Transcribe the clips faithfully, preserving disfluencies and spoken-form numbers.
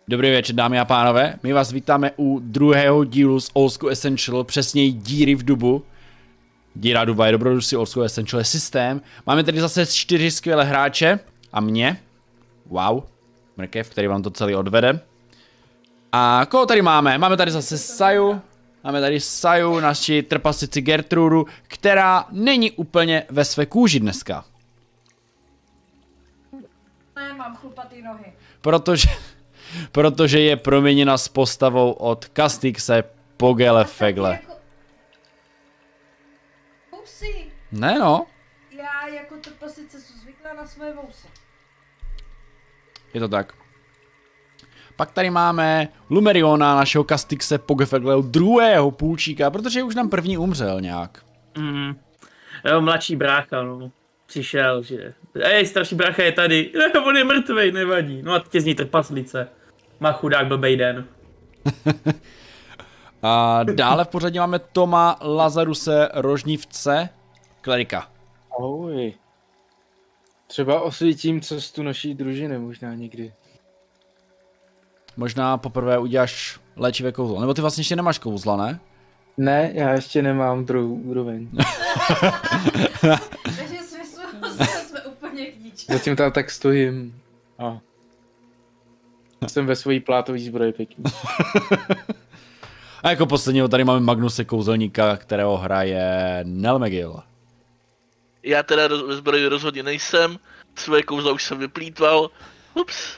Dobrý večer, dámy a pánové. My vás vítáme u druhého dílu z Old School Essential, přesněji díry v dubu. Díra duba je dobrodružství, Old School Essential je systém. Máme tady zase čtyři skvělé hráče a mě. Wow. Mrkev, který vám to celý odvede. A koho tady máme? Máme tady zase Saju. Máme tady Saju, naši trpasici Gertrudu, která není úplně ve své kůži dneska. Ne, mám chlupatý nohy. Protože... Protože je proměněna s postavou od Castixe Pogele Fegle. Jako... Vousy. Ne no. Já jako trpasice jsem zvyklá na svoje vousy. Je to tak. Pak tady máme Lumeriona, našeho Castixe Pogefegle, druhého půlčíka, protože už nám první umřel nějak. Mm. Jo, mladší brácha, no. Přišel, že... Ej, starší brácha je tady. On je mrtvej, nevadí. No a teď je z ní trpaslice. Má chudák blbej den. A dále v pořadí máme Toma Lazaruse Rožnivce, klerika. Ahoj. Třeba osvítím cestu naší družiny možná někdy. Možná poprvé uděláš léčivé kouzlo, nebo ty vlastně ještě nemáš kouzla, ne? Ne, já ještě nemám druhou úroveň. Takže smyslu jsme úplně k ničemu. Zatím tam tak stojím. A jsem ve svojí plátové zbroji pěkný. A jako posledního tady máme Magnuse kouzelníka, kterého hraje Nel McGill. Já teda roz, ve zbroji rozhodně nejsem, svoje kouzla už jsem vyplýtval. Ups.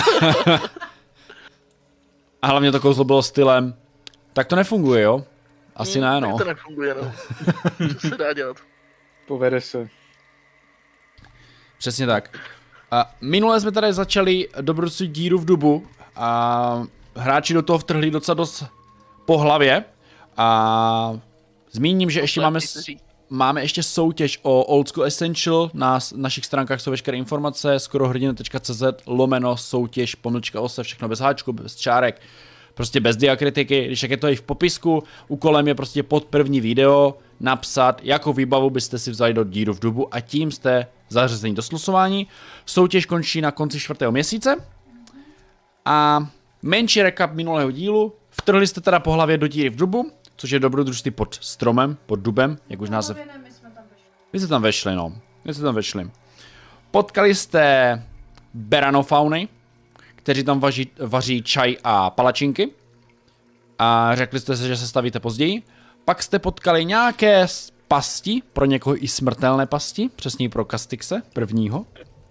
A hlavně to kouzlo bylo stylem. Tak to nefunguje, jo? Asi hmm, ne, no. Tak to nefunguje, no. Co se dá dělat? Povede se. Přesně tak. A minule jsme tady začali dobrodružství díru v dubu a hráči do toho vtrhli docela dost po hlavě a zmíním, že ještě máme, máme ještě soutěž o Old School Essential, na našich stránkách jsou veškeré informace, skorohrdina tečka cé zet lomeno soutěž pomlčka ose, všechno bez háčku, bez čárek, prostě bez diakritiky, když jak je to i v popisku, úkolem je prostě pod první video napsat, jakou výbavu byste si vzali do díru v dubu a tím jste zařazení do slosování. Soutěž končí na konci čtvrtého měsíce a menší recap minulého dílu. Vtrhli jste teda po hlavě do díry v dubu, což je dobrodružství pod stromem, pod dubem, jak už název. Ne, my jsme tam vešli. Vy jste tam vešli, no. Vy jste tam vešli. Potkali jste beranofauny, kteří tam vaří, vaří čaj a palačinky. A řekli jste se, že se stavíte později. Pak jste potkali nějaké pasti, pro někoho i smrtelné pasti, přesně pro Castixe, prvního.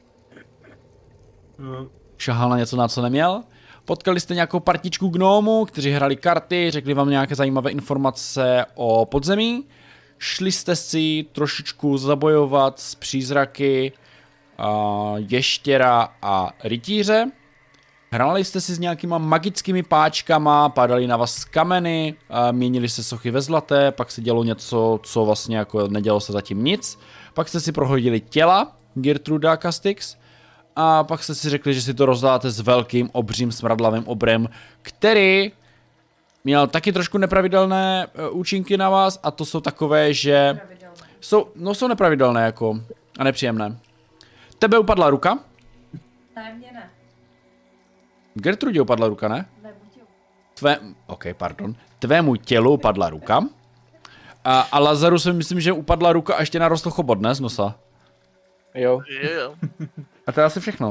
Šahal na něco, na co neměl. Potkali jste nějakou partičku gnomů, kteří hrali karty, řekli vám nějaké zajímavé informace o podzemí. Šli jste si trošičku zabojovat s přízraky a ještěra a rytíře. Hráli jste si s nějakýma magickými páčkama, padaly na vás kameny, měnili se sochy ve zlaté, pak se dělo něco, co vlastně jako nedělo se zatím nic. Pak jste si prohodili těla Gertruda Castix a pak jste si řekli, že si to rozdáte s velkým obřím smradlavým obrem, který měl taky trošku nepravidelné účinky na vás a to jsou takové, že jsou, no jsou nepravidelné jako a nepříjemné. Tebe upadla ruka? Ne, mě ne. Gertrudě upadla ruka, ne? Ne, buď jo. Tvé, ok, pardon. Tvému tělu upadla ruka. A, a Lazaru si myslím, že upadla ruka a ještě narostl chobot, ne, z nosa. Jo. Je, jo. A to je asi všechno.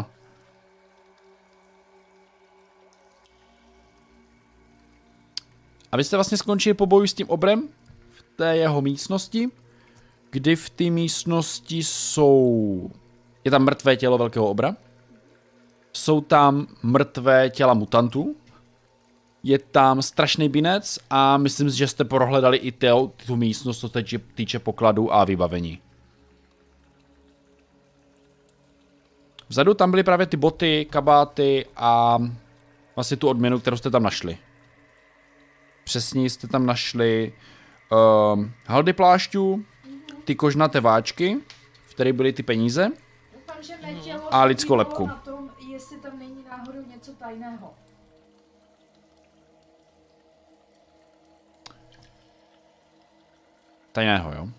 A vy jste vlastně skončili po boju s tím obrem v té jeho místnosti, kdy v té místnosti jsou... Je tam mrtvé tělo velkého obra. Jsou tam mrtvé těla mutantů. Je tam strašný binec a myslím si, že jste prohledali i tu, tu místnost, co se týče pokladů a vybavení. Vzadu tam byly právě ty boty, kabáty a vlastně tu odměnu, kterou jste tam našli. Přesně jste tam našli um, haldy plášťů, ty kožnaté váčky, v kterých byly ty peníze. Doufám, že netělo A lidskou se lebku. na tom, jestli tam není náhodou něco tajného. Tajného, jo?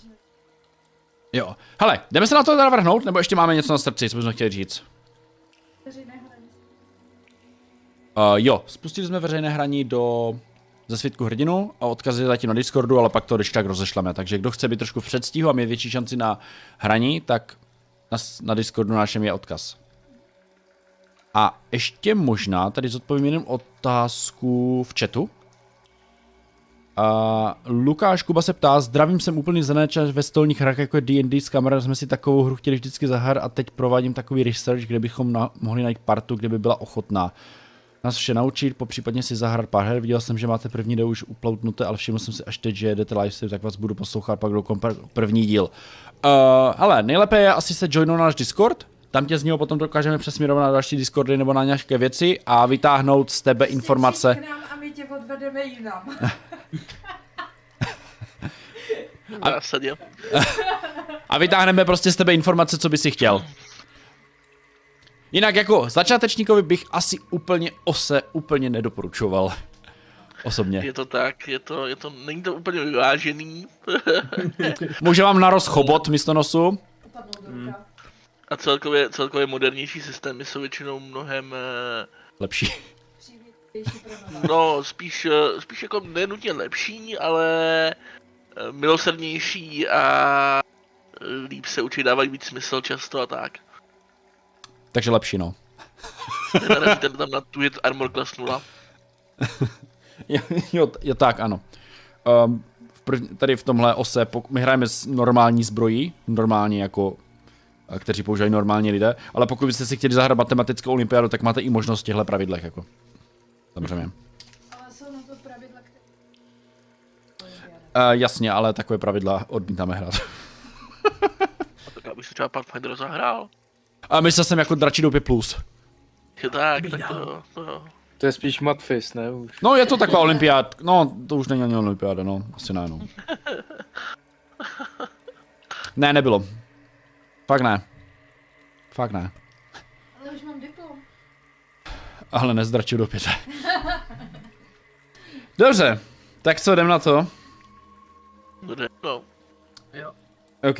Jo. Hele, jdeme se na to teda vrhnout, nebo ještě máme něco na srdci, co bychom chtěli říct? jo, spustili jsme veřejné hraní do ze svitku hrdinu a odkazy zatím na Discordu, ale pak to když tak rozešleme. Takže kdo chce být trošku v předstihu a mít větší šanci na hraní, tak na, na Discordu našem je odkaz. A ještě možná, tady zodpovím jenom otázku v chatu. A Lukáš Kuba se ptá, zdravím, jsem úplný zanéčař ve stolních hrách jako D and D, s kamarádem jsme si takovou hru chtěli vždycky zahrát a teď provádím takový research, kde bychom na, mohli najít partu, kde by byla ochotná nás vše naučit, popřípadně si zahrát pár her. Viděl jsem, že máte první díl už uploadnuté, ale všiml jsem si až teď, že jdete livestream, tak vás budu poslouchat pak do první díl. Uh, ale nejlépe je asi se joinout na náš Discord, tam tě z něho potom dokážeme přesměrovat na další Discordy nebo na nějaké věci a vytáhnout z tebe informace. K nám a my tě odvedeme jinam. A, Zásadě. a vytáhneme prostě z tebe informace, co by si chtěl. Jinak jako začátečníkovi bych asi úplně ose úplně nedoporučoval. Osobně. Je to tak, je to, je to, není to úplně vyvážený. Může vám narost chobot místo nosu. Hmm. A celkově, celkově modernější systémy jsou většinou mnohem, Lepší. no spíš, spíš jako nenutně lepší, ale milosrdnější a líp se učí, dávají víc smysl často a tak. Takže lepší, no. Narazíte tam na tu Armor Class nula. jo, jo, jo, tak, ano. Um, v prv, tady v tomhle ose, pok- my hrajeme s normální zbrojí, normálně jako, kteří používají normální lidé, ale pokud byste si chtěli zahrát matematickou olympiádu, tak máte i možnost v těchto pravidlech, jako. Samozřejmě. Ale jsou na to pravidla, které... Uh, jasně, ale takové pravidla odmítáme hrát. A tak abych si třeba Pathfinder zahrál. A myslel jsem jako dračí doupě plus. Je tak, tak to, to. To je spíš Matfist, ne už? No je to taková olympiád, no to už není ani olympiáda, no, asi ne, no. Ne, nebylo. Fakt ne. Fakt ne. Ale už mám diplom. Ale ne z dračího doupěte. Dobře, tak co, jdem na to? Bude, no. Jo. OK.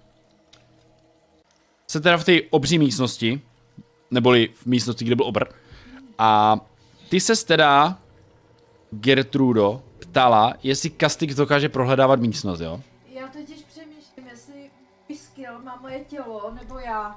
Jste teda v té obří místnosti, neboli v místnosti, kde byl obr. A ty ses teda, Gertrudo, ptala, jestli Kastix dokáže prohledávat místnost, jo? Já totiž přemýšlím, jestli můj skill má moje tělo, nebo já.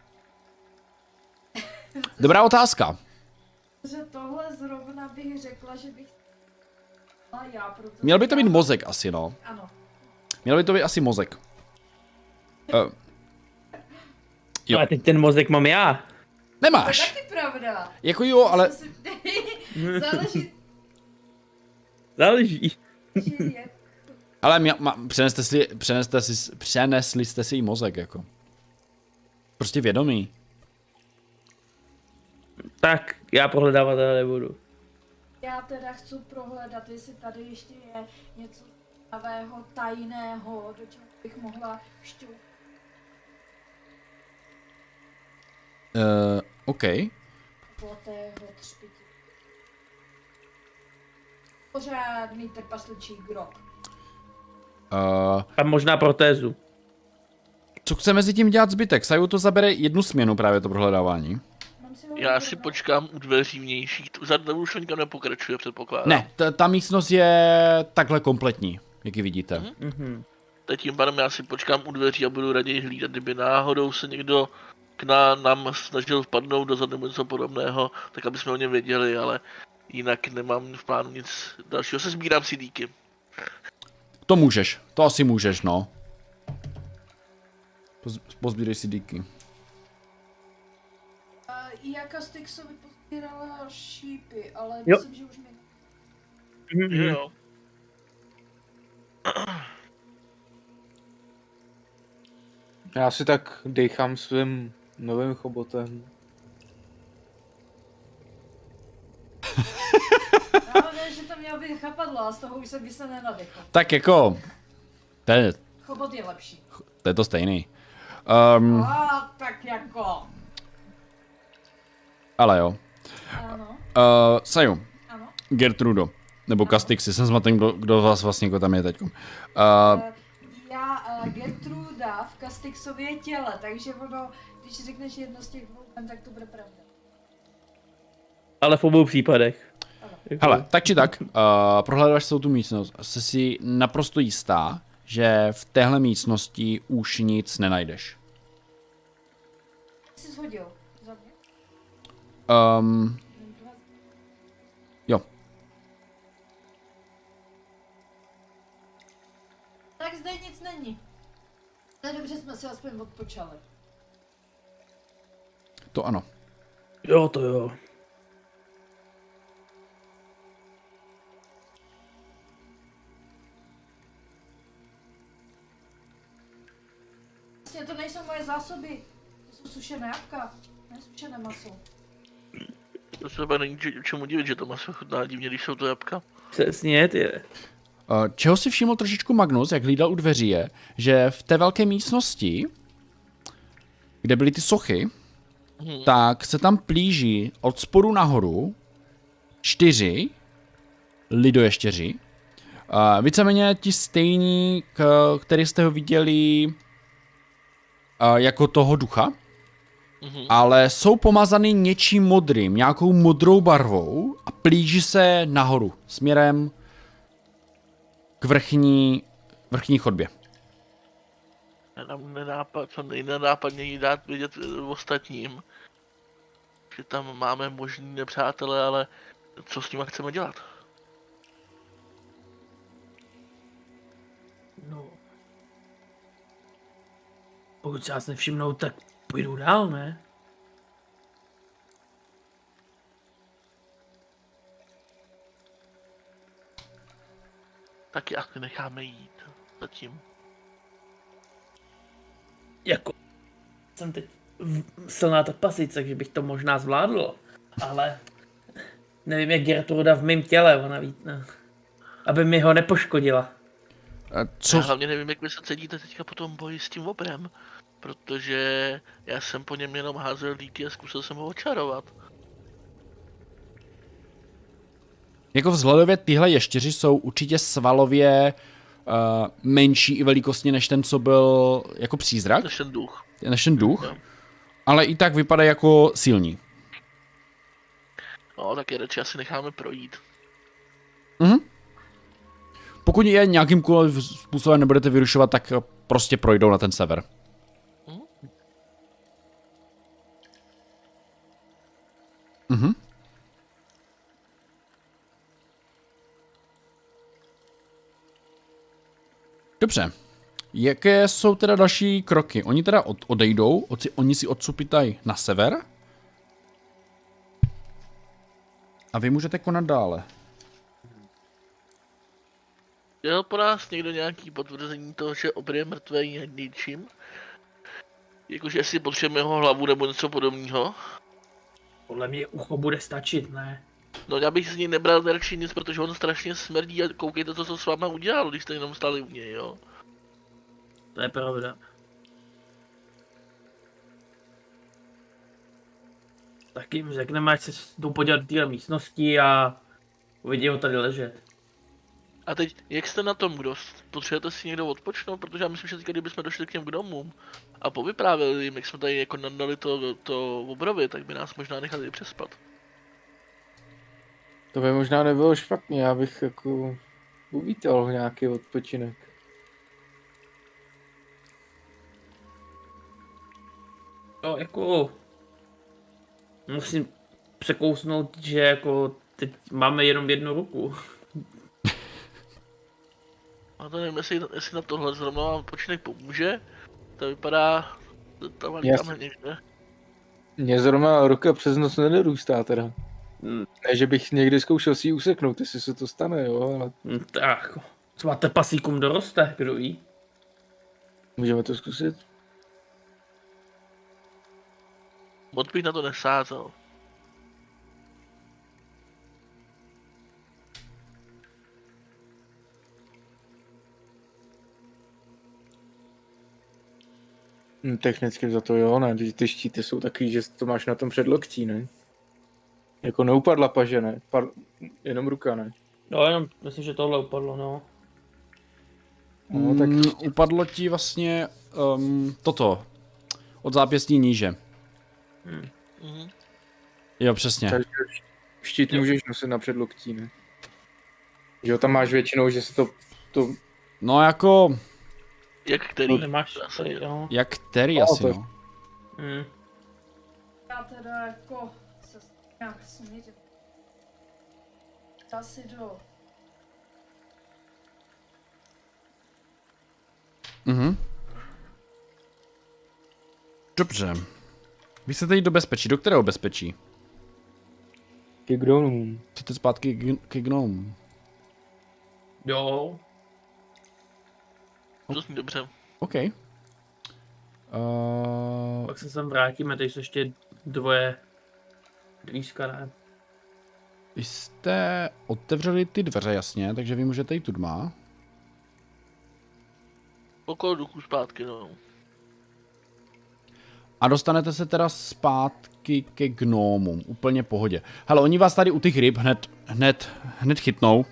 Dobrá otázka. Že tohle zrovna bych řekla, že bych... A já, protože... Měl by to být mozek asi, no. Ano. Měl by to být asi mozek. Uh, jo. Ale teď ten mozek mám já. To je Nemáš. taky pravda. Jako jo, ale... Si... Záleží, Záleží. že jak... Ale mě, ma, přeneste si, přeneste si, přenesli jste si i mozek, jako. Prostě vědomí. Tak, já prohledávat ale nebudu. Já teda chci prohledat, jestli tady ještě je něco zajímavého, tajného, do čeho bych mohla šťoukat. Uh, OK. Zlatého třpití. Pořádný trpasličí grob. Uh, A možná protézu. co chce mezi tím dělat zbytek? Saju to zabere jednu směnu právě to prohledávání. Mám si ho Já si vybrát? počkám u dveří vnějších, za už nikam nepokračuje, předpokládám. Ne, ta, ta místnost je takhle kompletní, jak ji vidíte. Mhm. Mhm. Tak tím pádem já si počkám u dveří a budu raději hlídat, kdyby náhodou se někdo k ná, nám snažil vpadnout dozad nebo něco podobného, tak aby jsme o něm věděli, ale jinak nemám v plánu nic dalšího, se sbírám C D ky. To můžeš, to asi můžeš, no. Poz, pozbírej si díky. A já Kastixovi pozbírala šípy, ale Jo. myslím, že už mi... Mhm. Jo. Já si tak dechám svým novým chobotem. Ale ne, že to mělo být chapadlo a z toho už jsem by se nenadechl. Tak jako, to je, Chobot je lepší. to je to stejný. Um, A tak jako... ale jo. Ano, Uh, Saju, ano. Gertrudo, nebo Kastixi, jsem zmaten, kdo, kdo z vás vlastně jako tam je teďkom. Uh, Eh, Já uh, Gertruda v Kastixově těle, takže ono, když řekneš jedno z těch dvou, tak to bude pravda. Ale v obou případech. Jako... Hele, tak či tak, uh, prohledáš celou tu místnost. Jsi si naprosto jistá, že v téhle místnosti už nic nenajdeš. Jsi shodil za mě? Um, jo. Tak zde nic není. Tak dobře jsme si aspoň odpočali. To ano. Jo, to jo. Vlastně to nejsou moje zásoby. To jsou sušené jabka, ne sušené maso. To se třeba není č- čemu divit, že to maso chutná divně, když jsou to jabka. Přesně, ty. Uh, čeho si všiml trošičku Magnus, jak hlídal u dveří, je, že v té velké místnosti, kde byly ty sochy, Hmm. tak se tam plíží od spodu nahoru čtyři lidoještěři. Uh, víceméně ti stejní, k, který jste ho viděli uh, jako toho ducha, Mhm. ale jsou pomazaný něčím modrým, nějakou modrou barvou a plíží se nahoru, směrem k vrchní, vrchní chodbě. Nám nenápad, co nejnenápadněji dát vidět ostatním, že tam máme možný nepřátele, ale co s nimi chceme dělat? No. Pokud se nás nevšimnou, tak půjdou dál, ne? Tak je asi necháme jít zatím. Jako... Jsem teď v- silná trpasice, takže bych to možná zvládl, ale... Nevím, jak Gertruda v mém těle, ona ví, no. Aby mi ho nepoškodila. Uh, Já co? hlavně nevím, jak vy se cítíte teďka po tom boji s tím obrem, protože já jsem po něm jenom házel díky a zkusil jsem ho očarovat. Jako vzhledově tyhle ještěři jsou určitě svalově uh, menší i velikostně než ten, co byl jako přízrak, Než ten duch. než ten duch, Jo. ale i tak vypadá jako silní. No, tak je radši asi necháme projít. Mhm. Pokud je nějakýmkoliv způsobem nebudete vyrušovat, tak prostě projdou na ten sever. Mhm. Mhm. Dobře. Jaké jsou teda další kroky? Oni teda od, odejdou, od, oni si odsupitají na sever. A vy můžete konat dále. Dělal po nás někdo nějaký potvrzení toho, že obr je mrtvý něčím? Jakože jestli potřebujeme jeho hlavu nebo něco podobného? Podle mě ucho bude stačit, ne? No já bych z něj nebral radši nic, protože on strašně smrdí a koukejte to, co s váma udělal, když jste jenom stáli u něj, jo? To je pravda. Tak jim řekneme, ať se jdou podívat do téhle místnosti a uvidí ho tady ležet. A teď, jak jste na tom, kdo? Potřebujete si někdo odpočnout? Protože já myslím, že teď, kdybychom došli k těm gnomům a povyprávěli jim, jak jsme tady jako nadali to, to obrovy, tak by nás možná nechali přespat. To by možná nebylo špatně, já bych jako uvítal nějaký odpočinek. No, jako... Musím překousnout, že jako teď máme jenom jednu ruku. A to nevím, jestli, jestli na tohle zrovna vám odpočinek pomůže. To vypadá... Tam máme někde. Mně zrovna ruka přes noc nedorůstá teda. Hmm. Ne, že bych někdy zkoušel si ji useknout, jestli se to stane, jo, ale Hm, Tak, třeba trpasíkům doroste, kdo ví. můžeme to zkusit. Moc bych na to nesázel. Hm, technicky za to jo, ne, ty, ty štíty jsou takový, že to máš na tom předloktí, ne? Jako neupadla paže, ne? Par... Jenom ruka, ne? No, jenom myslím, že tohle upadlo, no. No, tak Mm, upadlo ti vlastně um, toto. Od zápěstí níže. Mhm. Jo, přesně. Takže, Štít můžeš nosit na předloktí, ne? Že jo, tam máš většinou, že se to... to... No jako... Jak který? Nemáš tady, jo. Jak který No, asi, to- no. Hmm. Já teda jako se nějak smířit. Asi do... Mhm. Dobře. Vy jste teď do bezpečí. Do kterého bezpečí? Ke gnomům. Chcete zpátky k- ke gnomům. Jo. To zní dobře. OK. Uh, Pak se sem vrátíme, teď jsou ještě dvoje dvířka, ne? vy jste otevřeli ty dveře, jasně, takže vy můžete jít tudma. Okolo duchu zpátky, no. A dostanete se teda zpátky ke gnomům. Úplně v pohodě. Hele, oni vás tady u těch ryb hned, hned, hned chytnou.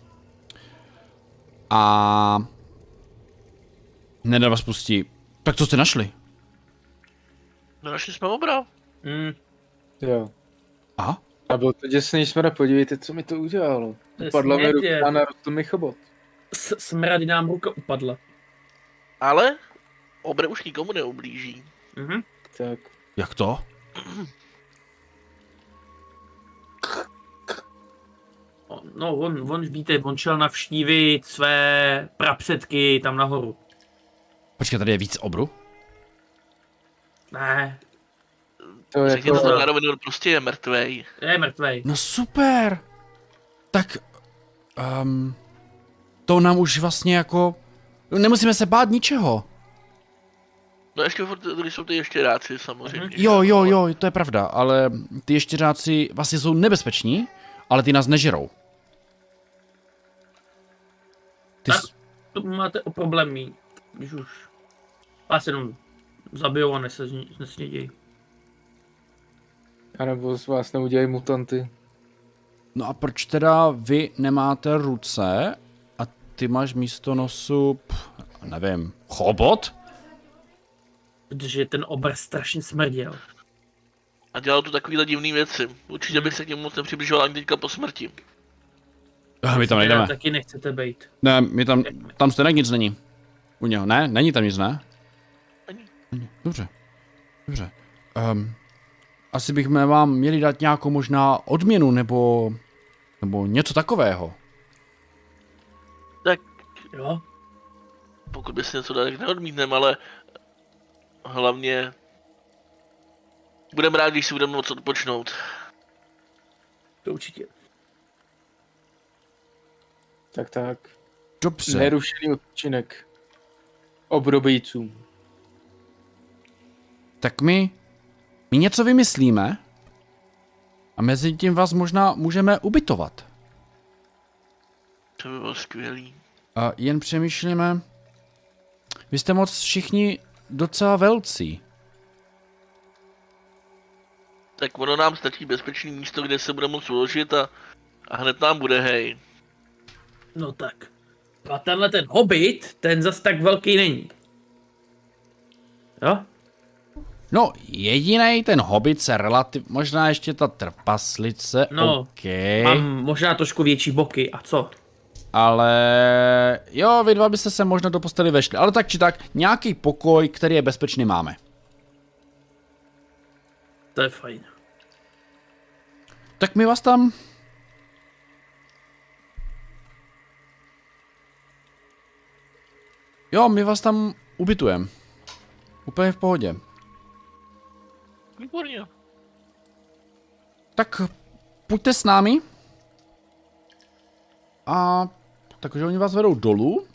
A... Hned vás pustí. Tak co jste našli? No našli jsme obra. Hmm. Jo. Aha. A byl to děsný smrad, podívejte, co mi to udělalo. To je Upadla mi smět, ruka je. a narostl mi chobot. S- smrady nám ruka upadla. Ale obra už nikomu neublíží. Mhm. Tak. Jak to? On- No, on, on, víte, on šel navštívit své prapředky tam nahoru. Počkej, tady je víc obru? Ne, To je Řekněte to... to na rovinu, on prostě je mrtvej. je mrtvej. No super! Tak... Um, to nám už vlastně jako... Nemusíme se bát ničeho. No ještě furt, tady jsou ty ještěráci samozřejmě. Jo, jo, jo, to je pravda, ale ty ještěráci vlastně jsou nebezpeční, ale ty nás nežerou. Ty Tak. s... To máte o problém mít, když už vás jenom zabijou a nesni- nesnědějí. A nebo z vás neudělají mutanty. No a proč teda vy nemáte ruce a ty máš místo nosu, pff, nevím, chobot? Protože ten obr strašně smrděl. A dělal tu takovýhle divný věci. Určitě bych se k němu moc nepřibližoval ani teďka po smrti. Ah, my tam nejdeme. Taky nechcete být. Ne, my tam, tam stejně nic není. U něho, ne? Není tam nic, ne? Ani. Není. Dobře. Dobře. Um, asi bychom vám měli dát nějakou možná odměnu, nebo... Nebo něco takového. Tak Jo? pokud by si něco dal, tak neodmítnem, ale hlavně budeme rádi, když si budeme moc odpočnout. To určitě. Tak tak. Dobře. Nerušený odpočinek. Obrobejcům. Tak my... My něco vymyslíme. A mezi tím vás možná můžeme ubytovat. To by bylo skvělý. A jen přemýšlíme... Vy jste moc všichni docela velcí. Tak ono nám stačí bezpečné místo, kde se bude moct uložit a, a hned nám bude hej. No tak. A tenhle ten hobbit, ten zas tak velký není. Jo? No, jediný ten hobbit se relativ... Možná ještě ta trpaslice, No, OK. Mám možná trošku větší boky, a co? Ale... Jo, vy dva byste se možná do posteli vešli. Ale tak či tak, nějaký pokoj, který je bezpečný, máme. To je fajn. Tak my vás tam... Jo, my vás tam ubytujeme. Úplně v pohodě. Výborně. Tak pojďte s námi. A takže oni vás vedou dolů.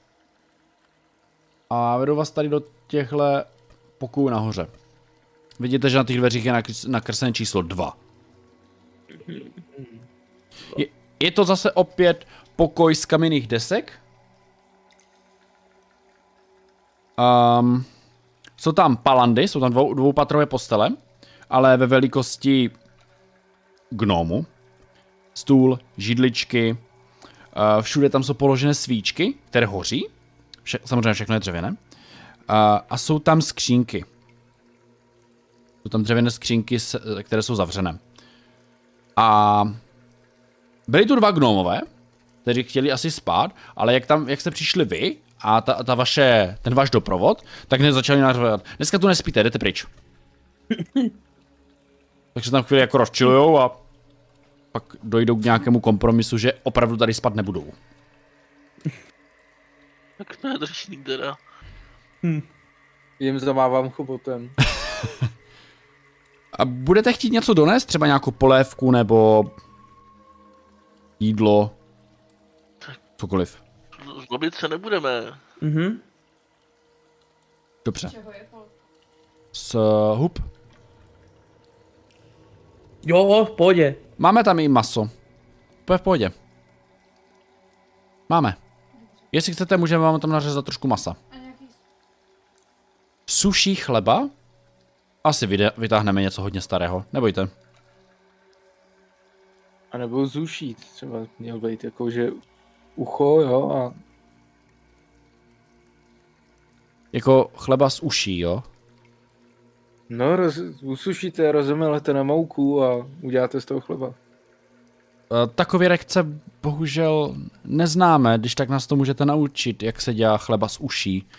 A vedou vás tady do těchto pokojů nahoře. Vidíte, že na těch dveřích je nakres- nakreslené číslo dva. Je, je to zase opět pokoj z kamenných desek. Um, jsou tam palandy, jsou tam dvou, dvoupatrové postele, ale ve velikosti gnomu. Stůl, židličky, uh, všude tam jsou položené svíčky, které hoří. Vše, samozřejmě všechno je dřevěné. Uh, a jsou tam skřínky. Jsou tam dřevěné skřínky, které jsou zavřené. A byli tu dva gnomové, kteří chtěli asi spát, ale jak tam, jak jste přišli vy a ta, ta vaše, ten váš doprovod, tak hned začali nařvat. Dneska tu nespíte, jdete pryč. Takže tam chvíli jako rozčilujou a pak dojdou k nějakému kompromisu, že opravdu tady spát nebudou. Tak to je držík teda. Hm. Jim zamávám chobotem. A budete chtít něco donést? Třeba nějakou polévku nebo jídlo? Cokoliv. Zlobit se nebudeme. Mhm. Dobře. Čeho je pol? S uh, hub. Jo, v pohodě. Máme tam i maso. To je v pohodě. Máme. Jestli chcete, můžeme vám tam nařezat trošku masa. A nějaký... Suší chleba? Asi vyde, vytáhneme něco hodně starého, nebojte. A nebo zušít, třeba měl být jako, že ucho, jo, a Jako chleba z uší, jo? no, roz, usušíte, rozemelete na mouku a uděláte z toho chleba. E, Takové rekce bohužel neznáme, když tak nás to můžete naučit, jak se dělá chleba z uší.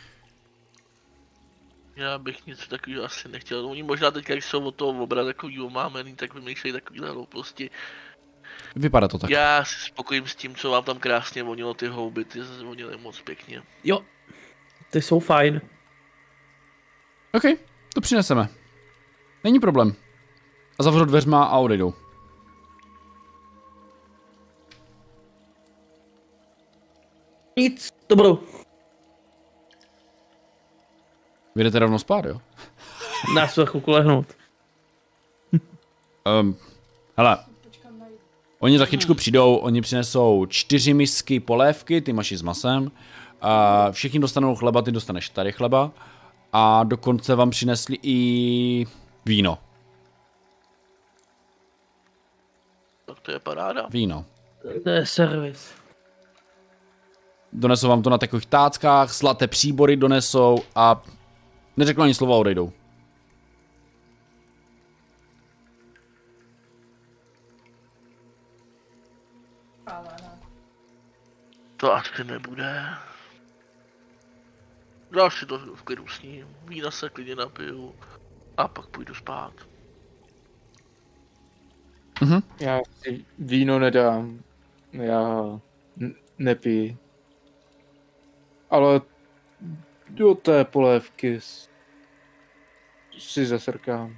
Já bych nic takového asi nechtěl. Oni možná teď, jak jsou od toho obraz takový omámený, tak vymýšlejí takovýhle hlouposti. Vypadá to tak. Já si spokojím s tím, co vám tam krásně vonilo, ty houby, ty zvonily moc pěkně. Jo, ty jsou fajn. OK, to přineseme. Není problém. A zavřu dveřma a odejdou. Nic, dobrou. Vy jdete rovnou spát, jo? Dá se chvilku lehnout. Um, hele, Počkám na jídlo. oni za chyčku přijdou, oni přinesou čtyři misky polévky, ty máš i s masem. A všichni dostanou chleba, ty dostaneš tady chleba. A dokonce vám přinesli i víno. Tak to je paráda. Víno. To je servis. Donesou vám to na takových táckách, zlaté příbory donesou a neřeknou ani slova, odejdou. Ale ne. To asi nebude. Já si to v klidu sním, vína se klidně napiju a pak půjdu spát. Mhm. Já si víno nedám, já n- nepiju. Ale do té polévky s- si zasrkám.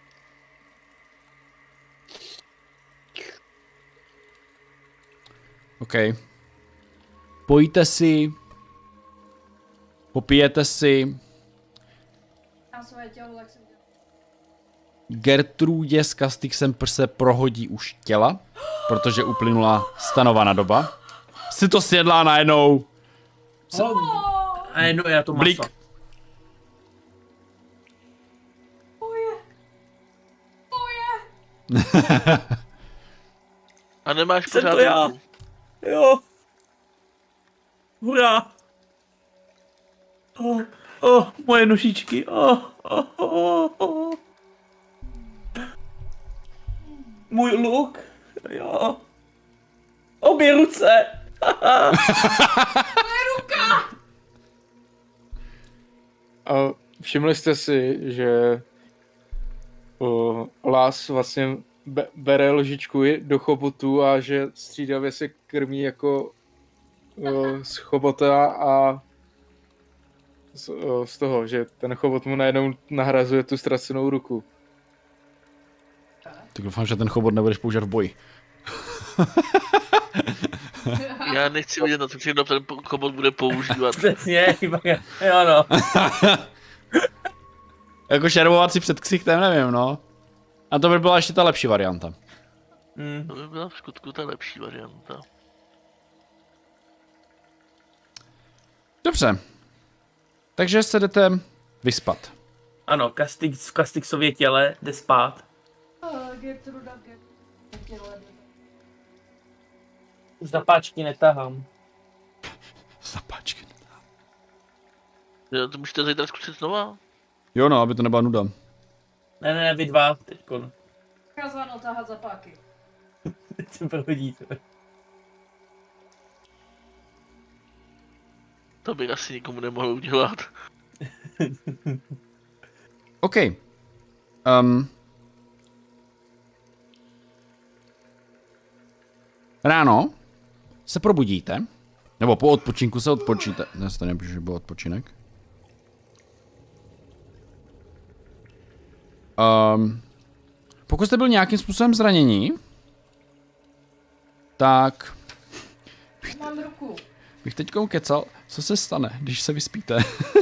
OK. Pojíte si, popijete si, Na své tělo, tak jsem dělal. Gertrudě s Kastixem se prohodí už těla, protože uplynula stanovaná doba. Si to sjedlá najednou. A jedno já to maso. Blík. Moje. Moje. A nemáš Jsem pořád to já. ruku. Jo. Hurá. Oh, oh, moje nožičky. Oh, oh, oh, oh. Můj luk. Jo. Obě ruce. A všimli jste si, že o, Lás vlastně be- bere lžičku i do chobotu a že střídavě se krmí jako o, z chobota a z, o, z toho, že ten chobot mu najednou nahrazuje tu ztracenou ruku. Tak doufám, že ten chobot nebudeš používat v boji. Já nechci vidět na to, všechno ten chobot bude používat. Přesně, jo no. Jako šermovat si před ksichtem, nevím, no. A to by byla ještě ta lepší varianta. Mm. To by byla v skutku ta lepší varianta. Dobře. Takže se jdete vyspat. Ano, Kastix v Kastixově těle jde spát. Uh, Gertruda, Gertruda. Za páčky netahám. Zapáčky. Jo, to můžete zítra zkusit znova? Jo no, aby to nebyla nuda. Ne, ne, ne, vy dva teďkon. Kazáno tahat za páky. Teď se prohodí. To bych asi nikomu nemohl udělat. OK. Um, ráno se probudíte, nebo po odpočinku se odpočíte. Dnes to nepíšu, že byl odpočinek. Um, pokud jste byl nějakým způsobem zranění, tak Mám ruku. bych teďkou kecal, co se stane, když se vyspíte.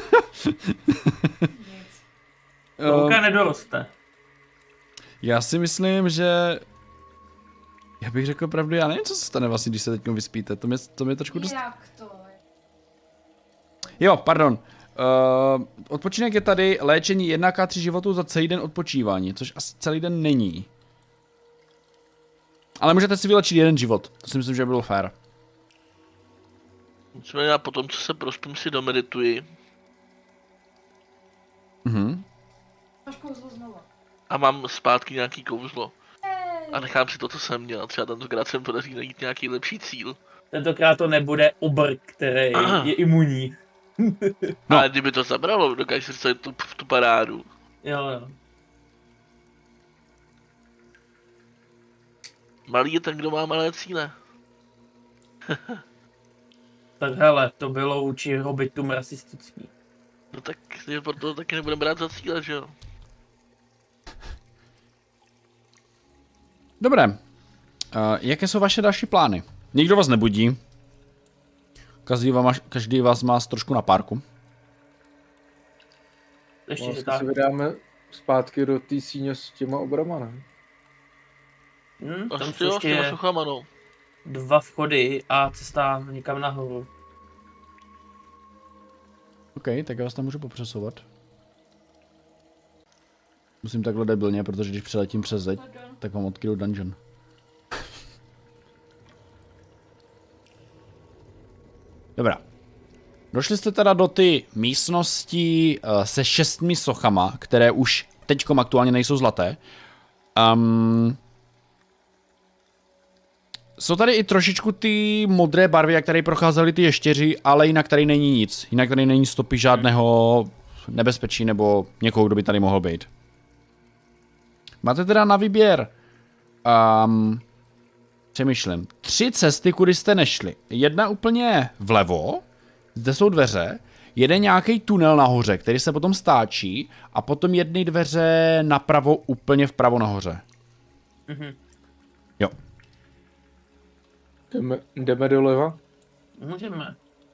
Nic. Ruka nedoroste. Já si myslím, že... Já bych řekl pravdu, já nevím, co se stane vlastně, když se teď vyspíte. To mě, to mě trošku dost... Jak to je? Jo, pardon. Uh, odpočinek je tady, léčení jedna krát tři životů za celý den odpočívání, což asi celý den není. Ale můžete si vylečit jeden život, to si myslím, že by bylo fér. Nicméně já potom, co se prospím, si domedituji Mhm. Máš kouzlo znova. a mám zpátky nějaký kouzlo. Hey. A nechám si to, co jsem měl. Třeba tentokrát se mi podaří najít nějaký lepší cíl. Tentokrát to nebude obr, který Aha. je imunní. No. Ale kdyby to zabralo, dokážeš si představit tu, tu parádu. Jo, jo. Malý je ten, kdo má malé cíle. Tak hele, to bylo vůči hobbitům rasistický. No tak je proto taky nebudeme brát za cíle, že jo? Dobré. Uh, jaké jsou vaše další plány? Nikdo vás nebudí. Každý, vás, každý vás má trošku na párku. Ještě, že Vlastně tak. se vydáme zpátky do té síně s těma obrama, ne? Hm, tam Asi jsou jo, s těma ještě sochama, no. dva vchody a cesta někam nahoru. OK, tak já vás tam můžu popřesovat. Musím takhle debilně, protože když přeletím přes zeď, tak vám odkryju dungeon. Dobrá. Došli jste teda do ty místnosti uh, se šestmi sochama, které už teďkom aktuálně nejsou zlaté. Um, jsou tady i trošičku ty modré barvy, jak tady procházely ty ještěři, ale jinak tady není nic. Jinak tady není stopy žádného nebezpečí nebo někoho, kdo by tady mohl být. Máte teda na výběr, um, přemýšlím, tři cesty, kudy jste nešli. Jedna úplně vlevo, zde jsou dveře, jeden nějaký tunel nahoře, který se potom stáčí, a potom jedny dveře napravo, úplně vpravo nahoře. Mhm. Jo. Jdeme, jdeme doleva? Můžeme.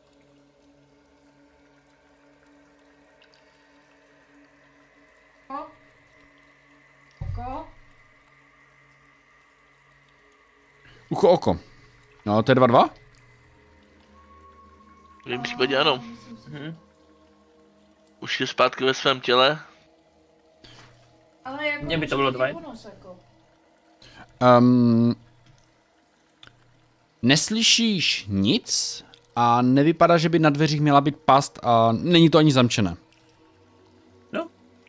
Oko. Oko. Ucho, oko. No, to je dva dva? V mém případě ano. Myslím si- Mhm. Už je zpátky ve svém těle. Ale jako Mně by to může bylo být dva. i bonus, jako. Um, neslyšíš nic a nevypadá, že by na dveřích měla být past a není to ani zamčené. No.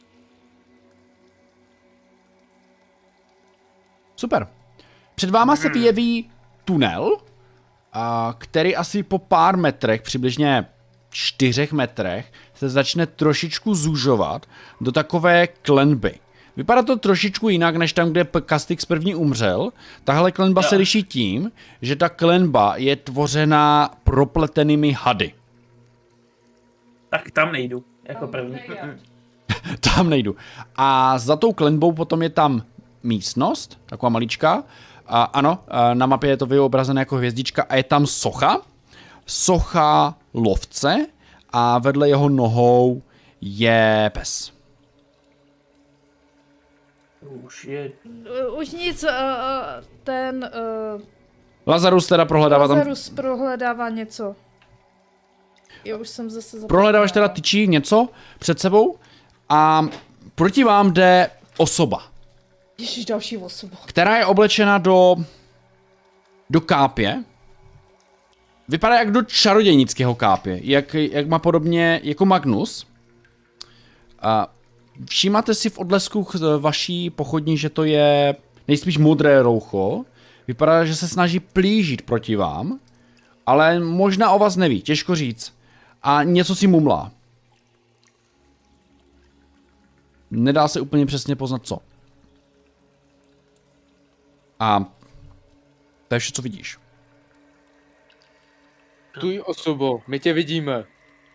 Super. Před váma se vyjeví tunel, a který asi po pár metrech, přibližně čtyřech metrech, se začne trošičku zužovat do takové klenby. Vypadá to trošičku jinak, než tam, kde Kastix první umřel. Tahle klenba Jo. se liší tím, že ta klenba je tvořena propletenými hady. Tak tam nejdu, jako Tam první. nejde. Mhm. Tam nejdu. A za tou klenbou potom je tam místnost, taková maličká. A ano, a na mapě je to vyobrazené jako hvězdička a je tam socha. Socha lovce a vedle jeho nohou je pes. Už je... Uh, Už nic, uh, uh, ten uh, Lazarus teda prohledává tam. Lazarus prohledává něco. Jo, už jsem zase zapomněla. Prohledáváš teda tyčí něco před sebou a proti vám jde osoba, Ježiš, další osoba. která je oblečena do do kápě. Vypadá jak do čarodějnického kápě, jak, jak má podobně jako Magnus. A všímáte si v odlesku vaší pochodní, že to je nejspíš modré roucho, Vypadá, že se snaží plížit proti vám, ale možná o vás neví, těžko říct. A něco si mumlá. Nedá se úplně přesně poznat co. A to je vše, co vidíš. Tuj osobo, my tě vidíme.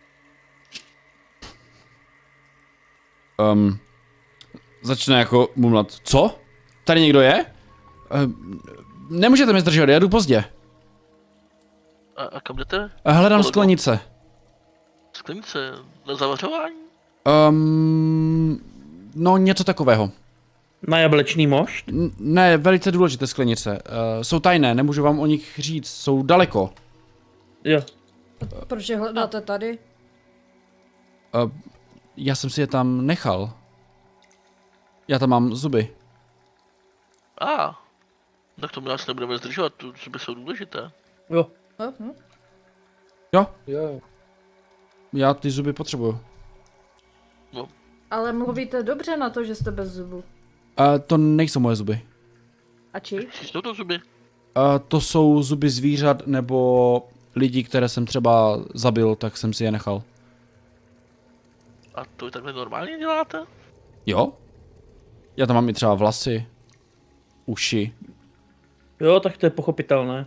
Um, začne jako mumlat. Co? Tady někdo je? Um, nemůžete mě zdržet, já jdu pozdě. A, a kam jdete? Hledám Kolego? sklenice. Sklenice na zavařování? Um, no něco takového. Na jablečný mošt? N- ne, velice důležité sklenice. Uh, jsou tajné, nemůžu vám o nich říct, jsou daleko. Jo. Proč je hledáte tady? Uh, já jsem si je tam nechal. Já tam mám zuby. A, ah, tak to my nás nebudeme zdržovat, to zuby jsou důležité. Jo. Hm? Jo, Jo. já ty zuby potřebuju. No, Ale mluvíte dobře na to, že jste bez zubů. Uh, to nejsou moje zuby. A či? co jsou to zuby? Uh, to jsou zuby zvířat nebo lidí, které jsem třeba zabil, tak jsem si je nechal. A to vy takhle normálně děláte? Jo? Já tam mám i třeba vlasy, uši. Jo, tak to je pochopitelné.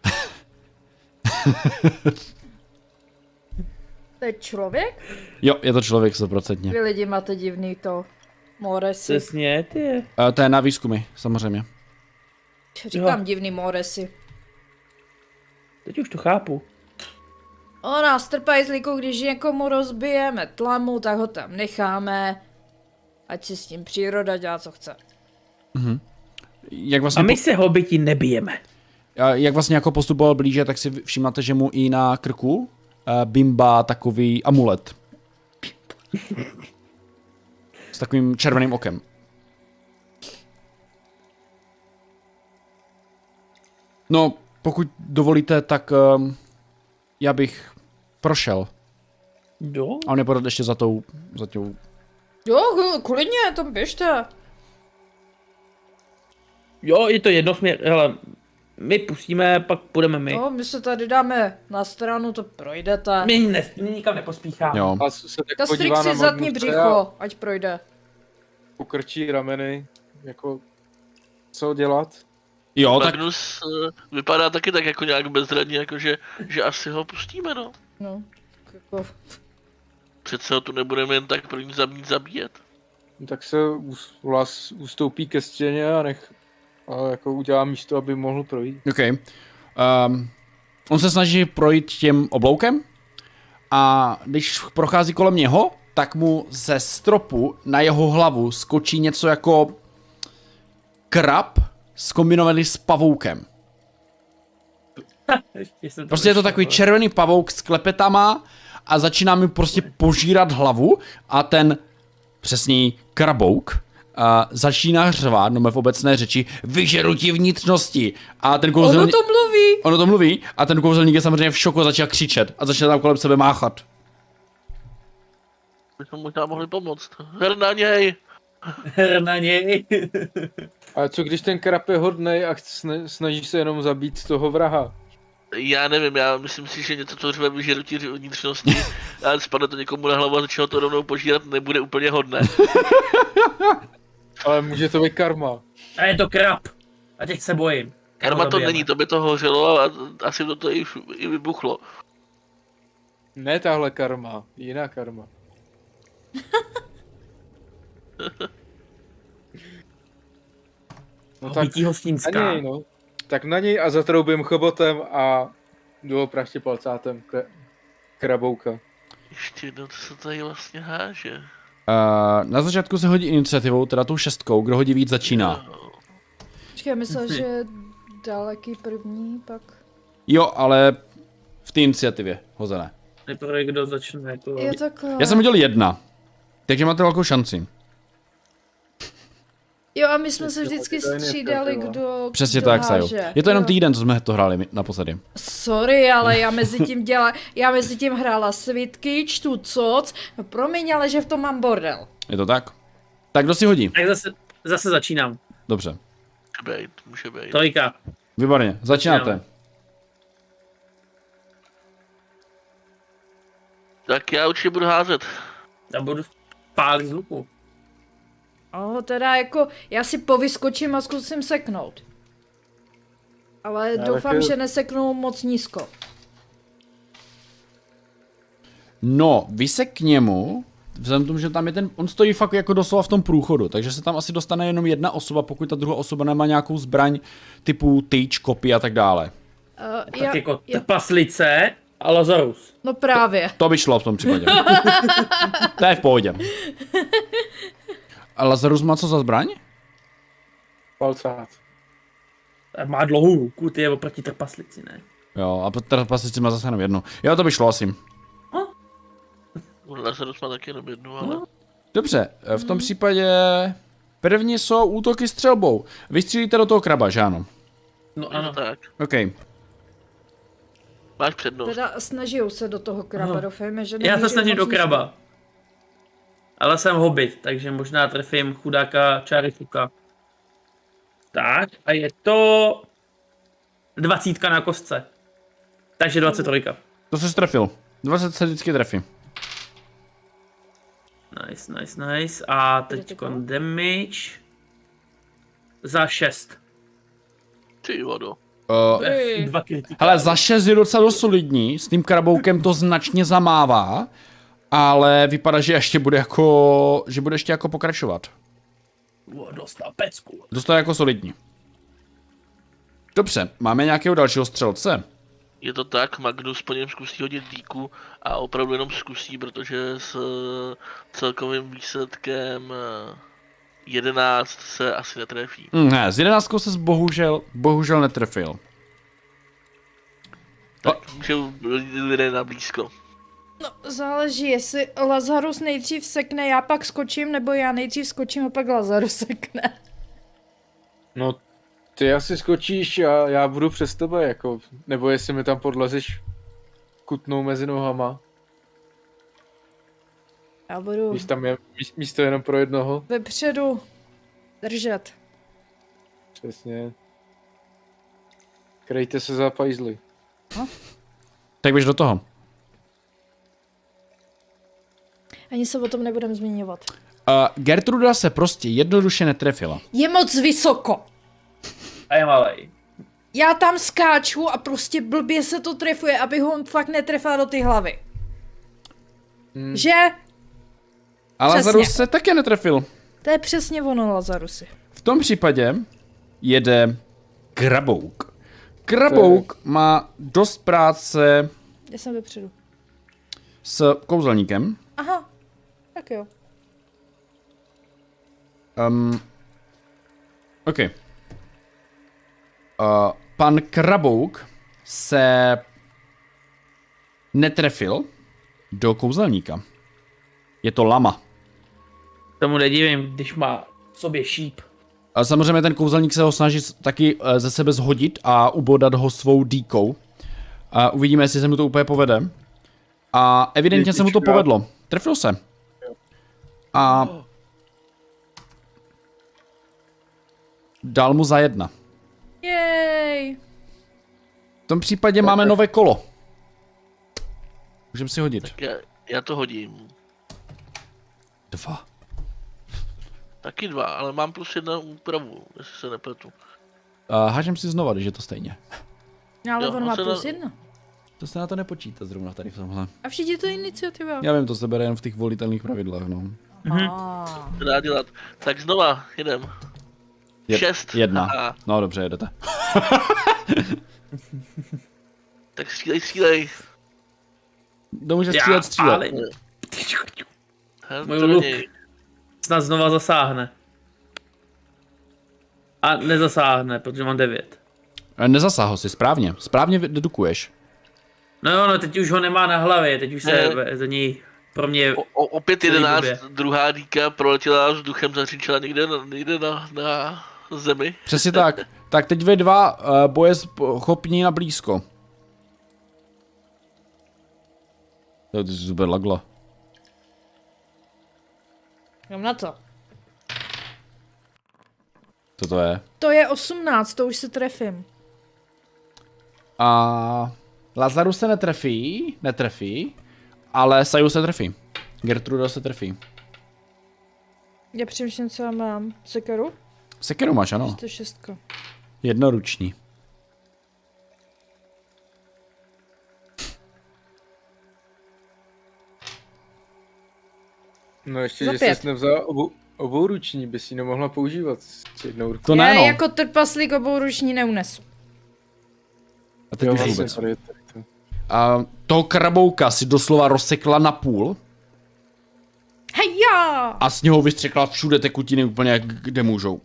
To je člověk? Jo, je to člověk stoprocentně. Vy lidi máte divný to. Moresy. Přesně, ty je. Uh, to je na výzkumy, samozřejmě. Říkám Jo. divný moresy. Teď už to chápu. O nás trpajzlíku, když někomu rozbijeme tlamu, tak ho tam necháme. Ať si s tím příroda dělá, co chce. Jak A vlastně, my po, se hobiti nebijeme. a jak vlastně jako postupoval blíže, tak si všímáte, že mu i na krku uh, bimbá takový amulet. S takovým červeným okem. No, pokud dovolíte, tak um, já bych prošel. Jo? A on je podat ještě za tou, za tou. Jo, klidně, tam běžte. Jo, je to jednosměr, hele, my pustíme, pak půjdeme my. No, my se tady dáme na stranu, to projdete. My, ne, my nikam nepospícháme. Jo. A se tak Kastrik podívá si na zatni Magnusa břicho, ať projde. Pokrčí rameny, jako co dělat? Jo, tak Magnus uh, vypadá taky tak jako nějak bezradně, jako že, že asi ho pustíme, no. No, jako... Přece ho tu nebudeme jen tak pro ní zabít zabíjet. No, tak se us- Vlas ustoupí ke stěně a nech a jako udělá místo, aby mohl projít. OK. Um, on se snaží projít tím obloukem a když prochází kolem něho, tak mu ze stropu na jeho hlavu skočí něco jako krab zkombinovaný s pavoukem. Prostě je to takový červený pavouk s klepetama a začíná mi prostě požírat hlavu a ten přesný krabouk a začíná řvát, no v obecné řeči, vyžeru ti vnitřnosti. A ten Ono kouzelník... to mluví! Ono to mluví a ten kouzelník je samozřejmě v šoku a začal křičet a začal tam kolem sebe máchat. Bychom možná mohli pomoct. Her na něj! Her na něj. A co když ten krab je hodnej a sna- snaží se jenom zabít toho vraha? Já nevím, já myslím si, že něco, co řve vyžeru ti vnitřnosti a spadne to někomu na hlavu a začne ho to rovnou požírat, nebude úplně hodné. Ale může to být karma. A je to krab. A těch se bojím. Karma to Dobijeme. není, to by to hořelo a asi to, to i, i vybuchlo. Ne tahle karma, jiná karma. No tak Hobití na hostinská. něj, no. Tak na něj a zatroubím chobotem a jdu ho praště palcátem k krabouka. Ještě jednou, co se tady vlastně háže. Uh, na začátku se hodí iniciativou, teda tou šestkou, kdo hodí víc začíná. Počkej, já myslel, že daleký první, pak... Jo, ale v té iniciativě hozené. Nejprve kdo začne jako... Je takhle. Já jsem udělal jedna, takže máte velkou šanci. Jo, a my jsme se Ještě vždycky hodně střídali, iniciativa. kdo Přesně kdo tak, Saju. háže. Je to jenom Jo. týden, co jsme to hráli my- naposledy. Sorry, ale já mezi tím děla, já mezi tím hrála svitky, čtu coc, no promiň, ale že v tom mám bordel. Je to tak? Tak kdo si hodí? Tak zase, zase začínám. Dobře. Může být, může být. Trojka. Výborně, začínáte. Tak já určitě budu házet. Já budu pálit z luku. O, teda jako, já si povyskočím a zkusím seknout. Ale Já doufám, taky- že neseknu moc nízko. No, vy se k němu, vzhledem k tomu, že tam je ten, on stojí fakt jako doslova v tom průchodu, takže se tam asi dostane jenom jedna osoba, pokud ta druhá osoba nemá nějakou zbraň typu tyč, kopy a tak dále. Uh, Tak já, jako já, trpaslice a Lazarus. no právě. To by šlo v tom případě. To je v pohodě. A Lazarus má co za zbraň? Palcát. Má dlouhou ruku, ty je oproti trpaslici, ne? Jo, a teda pasici má zase jenom jednu. Jo, to by šlo asi. Lazarus má taky jenom jednu, ale... Dobře, v tom případě první jsou útoky střelbou. Vystřílíte do toho kraba, že ano? No Ano. ano. Tak, OK. máš přednost. Teda snaží se do toho kraba, Aha. doufejme, že Já se nemíří snažím moc do nízko. kraba. Ale jsem hobit, takže možná trefím chudáka Čáryfuka. Tak, a je to... Dvacítka na kostce. Takže dvacet tři. To jsi trefil. dvacet se vždycky trefí. Nice, nice, nice. A teď Critical? damage. Za šest. Ty vodo. Uh, Ej. Dva kritika. hele, za šest je docela dost solidní, s tím kraboukem to značně zamává, ale vypadá, že ještě bude jako, že bude ještě jako pokračovat. O, dostal pecku. Dostal jako solidní. Dobře, máme nějakého dalšího střelce? Je to tak, Magnus po něm zkusí hodit díku a opravdu jenom zkusí, protože s eh, celkovým výsledkem eh, jedenáct se asi netrefí. Hm, ne, s jedenáctkou se bohužel, bohužel netrefil. Tak může lidé na blízko. No, záleží, jestli Lazarus nejdřív sekne, já pak skočím, nebo já nejdřív skočím a pak Lazarus sekne. No, ty asi skočíš a já budu přes tebe, jako, nebo jestli mi tam podlezeš kutnou mezi nohama, Já budu když tam je mí- místo jenom pro jednoho. vepředu držet. Přesně. Krejte se za pajzly. Tak běž do toho. Ani se o tom nebudem zmiňovat. Uh, Gertruda se prostě jednoduše netrefila. Je moc vysoko. A je malej. Já tam skáču a prostě blbě se to trefuje, aby ho fakt netrefila do ty hlavy. Hmm. Že? A Přesně. Lazarus se také netrefil. To je přesně ono, Lazarusy. V tom případě jede Krabouk. Krabouk má dost práce Já jsem vepředu. s kouzelníkem. Aha, tak jo. Um, OK. Uh, pan Krabouk se netrefil do kouzelníka. Je to lama. Tomu nedivím, když má v sobě šíp. A samozřejmě ten kouzelník se ho snaží taky eh, ze sebe zhodit a ubodat ho svou dýkou. A uvidíme, jestli se mu to úplně povede. A evidentně se mu to Jednička. povedlo. Trefil se. A dal mu za jedna. Jej. V tom případě máme nové kolo. Můžeme si hodit. Tak já, já to hodím. Dva. Taky dva, ale mám plus jedna úpravu, jestli se nepletu. Uh, hážem si znova, když je to stejně. No, ale Jo, on on má se plus na- jedna. To se na to nepočítá zrovna tady v tomhle. A všichni to je iniciativa. Já vím, to se bere jen v těch volitelných pravidlech, no. Ah. To dá dělat. Tak znova, jedem. Je- Šest. Jedna. Aha. No dobře, jedete. Tak střílej, střílej. Kdo může Já střílet, střílet. pálím. He, Můj to na luk. něj. Snad znova zasáhne. A nezasáhne, protože mám devět. Eh, Nezasáhl si, správně. Správně dedukuješ. No jo, no teď už ho nemá na hlavě, teď už se Ne. ve- za něj pro mě... O, o, opět Celý jedenáct, blbě. druhá dýka proletěla vzduchem, zařičela někde, na, někde na, na zemi. Přesně tak. Tak teď vy dva uh, boje schopní na blízko. To je super lagla. Jdem na to. Co to je? To je osmnáct, to už se trefím. A Lazaru se netrefí, netrefí, ale Saju se trefí. Gertruda se trefí. Já přemýšlím, co já mám. Sekeru? Sekeru máš, ano. sto šest. Jednoruční. No ještě, Za že pět. jsi nevzala obou, obouruční, bys ji nemohla používat s jednou rukou. To ne, Já no. jako trpaslík obouruční neunesu. A teď Jo, už vlastně, vůbec. tady je tady to. A toho krabouka si doslova rozsekla na půl Hejja! a z něho vystřekla všude tekutiny úplně jak kde můžou.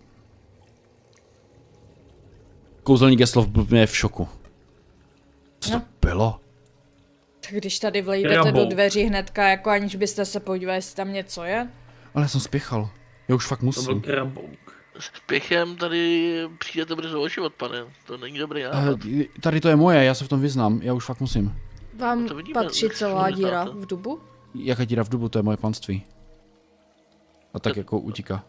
Kouzelník Geslov byl v šoku. Co to No. bylo? Tak když tady vlejdete Krabou. do dveří hnedka, jako aniž byste se podívali, jestli tam něco je. Ale já jsem spěchal. Já už fakt To byl musím. krabouk. S pěchem tady přijdete brzo o život, pane. To není dobrý nápad. Uh, tady to je moje, já se v tom vyznám, já už fakt musím. Vám to vidíme, patří už celá to díra neznáte. v dubu? Jaká díra v dubu, to je moje panství. A tak jako utíká.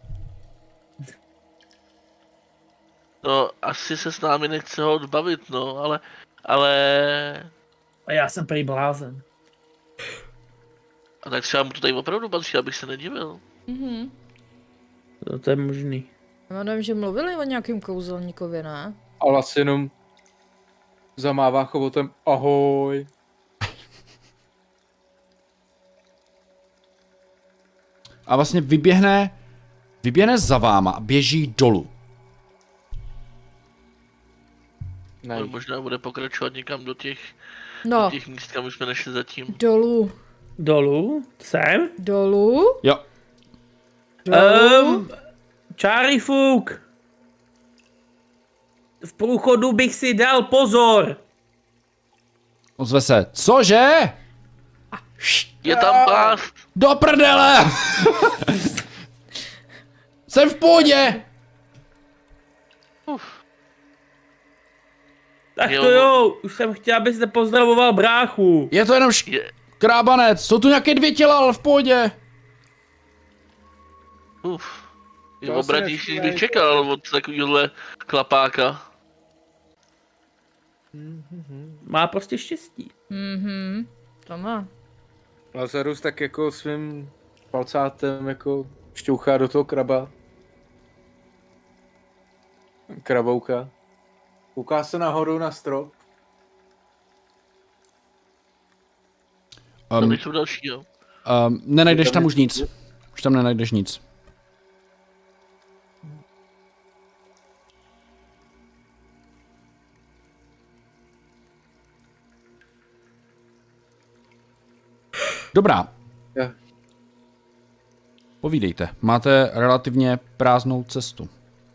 No, asi se s námi nechce ho odbavit, no, ale... Ale... A já jsem prý blázen. A tak třeba mu to tady opravdu patří, abych se nedivil. Mhm. To, to je možný. Já nevím, že mluvili o nějakým kouzelníkovi, ne? Ale asi jenom zamává chovotem ahoj. A vlastně vyběhne, vyběhne za váma a běží dolů. Ne, Ale možná bude pokračovat někam do těch, No, do těch míst, kam už jsme nešli zatím. dolů. Dolů? Sem? Dolů? Jo, Dolů? Um, čáry fuk. V průchodu bych si dal pozor. ozve se. Cože? Je tam pás! Do prdele! Jsem v pohodě! Uf, Tak Jo. to jo, už jsem chtěl, abyste pozdravoval bráchu. Je to jenom je, škrábanec, jsou tu nějaké dvě těla, ale v pohodě. uf. Je To asi obratnější, nesmí když čekal od takovýhle klapáka. Má prostě štěstí. Mhm, to má. Lazarus tak jako svým palcátem jako šťouchá do toho kraba. Krabouka. Kouká se nahoru na strop. Tam Um, jsou další, jo. um, nenajdeš tam už nic. Už tam nenajdeš nic. Dobrá. Jo. Povídejte, máte relativně prázdnou cestu.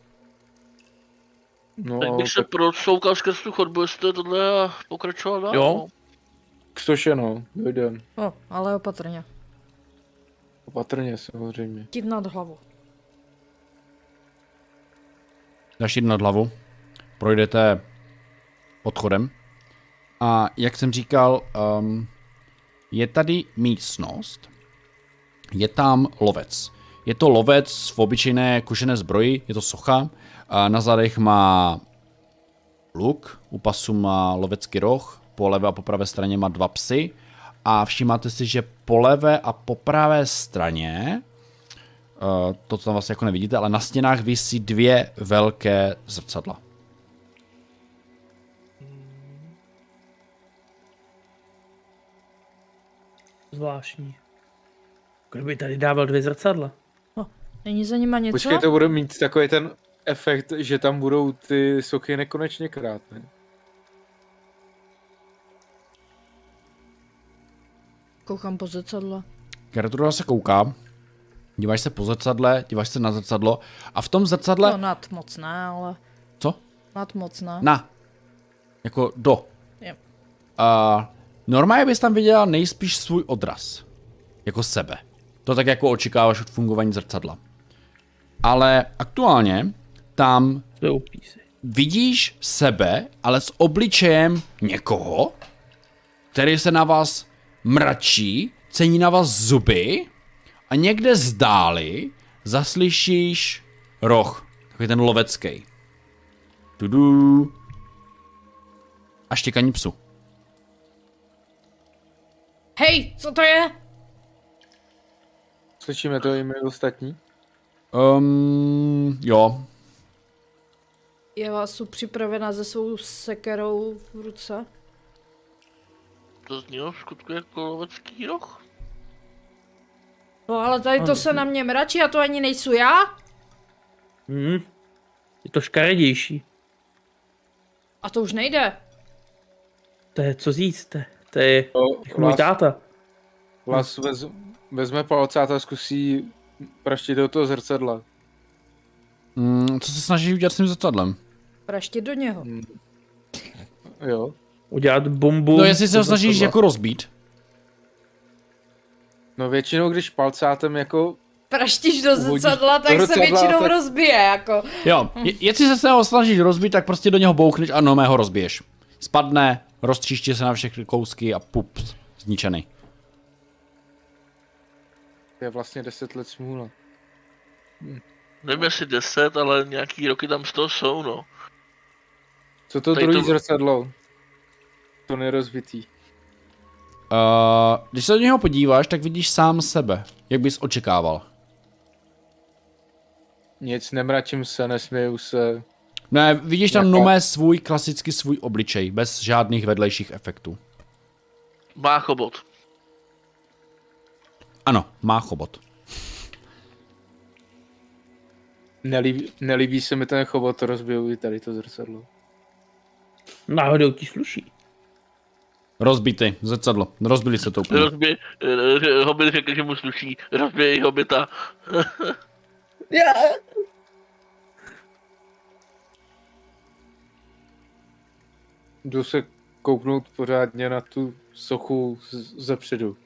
No, Tak bych se tak procoukal skrz tu chodbu, jestli to je tohle a pokračoval dál. Jo. no. cože no, dojdem. O, ale opatrně. Opatrně samozřejmě. Tít nad hlavu. Dáš jít nad hlavu, projdete odchodem a jak jsem říkal, um, je tady místnost, je tam lovec. Je to lovec v obyčejné kožené zbroji, je to socha, a na zadech má luk, u pasu má lovecký roh, po levé a po pravé straně má dva psy a všímáte si, že po levé a po pravé straně, uh, to tam vlastně jako nevidíte, ale na stěnách visí dvě velké zrcadla. Zvláštní. Kdyby tady dával dvě zrcadla. Není za nima něco? Počkej, to bude mít takový ten efekt, že tam budou ty sochy nekonečně krát, ne? Koukám po zrcadle. Gertruda se kouká, díváš se po zrcadle, díváš se na zrcadlo a v tom zrcadle... No nad moc ne, ale Co? nad moc ne. Na. Jako do. Jo. A normálně bys tam viděla nejspíš svůj odraz. Jako sebe. To tak jako očekáváš od fungování zrcadla. Ale aktuálně tam Stoupí si. vidíš sebe, ale s obličejem někoho, který se na vás mračí, cení na vás zuby a někde zdáli zaslyšíš roh, takový ten lovecký. Tudu. A a štěkaní psu. Hej, co to je? Slyšíme to i my ostatní? Um, jo. Já jsem připravená se svou sekerou v ruce. To znělo v skutku jako lovecký roh. No ale tady to se na mě mračí a to ani nejsou já. Hmm. Je to škaredější. A to už nejde. To je co říct, to je, to je To jak můj táta. Las vez, vezme palcáta a zkusí praštit do toho zrcadla. Mm, co se snažíš udělat s tím zrcadlem? Praštit do něho. Jo. Udělat bombu. No jestli se ho do snažíš zrcadla. jako rozbít. No většinou, když palcátem jako... Praštíš do Uhodíš zrcadla, do tak se zrcadla, většinou tak- rozbije, jako. Jo, je, jestli se ho snažíš rozbít, tak prostě do něho bouchneš a no ho rozbiješ. Spadne, roztříští se na všechny kousky a pup, zničený. To je vlastně deset let smůla. Nevím jestli deset, ale nějaký roky tam z toho jsou, no. Co to Tady druhý to- zrcadlo? To nerozbitý. Uh, když se do něho podíváš, tak vidíš sám sebe, jak bys očekával. Nic, nemračím se, nesměju se. Ne, vidíš tam Nějaká- nomé svůj, klasicky svůj obličej, bez žádných vedlejších efektů. Má chobot. Ano, má chobot. Nelíbí, nelíbí se mi ten chobot, rozbiju i tady to zrcadlo. Náhodou ti sluší. Rozbity, zrcadlo, rozbili se to úplně. Rozbij, eh, hobit řekl, že mu sluší. Rozbij hobita. Jdu se kouknout pořádně na tu sochu z- zepředu.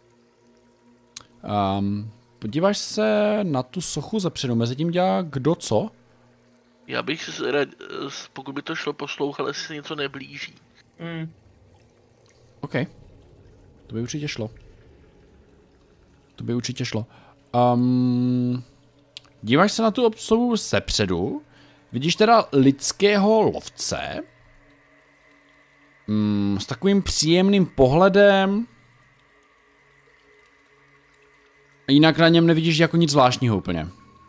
Um, podíváš se na tu sochu zepředu, mezi tím dělá kdo co? Já bych se rád, eh, pokud by to šlo, poslouchal, jestli se něco neblíží. Hmm. OK. To by určitě šlo. To by určitě šlo. Um, díváš se na tu obsovu sepředu, vidíš teda lidského lovce mm, s takovým příjemným pohledem. Jinak na něm nevidíš jako nic zvláštního úplně.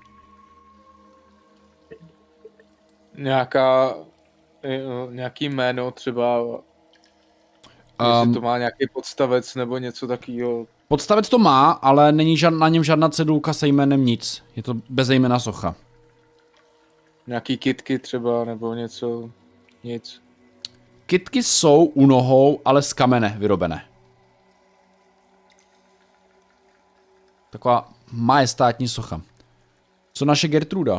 Nějaká, eh, nějaký jméno třeba, um, jestli to má nějaký podstavec nebo něco takového. Podstavec to má, ale není žad, na něm žádná cedulka se jménem nic. Je to bezejmenná socha. Nějaký kitky třeba nebo něco, nic. Kytky jsou u nohou, ale z kamene vyrobené. Taková majestátní socha. Co naše Gertruda?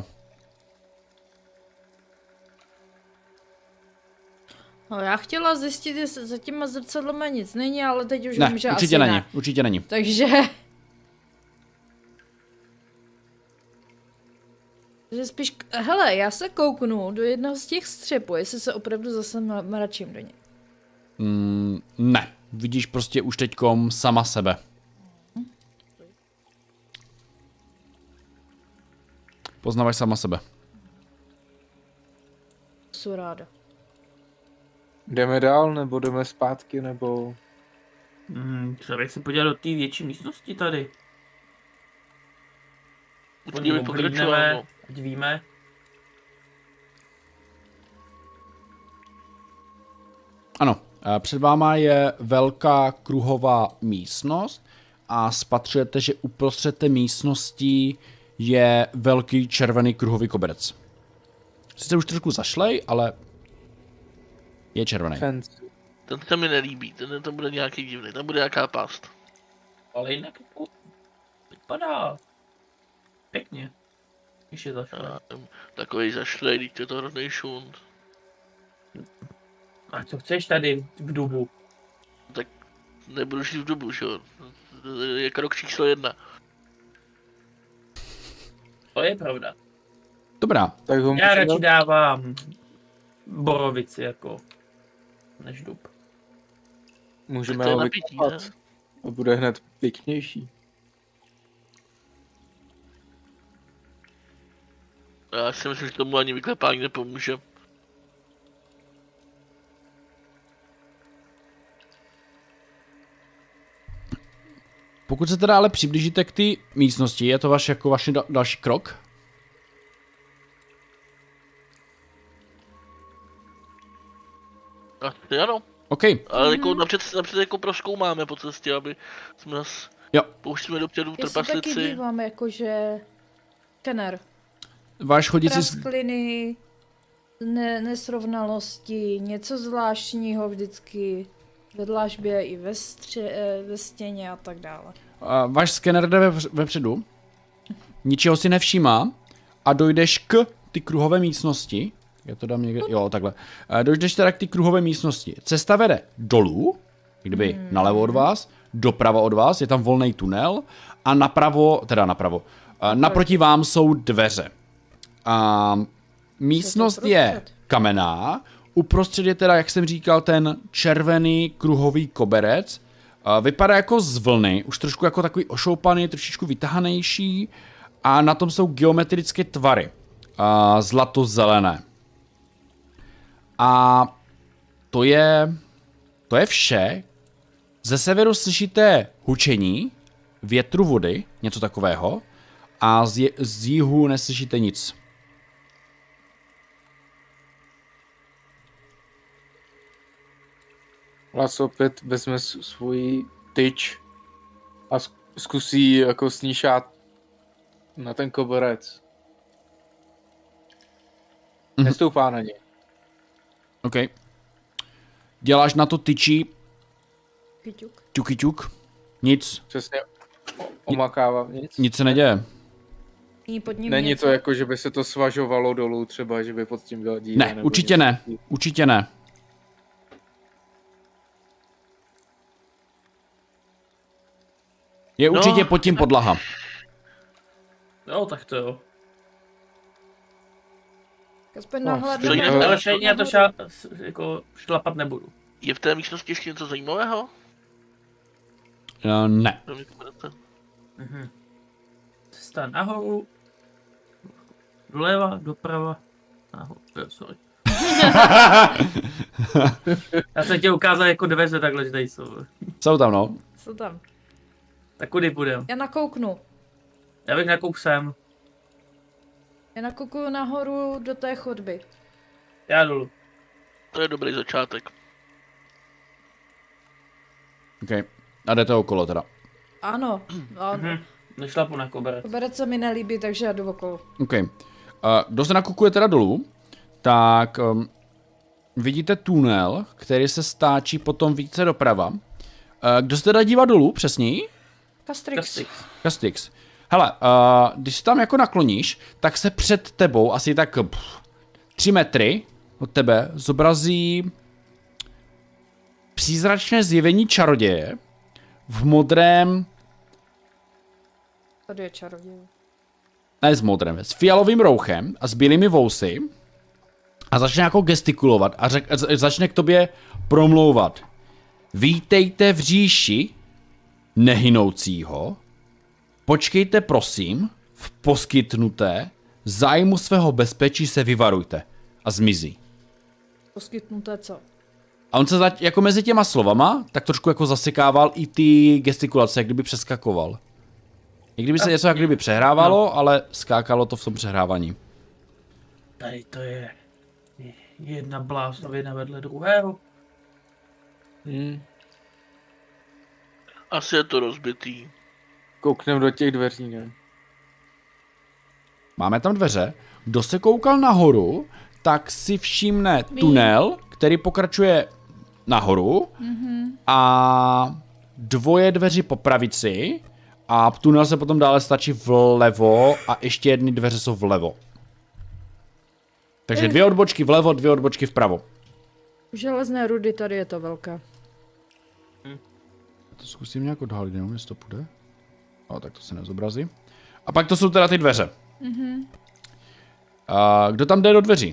No já chtěla zjistit, jestli za těma zrcadlama nic není, ale teď už Ne, vím, že určitě asi není, ne. určitě není. Takže... Takže spíš, hele, já se kouknu do jednoho z těch střepů, jestli se opravdu zase mra- mračím do něj. Mm, ne, vidíš prostě už teďkom sama sebe. Poznáváš sama sebe. Jsou ráda. Jdeme dál nebo jdeme zpátky nebo... Hmm, třeba bych se podíval do té větší místnosti tady. Po ní Určitě by pokračoval, ohlídneme, no. ať víme. Ano, eh, před váma je velká kruhová místnost a spatřujete, že uprostřed té místnosti je velký červený kruhový koberec. Sice už trošku zašlej, ale je červený. Fence. Ten se mi nelíbí, ten to bude nějaký divný, tam bude nějaká past. Ale jinak jako vypadá pěkně. Když je zašle. Já nevím, takový zašlej, teď je to hrozný šunt. A co chceš tady v dubu? Nebudu žít v dobu, že jo. Je krok číslo jedna. To je pravda. Dobrá, Tak ho Já můžeme- radši dávám borovici jako než dub. můžeme Tak to je ho napití, vykopat. ne? A bude hned pěknější. Já si myslím, že tomu ani vyklepání nepomůže. pokud se teda ale přiblížíte k té místnosti, je to vaš, jako vaš další krok? Asi ano. OK. Ale jako napřed, napřed jako prozkoumáme po cestě, aby jsme nás... Jo. Pouštíme dopředu Já se taky trpaslici. dívám, jakože... Skener. Váš chodící... Praskliny, ne, nesrovnalosti, něco zvláštního vždycky ve dlažbě i ve, stře, ve stěně a tak dále. A váš skener jde ve, vepředu, ničeho si nevšímá a dojdeš k ty kruhové místnosti. Já to dám někde, jo, takhle. A dojdeš teda k ty kruhové místnosti. Cesta vede dolů, kdyby hmm. nalevo od vás, doprava od vás, je tam volný tunel a napravo, teda napravo, a naproti vám jsou dveře. A místnost je kamenná, uprostřed je teda, jak jsem říkal, ten červený kruhový koberec. A vypadá jako z vlny, už trošku jako takový ošoupaný, trošičku vytahanejší a na tom jsou geometrické tvary. A zlato-zelené. A to je, to je vše. Ze severu slyšíte hučení, větru vody, něco takového. A z, je, z jihu neslyšíte nic. Las opět vezme svůj tyč a zkusí jako sníšat na ten koberec. Mhm. Nestoupá na něj. OK. Děláš na to tyči. Kyťuk. Ťuky ťuk. Nic. Přesně o- omakává nic. Nic se neděje. Není pod ním Není něco? to jako, že by se to svažovalo dolů třeba, že by pod tím byla díra. Ne, nebo určitě něco ne. takového. Určitě ne. Je No. určitě pod tím podlaha. No, tak to jo. Aspoň No, nahlédnu stejně- nahoru. Ale stejně já to šla, jako šlapat nebudu. Je v té místnosti ještě něco zajímavého? Uh, ne. To mě povedete. Mhm. Cesta nahoru, doleva, doprava, nahoru, jo, sorry. Já jsem chtěl ukázat jako dveře takhle, že tady jsou. Jsou tam, no. Co tam? Tak kudy půjdem? Já nakouknu. Já bych nakouk sem, Já nakoukuju nahoru do té chodby. já dolů. To je dobrý začátek. OK. A jdete okolo teda. Ano. A Mhm. Nešlapu na koberec. koberec se mi nelíbí, takže já jdu okolo. OK. Uh, kdo se nakukuje teda dolů, tak um, vidíte tunel, který se stáčí potom více doprava. Uh, kdo se teda dívá dolů, přesněji? Castrix. Castrix. Castix. Hele, uh, když se tam jako nakloníš, tak se před tebou asi tak pff, tři metry od tebe zobrazí přízračné zjevení čaroděje v modrém, Tady je čaroděj. ne s modrém, s fialovým rouchem a s bílými vousy a začne jako gestikulovat a řek, začne k tobě promlouvat. Vítejte v říši nehynoucího. Počkejte prosím, v poskytnuté zájmu svého bezpečí se vyvarujte a zmizí. Poskytnuté co? A on se zač- jako mezi těma slovama tak trošku jako zasekával i ty gestikulace, jak kdyby přeskakoval. Jak kdyby se něco jak kdyby přehrávalo, ale skákalo to v tom přehrávání. Tady to je jedna bláznovina vedle druhého. Hmm. Asi je to rozbitý. Kouknem do těch dveří, ne? Máme tam dveře. Kdo se koukal nahoru, tak si všimne tunel, který pokračuje nahoru mm-hmm. a dvoje dveři po pravici a tunel se potom dále stačí vlevo a ještě jedny dveře jsou vlevo. Takže dvě odbočky vlevo, dvě odbočky vpravo. Železné rudy, tady je to velké. To zkusím nějak odhalit, jenom jestli to půjde. O, tak to se nezobrazí. A pak to jsou teda ty dveře. Mm-hmm. A kdo tam jde do dveří?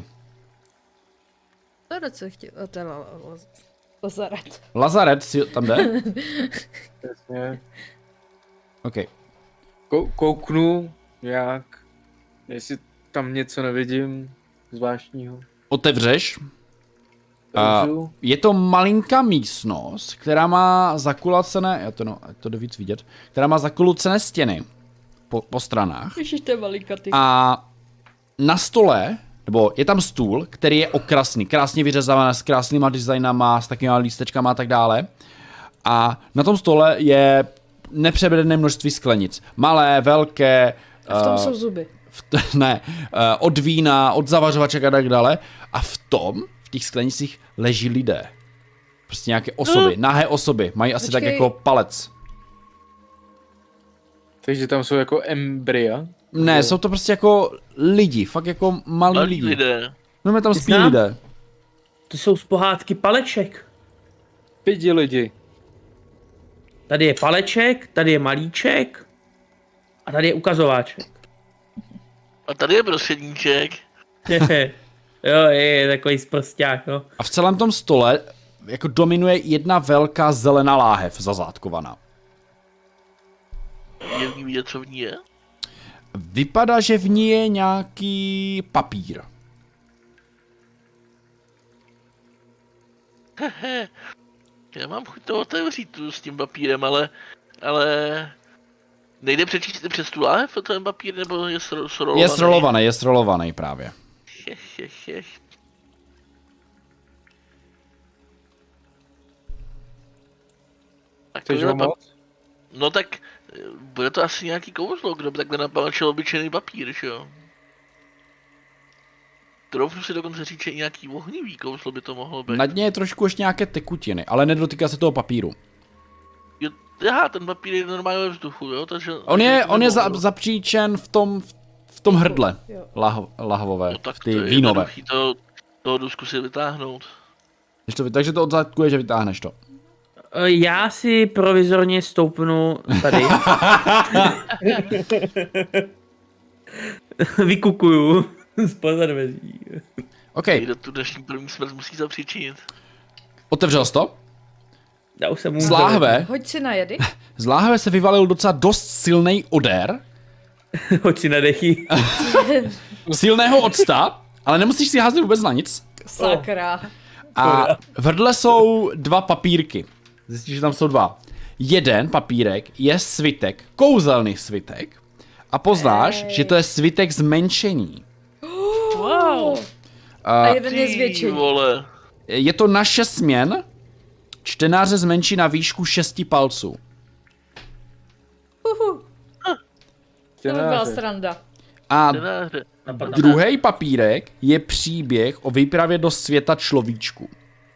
Tady se chtěl, to je lazaret. Lazaret si tam jde? Přesně. OK. Kou- kouknu, jak, jestli tam něco nevidím zvláštního. Otevřeš Uh, je to malinká místnost, která má zakulacené, já to no, to jde víc vidět, která má zakulucené stěny po, po stranách. Ježiš, to je malikatý. A na stole, nebo je tam stůl, který je okrasný, krásně vyřezaný, s krásnýma designama, s takovýma lístečkama a tak dále. A na tom stole je nepřevedené množství sklenic. Malé, velké. A v tom uh, jsou zuby. V t- ne, uh, od vína, od zavařovaček a tak dále. A v tom, v těch sklenicích leží lidé. Prostě nějaké osoby, nahé osoby. Mají asi Počkej. tak jako palec. takže tam jsou jako embrya. Ne, jsou to prostě jako lidi, fakt jako malí Malí lidi. lidé. No mě tam Ty spí znám? lidé. To jsou z pohádky paleček. Pidi lidi. Tady je paleček, tady je malíček a tady je ukazováček. A tady je prostředníček. Jo, je, je takový sprosták, no. A v celém tom stole jako dominuje jedna velká zelená láhev zazádkovaná. Je v ní vidět, co v ní je? Vypadá, že v ní je nějaký papír. Hehe. Já mám chuť to otevřít tu s tím papírem, ale... Ale... Nejde přečíst i přes tu láhev ten papír, nebo je sro- srolovaný? Je srolovaný, je srolovaný právě. Jech, jech, jech. Chceš ho Takovýhle pa- moc? No tak... eh, Bude to asi nějaký kouzlo, kdo by takhle napáčel obyčejný papír, že jo? Troufnu si dokonce říct, že i nějaký ohnivý kouzlo by to mohlo být. Na dně je trošku ještě nějaké tekutiny, ale nedotýká se toho papíru. Jo, aha, ten papír je normálně ve vzduchu, jo? Takže... On je, takže on je za, nemohlo. zapříčen v tom, v tom hrdle Jo. lah, lahvové, No tak ty to je vínové. jednoduchý, to, toho jdu zkusit vytáhnout. Když to, takže to odzátkuje, že vytáhneš to. E, Já si provizorně stoupnu tady. Vykukuju zpoza dveří. OK, Někdo tu dnešní první smrt musí zapříčinit. otevřel jsi to? Já už jsem Z láhve, Hoď si na jedy. z láhve se vyvalil docela dost silný odér, Hoď si na dechy. silného octa, ale nemusíš si házet vůbec na nic. Sakra. A v hrdle jsou dva papírky. Zjistíš, že tam jsou dva. Jeden papírek je svitek, kouzelný svitek. A poznáš, Ej. že to je svitek zmenšení. Wow! A A jeden je Ty zvětšení. vole. je to na šest směn. Čtenáře zmenší na výšku šesti palců. Uhu, to by byla Čtenáře. sranda. A Tenáře. druhý papírek je příběh o výpravě do světa človíčku.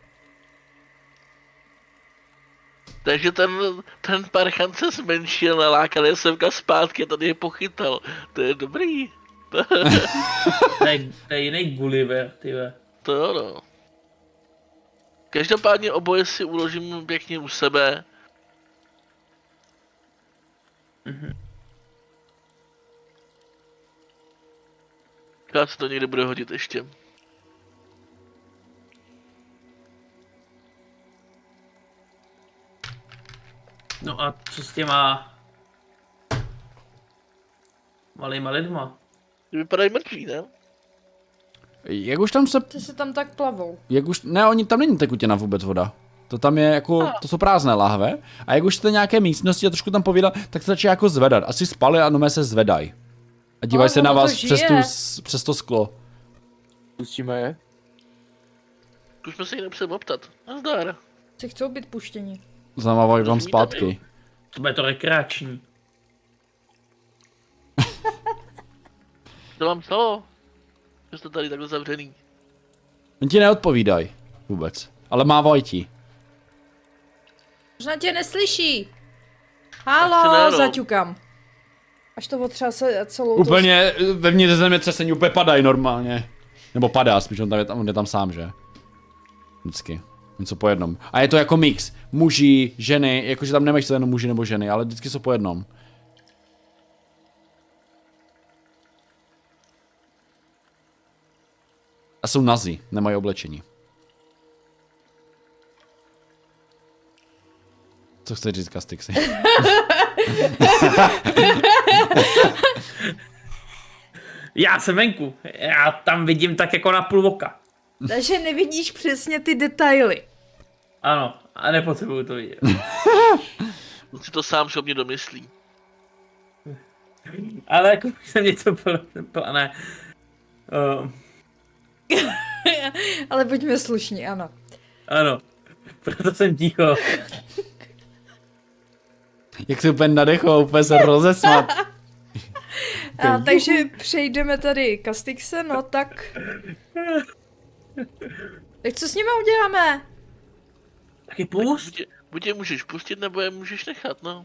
Takže ten, ten parchan se zmenšil, nalákal je semka zpátky a tady je pochytal. To je dobrý. To je, to je jiný Gulliver, tyve. To jo no. Každopádně oboje si uložím pěkně u sebe. Já se to někde bude hodit ještě. No a co s těma malýma lidma? Vypadají mrtví, ne? Jak už tam se... Ty se tam tak plavou. Jak už... Ne, oni tam není tekutina vůbec voda. To tam je jako... To jsou prázdné láhve. A jak už jste nějaké místnosti a trošku tam povídal, tak se začíná jako zvedat. Asi spali a nomé se zvedají. A dívají Ale se na ono to vás přes, tu, žije. s- přes to sklo. Pustíme je? Zkusme se ji nepřed optat. Nazdar. Si chcou být puštěni. Zamávají vám Rozumíte, jo? zpátky. To bude to rekreační. Co vám stalo? Že jste tady takhle zavřený. Oni ti neodpovídají vůbec. Ale mávají ti. Možná tě neslyší. Asi Halo, ne, no. zaťukám. Až to otřase celou Úplně vevnitř zemětřesení úplně padají normálně. Nebo padá, spíš on, tam je, tam, on je tam sám, že? Vždycky. Něco po jednom. A je to jako mix. Muži, ženy, jakože tam nemáš to jenom muži nebo ženy, ale vždycky jsou po jednom. A jsou nazí, nemají oblečení. Co chceš říct, Kastixi? Já jsem venku. Já tam vidím tak jako na půl oka. Takže nevidíš přesně ty detaily. Ano, a nepotřebuju to vidět. On si to sám sobě domyslí. Ale jako jsem něco plné. Uh, Ale buďme slušní, ano. ano, proto jsem ticho. Jak se úplně nadechlo, úplně se rozesmat. A, takže přejdeme tady k Astyxe, no tak... Tak co s nimi uděláme? Taky pust? Buď je, buď je můžeš pustit, nebo je můžeš nechat, no.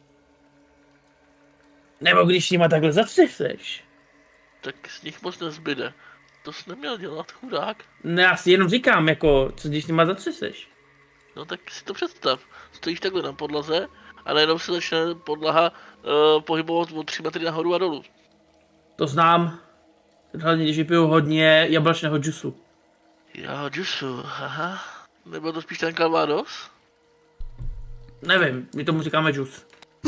Nebo když s nima takhle zatřeseš. Tak z nich moc nezbyde. To jsi neměl dělat, chudák. Ne, já si jenom říkám, jako, co když s nima zatřeseš. No tak si to představ. Stojíš takhle na podlaze a najednou se začne podlaha uh, pohybovat o tři metry nahoru a dolů. To znám. Hlavně, když vypiju hodně jablečného džusu. Jo, džusu, aha. Nebo to spíš ten Calvados? Nevím, my tomu říkáme džus.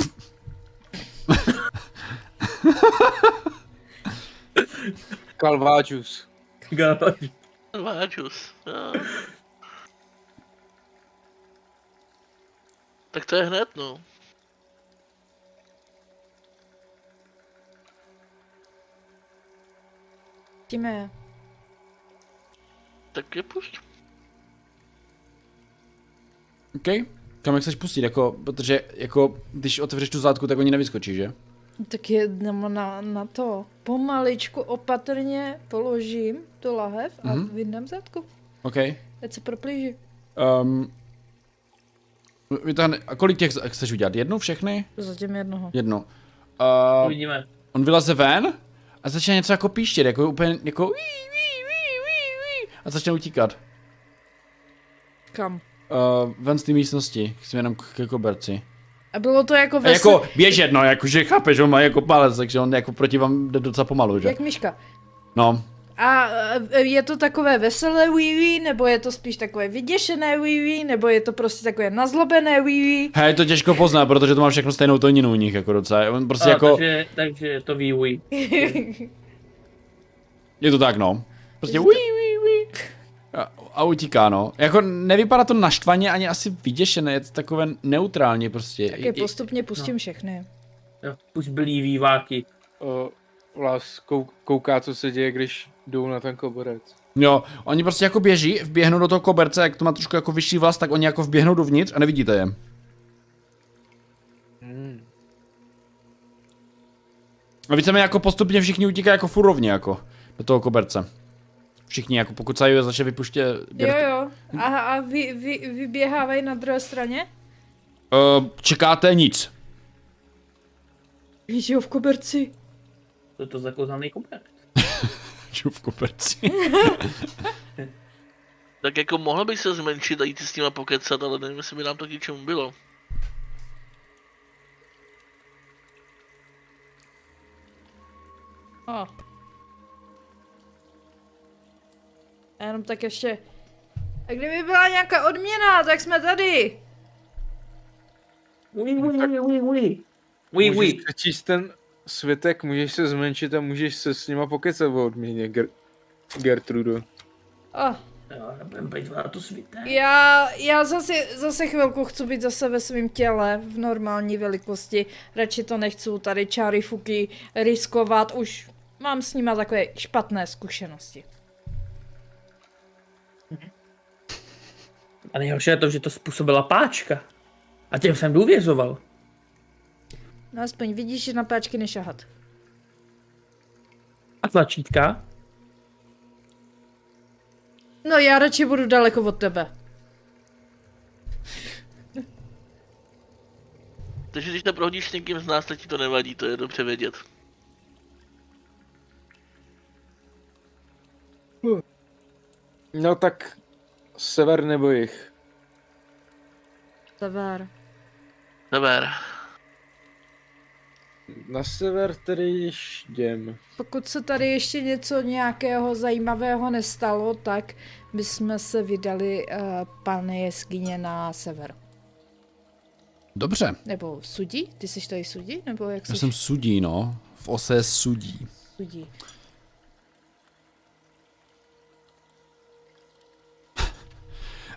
Kalváčus. Calvados, jo. Tak to je hned, no. Jdeme. Tak je pusť. OK. Kam jak chceš pustit, jako, protože jako, když otevřeš tu zátku, tak oni nevyskočí, že? Tak jedeme na, na to. Pomaličku, opatrně položím tu lahev a Mhm. vydám zadku. OK. Ať se proplíží. Um, vytáhne, a kolik těch chceš udělat? Jednu, všechny? Zatím jednoho. Jednu. Uh, Uvidíme. on vyleze ven a začne něco jako píštět, jako úplně, jako ví, ví, ví, ví, ví, a začne utíkat. Kam? Uh, ven z té místnosti, směrem k, ke koberci. A bylo to jako A ve jako běžet, no, jakože chápeš, on má jako palec, takže on jako proti vám jde docela pomalu, že? jak myška. No. A e, je to takové veselé wee nebo je to spíš takové vyděšené wee nebo je to prostě takové nazlobené wee Hej, to těžko poznat, protože to má všechno stejnou tóninu u nich, jako docela. On prostě A, jako, takže, takže to ví, ví. je to tak, no. Prostě ui, ui, ui. A, a utíká, no. Jako nevypadá to naštvaně, ani asi vyděšené, je to takové neutrální prostě. Tak je I- i- postupně pustím všechny. Jo, pust blí výváky. O, Vlas kou- kouká, co se děje, když jdou na ten koberec. Jo, oni prostě jako běží, vběhnou do toho koberce, jak to má trošku jako vyšší vlast, tak oni jako vběhnou dovnitř a nevidíte je. Hmm. A víceméně jako postupně všichni utíkají jako furovně jako do toho koberce. Všichni jako pokud se je začne vypuštět. Jo, jo. A, a vy, vy, vyběhávají na druhé straně? Uh, čekáte nic. Žijou v koberci. To je to zakouzaný koberec. Žiju v koberci. Tak jako mohl bych se zmenšit a jít si s nima pokecat, ale nevím, jestli by nám to k něčemu bylo. A. A jenom tak ještě. A kdyby byla nějaká odměna, tak jsme tady. Ví, ví, ví, ví, ví. Ví, Můžeš ví. přečíst ten světek, můžeš se zmenšit a můžeš se s nima pokecat o odměně, Ger- Gertrudo. A. Jo, nebudem být na to svítek. Já, já zase, zase chvilku chci být zase ve svém těle v normální velikosti. Radši to nechci tady čáry fuky riskovat. Už mám s nima takové špatné zkušenosti. A nejhorší je to, že to způsobila páčka. A těm jsem důvěřoval. No aspoň vidíš, že na páčky nešahat. A tlačítka? No já radši budu daleko od tebe. Takže když to prohodíš s někým z nás, tak ti to nevadí, to je dobře vědět. No tak sever nebo jich. Sever. Sever. Na sever tedy již jdem. Pokud se tady ještě něco nějakého zajímavého nestalo, tak bychom se vydali, uh, pane jeskyně, na sever. Dobře. Nebo sudí? Ty jsi tady sudí? Nebo jak Já jsi jsem sudí, no. V ose sudí. sudí?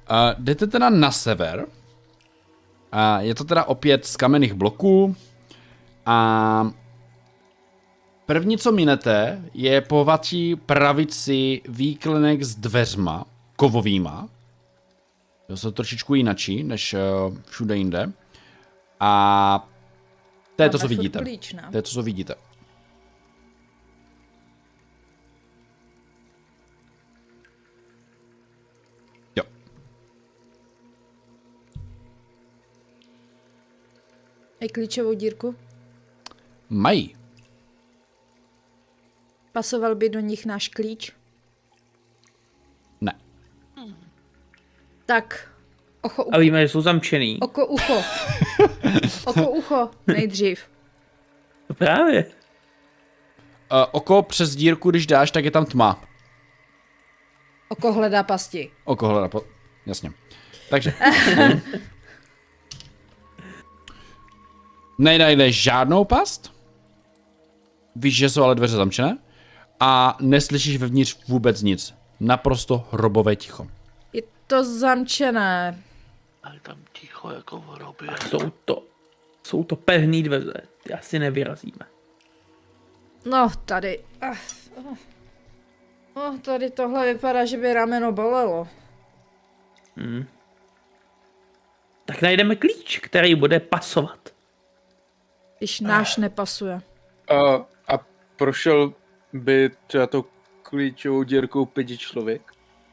jdete teda na sever. A je to teda opět z kamenných bloků. A první, co minete, je po vaší pravici výklenek s dveřma, kovovýma. To jsou trošičku jinačí, než uh, všude jinde. A to je to, co vidíte. Klíč, to je to, co vidíte. Jo. Mají klíčovou dírku? Mají. Pasoval by do nich náš klíč? Ne. Tak, ocho, ucho. A víme, že jsou zamčený. Oko, ucho. Oko, ucho, nejdřív. No právě. Uh, oko přes dírku, když dáš, tak je tam tma. Oko hledá pasti. Oko hledá po... Jasně. Takže. Nenajdeš žádnou past. Víš, že jsou ale dveře zamčené. A neslyšíš vevnitř vůbec nic. Naprosto hrobové ticho. Je to zamčené. A je tam ticho jako v hrobě. Jsou to, jsou to pevný dveře. Ty asi nevyrazíme. No, tady. Ach, oh. No, tady tohle vypadá, že by rameno bolelo. Hmm. Tak najdeme klíč, který bude pasovat. Když náš nepasuje. A, a prošel by třeba tou klíčovou dírkou pěti člověk?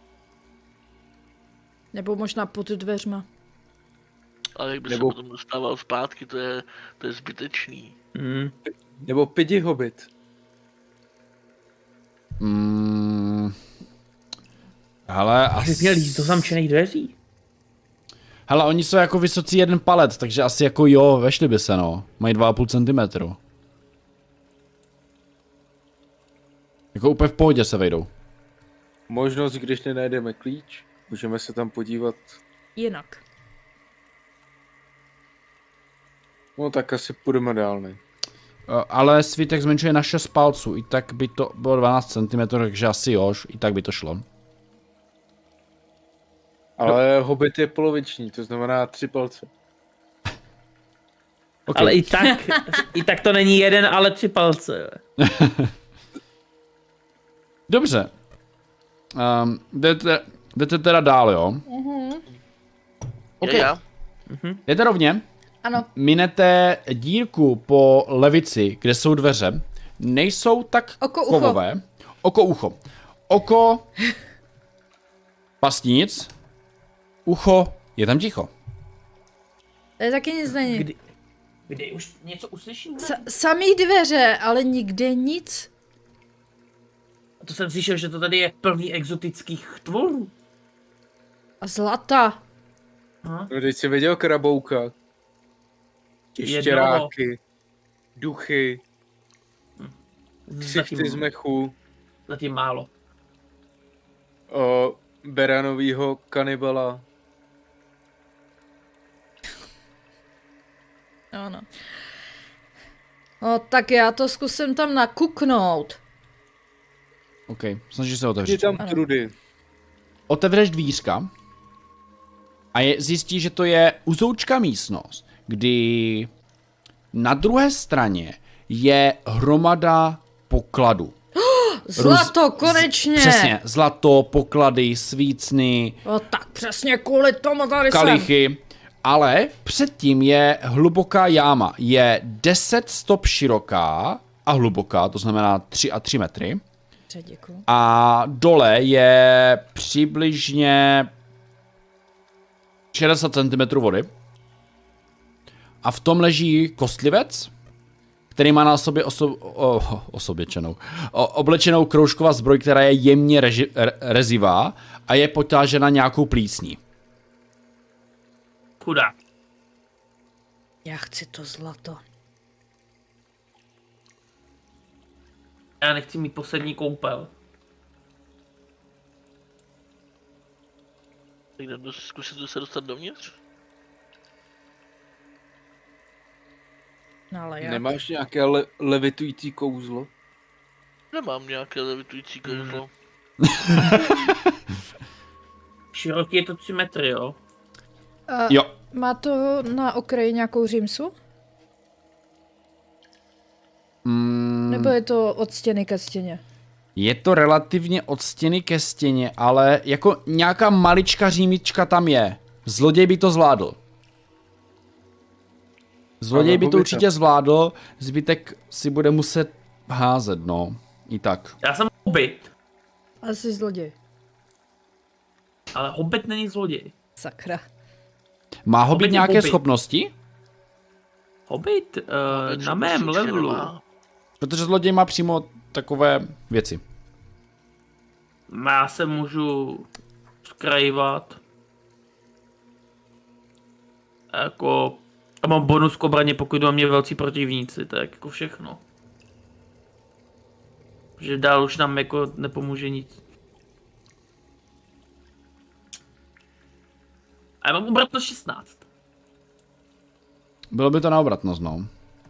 Nebo možná pod dveřma. Ale jak by Nebo- se potom dostával zpátky, to je, to je zbytečný. Hmm. Nebo pěti hobit? Mm. Hele, Asi asi... měl jít do zamčených dveří. Hele, oni jsou jako vysocí jeden palet, takže asi jako jo, vešli by se, no. Mají dva a půl centimetru. Jako úplně v pohodě se vejdou. Možnost, když nenajdeme klíč, můžeme se tam podívat. Jinak. No tak asi půjdeme dál, ne? Uh, ale svítek zmenšuje na šest palců, i tak by to bylo dvanáct centimetrů, takže asi jož, i tak by to šlo. Ale hobit je poloviční, to znamená tři palce. Okay. Ale i tak, i tak to není jeden, ale tři palce. Dobře. Um, jdete, jdete teda dál, jo? Mhm. Okay. Je já? Jdete rovně, Ano, minete dírku po levici, kde jsou dveře, nejsou tak Oko, ucho. kovové. Oko, ucho. Oko, pastnic, ucho, je tam ticho. tady taky nic není. Kdy, kdy už něco uslyším? Sa- samý dveře, ale nikde nic. A to jsem slyšel, že to tady je plný exotických tvorů. A zlata. Aha. No, teď jsi viděl krabouka. Štěráky, duchy, křichty z mechu, Zatím málo. o, beranovýho kanibala. Ano. No tak já to zkusím tam nakuknout. OK, snaží se Je otevřít. tam Ano. trudy. Otevřeš dvířka a je, zjistíš, že to je uzoučká místnost, kdy na druhé straně je hromada pokladů. Zlato, konečně! Přesně, zlato, poklady, svícny, No tak přesně kvůli tomu tady jsem. kalichy, ale předtím je hluboká jáma. Je deset stop široká a hluboká, to znamená tři a tři metry. Dobře, děkuju. A dole je přibližně šedesát centimetrů vody. A v tom leží kostlivec, který má na sobě oso- o, osoběčenou, o, oblečenou kroužková zbroj, která je jemně reži- re- rezivá a je potážena nějakou plísní. Chudák. Já chci to zlato. Já nechci mít poslední koupel. Tak jdem do- zkusit se dostat dovnitř? No ale já. Nemáš nějaké le- levitující kouzlo? Nemám nějaké levitující kouzlo. široký je to tři metry, jo? A Jo. má to na okraji nějakou římsu? Mm, Nebo je to od stěny ke stěně? je to relativně od stěny ke stěně, ale jako nějaká malička římička tam je. Zloděj by to zvládl. Zloděj Ale by to hobita. určitě zvládl, zbytek si bude muset házet, no. I tak. Já jsem hobbit, Asi zloděj. ale hobbit není zloděj. Sakra. Má ho být Hobbit je nějaké hobbit. schopnosti? Hobbit uh, Teď na mém určitě levelu. nemá. Protože zloděj má přímo takové věci. Já se můžu skrajovat. Jako... A mám bonus k obraně, pokud do mě velcí protivníci, tak jako všechno. Že dál už nám jako nepomůže nic. A já mám obratnost šestnáct. Bylo by to na obratnost, no.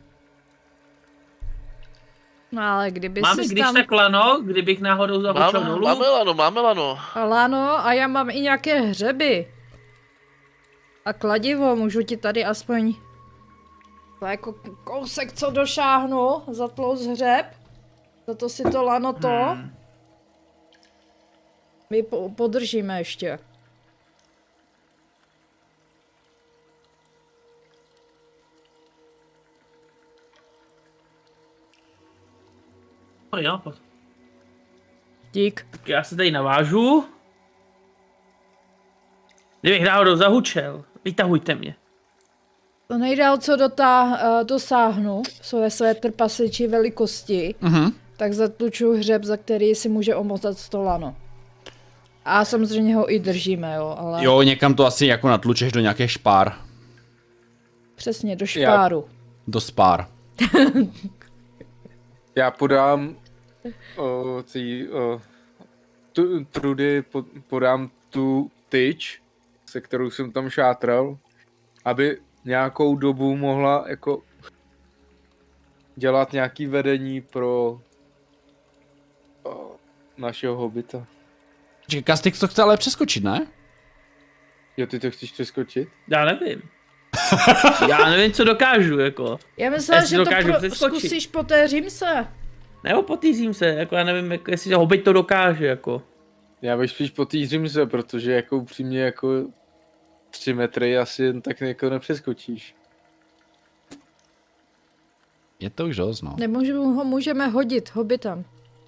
No ale kdyby Máme si když tam... tak lano, kdybych náhodou zahučel Máme, dolů. máme lano, máme lano. Lano, a já mám i nějaké hřeby. A kladivo, můžu ti tady aspoň... To jako kousek, co došáhnu, zatlous hřeb. Za to si to lano to. Hmm. My po podržíme ještě. Dobrý nápad. Dík. Tak já se tady navážu. Kdybych náhodou zahučel, vytahujte mě. To nejdál, co dotá, uh, dosáhnu, jsou ve své trpasiči velikosti, Mhm. tak zatluču hřeb, za který si může omotat to lano. A samozřejmě ho i držíme, jo, ale Jo, někam to asi jako natlučeš do nějakých špár. přesně do špáru. Do spár. Já podám o, tý, o, tu, Trudy, po, podám tu tyč, se kterou jsem tam šátral, aby nějakou dobu mohla jako dělat nějaký vedení pro o, našeho hobita. Počkej, Kastix to chce ale přeskočit, ne? Jo, ty to chceš přeskočit? Já nevím. Já nevím, co dokážu, jako. Já myslela, Jestli že to dokážu pro, přeskočit. zkusíš po té římse. Nebo potýzím se, jako já nevím, jako, jestli hobit to dokáže, jako. Já bych spíš potýřím se, protože jako upřímně jako tři metry asi jen tak jako nepřeskočíš. Je to už dost, no. Nemůžu, ho můžeme hodit hobitam.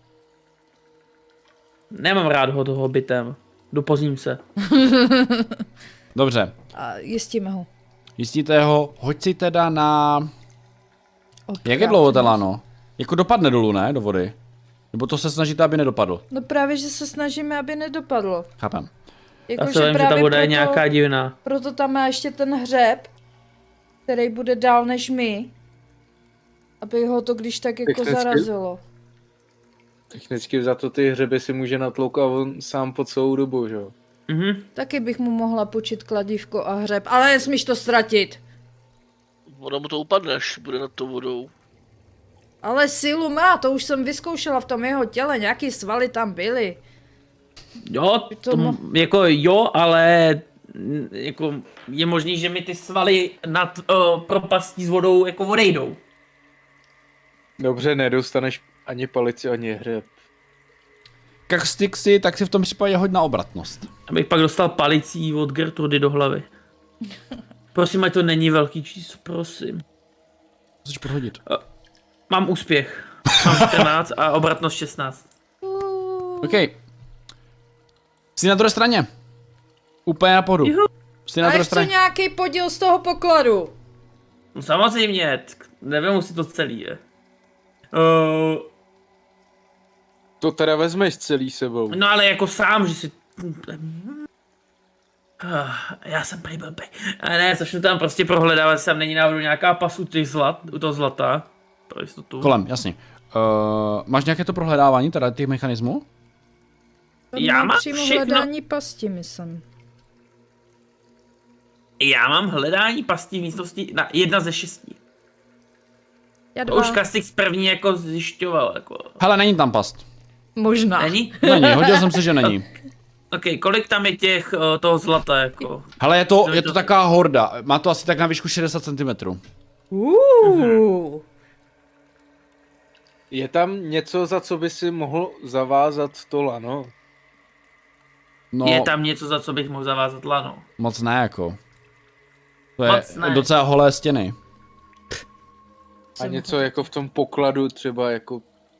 Nemám rád ho toho hobitem. Dopozním se. Dobře. A jistíme ho. Jistíte ho, hoď si teda na... Opravdu. Jak je dlouho ten lano? Jako dopadne dolů, ne? Do vody. Nebo to se snažíte, aby nedopadl. No právě, že se snažíme, aby nedopadlo. Chápem. Já Jako, se vím, že ta právě voda je proto- nějaká divná. Proto tam má ještě ten hřeb, který bude dál než my. Aby ho to když tak jako Technicky- zarazilo. Technicky za to ty hřeby si může natloukat on sám po celou dobu, že jo? Mhm. Taky bych mu mohla počít kladívko a hřeb, ale nesmíš to ztratit. Ona mu to upadne, až bude nad tou vodou. Ale sílu má, to už jsem vyzkoušela v tom jeho těle, nějaký svaly tam byly. Jo, To to, mo- jako jo, ale mm, jako je možný, že mi ty svaly nad uh, propastí s vodou jako odejdou. Dobře, nedostaneš ani palici, ani hřeb. Kastixi, tak si v tom případě hoď na obratnost. Abych pak dostal palicí od Gertrudy do hlavy. Prosím, ať to není velký číslo, prosím. Musíš podhodit. Mám úspěch. Mám čtrnáct a obratnost šestnáct. OK. Jsi na druhé straně. Úplně na pohodu. Juhu. Jsi na A druhé ještě straně. nějaký podíl z toho pokladu. No, samozřejmě, t- nevím si to celý, je. Uh, To teda vezmeš celý sebou. no ale jako sám, že si... Uh, já jsem prý blbej. A ne, začnu tam prostě prohledávat, jestli tam není náhodou nějaká pas u, těch zlat, u toho zlata. Pro jistotu. Kolem, jasně. Uh, máš nějaké to prohledávání, teda těch mechanismů? To Já má mám přímo všechno. hledání pasti, myslím. Já mám hledání pastí v místnosti na jedna ze šesti. Já To už dva. Kastix první jako zjišťoval, jako. Hele, není tam past. Možná. Není? Není, hodil jsem si, že není. Ok, kolik tam je těch, uh, toho zlata, jako? Hele, je to, To je je to to- taková horda. Má to asi tak na výšku šedesát centimetrů. Uh. Je tam něco, za co by si mohl zavázat to lano? No, Je tam něco, za co bych mohl zavázat lano? moc ne jako. To je Moc ne. docela holé stěny. A něco jako v tom pokladu třeba jako...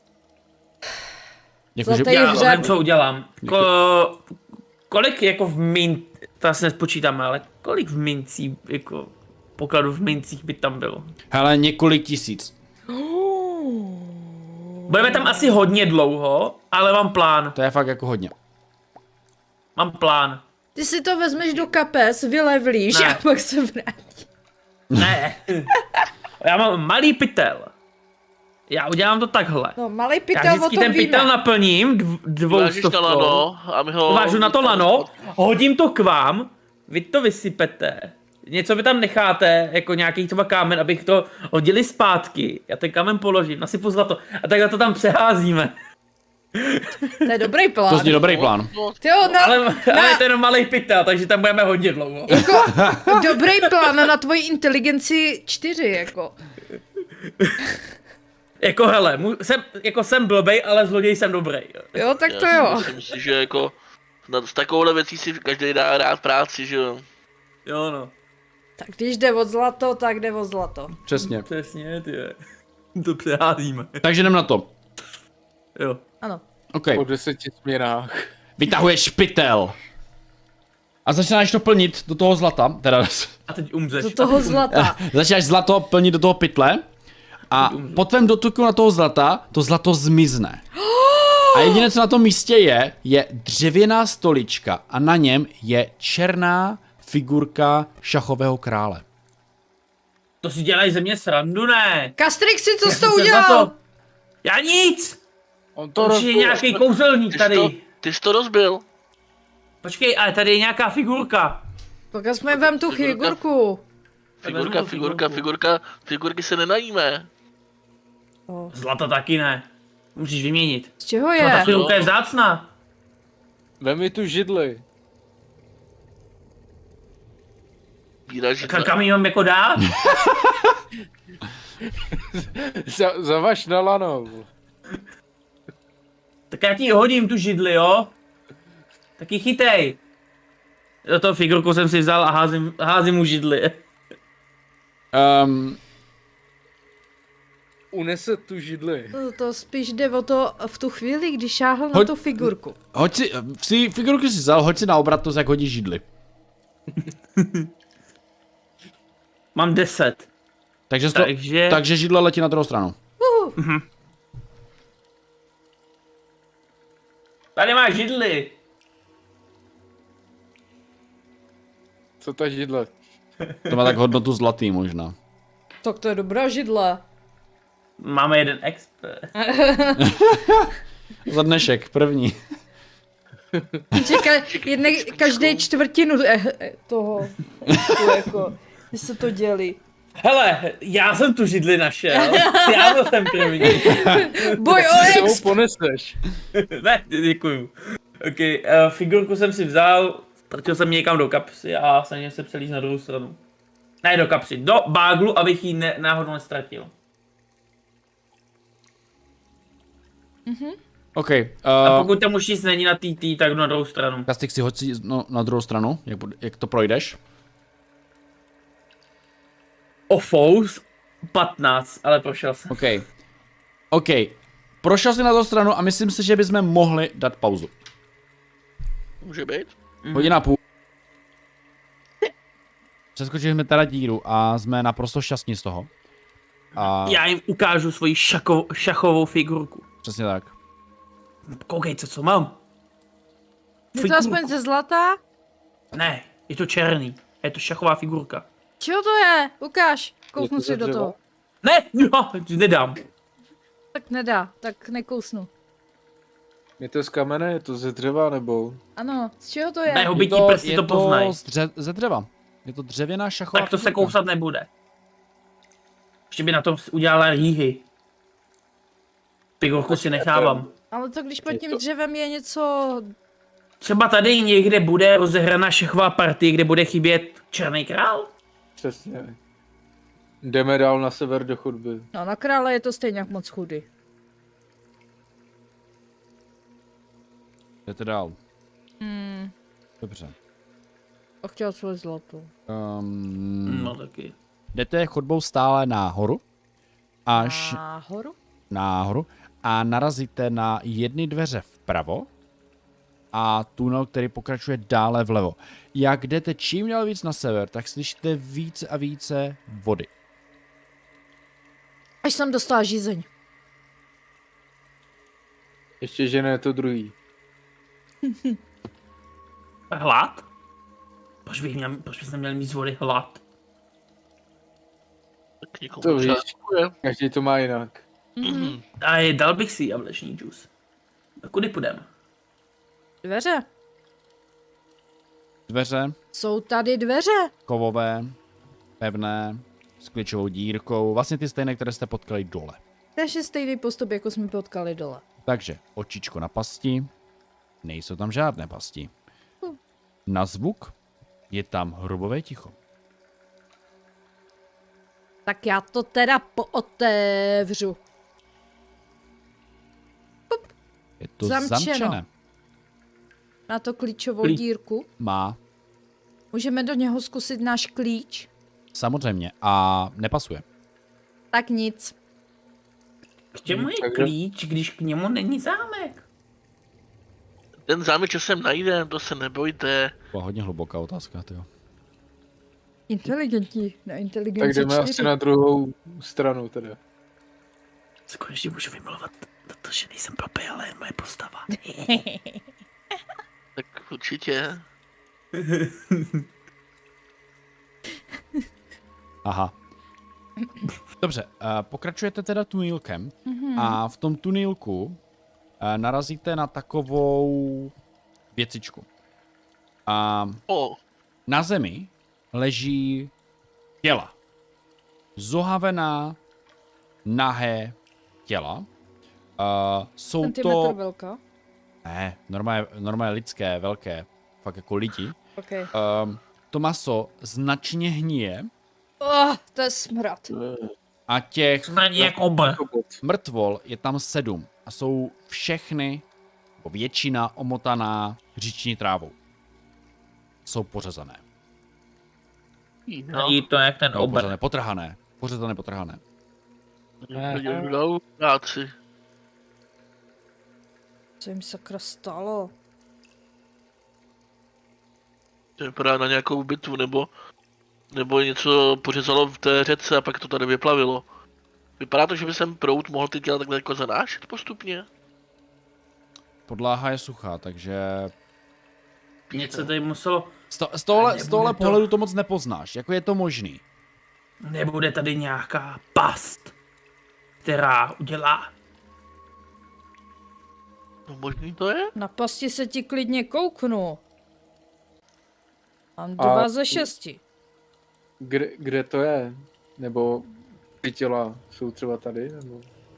Jako, že, Zlatý Já hřeb. vím, co udělám. Ko, kolik jako v min... To asi nespočítáme, ale kolik v mincí, jako pokladu v mincích by tam bylo? hele, několik tisíc. Budeme tam asi hodně dlouho, ale mám plán. To je fakt jako hodně. Mám plán. Ty si to vezmeš do kapes, vylevlíš Ne. a pak se vrátí. Ne. Já mám malý pytel. Já udělám to takhle. No, malý Já pytel, o vždycky tom ten pytel víme. naplním dv, dvou Vážíš na stovkou. lano a my ho... Vážu na to lano, hodím to k vám, vy to vysypete. Něco vy tam necháte, jako nějaký třeba kámen, abych to hodili zpátky. Já ten kámen položím, nasypu zlato a takhle to tam přeházíme. To je dobrý plán. To zní dobrý plán. No, Ty jo, na, Ale, na, ale je to jenom malý pytel, takže tam budeme hodně dlouho. jako, dobrý plán na tvoji inteligenci čtyři, jako. Jako hele, mu, jsem, jako jsem blbej, ale zloděj jsem dobrý. Jo, tak já to si jo. Myslím si, že jako... Na, s takovouhle věcí si každý dá rád práci, že jo. Jo no, Tak když jde o zlato, tak jde o zlato. Přesně. přesně, ty. To přeházíme. Takže jdem na to. Jo. Ano. OK. Po deseti směnách. Vytahuješ pytel. A začínáš to plnit do toho zlata. Teda A teď umřeš. Do toho zlata. začínáš zlato plnit do toho pytle. A po tvém dotyku na toho zlata, to zlato zmizne. A jediné, co na tom místě je, je dřevěná stolička a na něm je černá figurka šachového krále. To si dělají ze mě srandu, ne? Kastrixi, co jsi to Jsem za udělal? to- Já nic! On to To je nějaký kouzelník Ty jsi to, tady. ty jsi to rozbil. Počkej, ale tady je nějaká figurka. Pokaz mi vem tu Figurka. figurku. Figurka, vezmu tu figurka, figurku. figurka, figurky se nenajíme. O, Zlato taky ne. Musíš vyměnit. z čeho No, ta je? figurka je vzácná. Vem mi tu židli. Bíra židle. Kam ji mám jako dát? Za, zavaž na lano. Tak já ti hodím tu židli, jo? Tak ji chytej. Do toho figurku jsem si vzal a házím, házím mu židli. Um, Unese tu židli. To, to spíš jde o to v tu chvíli, když šáhl na Hoď- tu figurku. hoď si, si, figurku si vzal, hoď si na obratnost, jak hodíš židli. Mám deset. Takže, to, Takže... takže židle letí na druhou stranu. Tady máš židli. Co ta židle? To má tak hodnotu zlatý možná. Tak to je dobrá židle. Máme jeden expert. Za dnešek, první. Čekaj, jedne, každý čtvrtinu eh, eh, toho. Tu jako, když se to dělí. Hele, já jsem tu židli našel. Já to jsem první. Boj Si o sebou ex! poneseš. Ne, děkuju. Ok, uh, figurku jsem si vzal, strčil jsem ji někam do kapsy a jsem se přelíz na druhou stranu. Ne do kapsy, do báglu, abych ji ne, náhodou nestratil. OK. A Uh, pokud tam už nic není na T T, tak na druhou stranu. Kastik si hoď si no, na druhou stranu, jak, bude- jak to projdeš. Ofous patnáct, ale prošel jsem. OK. OK. Prošel jsi na druhou stranu a myslím si, že bychom mohli dát pauzu. Může být? Hodina a půl. Přeskočili jsme teda díru a jsme naprosto šťastní z toho. A Já jim ukážu svoji šako, šachovou figurku. přesně tak. Koukejte, co mám. Je to aspoň ze zlata? Ne, je to černý. Je to šachová figurka. Čeho to je? Ukáž. Kousnu Je to si ze do dřeva? toho. Ne, no, nedám. Tak nedá, tak nekousnu. Je to z kamene, je to ze dřeva nebo? Ano, z čeho to je? Ne, hobití to, prsty je to poznají. z dře- ze dřeva. Je to dřevěná šachová Tak to se figurka. kousat nebude. Ještě by na to udělala rýhy. Figurku si nechávám. Ale to když pod Je tím to- dřevem je něco... třeba tady někde bude rozehraná šachová partie, kde bude chybět Černý král? Přesně. Jdeme dál na sever do chodby. No na krále je to stejně jak moc chudý. Jdete dál. Hmm, Dobře. to chtěl svoje zlato. Um, No taky. jdete chodbou stále nahoru, až Nahoru? nahoru a narazíte na jedny dveře vpravo a tunel, který pokračuje dále vlevo. Jak jdete čím dál víc na sever, tak slyšíte více a více vody. Až jsem dostala žízeň. Ještě, že ne to druhý. Hlad? Proč bych, měl, proč bych neměl mít z vody hlad? Tak někomu To víš. přáskuje. Každý to má jinak. Mhm. A je, dal bych si jablečný džus. A kudy půjdeme? Dveře. Dveře, Jsou tady dveře. kovové, pevné, s klíčovou dírkou, vlastně ty stejné, které jste potkali dole. Takže stejný postup, jako jsme potkali dole. Takže očičko na pasti, nejsou tam žádné pasti. Na zvuk je tam hrobové ticho. Tak já to teda pootevřu. Je to Zamčeno. zamčené. Na to klíčovou Klí- dírku. Má, Můžeme do něho zkusit náš klíč. samozřejmě, a nepasuje. Tak nic. K čemu je Takže- klíč, když k němu není zámek? Ten zámek časem najde, to se nebojte. To je hodně hluboká otázka, tyjo. Inteligentní. Na Tak inteligenci jdeme asi čtyři. na druhou stranu teda. Se konečně můžu vymlouvat na to, že nejsem blbý, ale jen moje postava. Tak určitě. Aha. Dobře, uh, pokračujete teda tunelkem Mhm. a v tom tunelku uh, narazíte na takovou věcičku. A O, na zemi leží těla. Zohavená, nahé těla. Uh, jsou Centimetr to... velká. Ne, normálně, normálně lidské, velké, fakt jako lidi. Okay. Um, to maso značně hníje Oh, to je smrad. a těch Znadí jak obr. mrtvol je tam sedm a jsou všechny, nebo většina omotaná říční trávou. Jsou pořezané. no. Není to jak ten No, obr. pořezané, potrhané. Pořezané, potrhané. Dal práci. Co jim sakra stalo? To vypadá na nějakou bitvu, nebo, nebo něco pořezalo v té řece a pak to tady vyplavilo. Vypadá to, že by sem proud mohl ty těla takhle jako zanášet postupně. Podláha je suchá, takže Něco tady muselo... z, to, z, tohle, z Nebude tohle to- pohledu to moc nepoznáš. Jako je to možný. Nebude tady nějaká past, která udělá... No možný to je? Na pasti se ti klidně kouknu. Mám A- dva ze šesti. Kde, kde to je? Nebo ty těla jsou třeba tady? Nebo... Uh,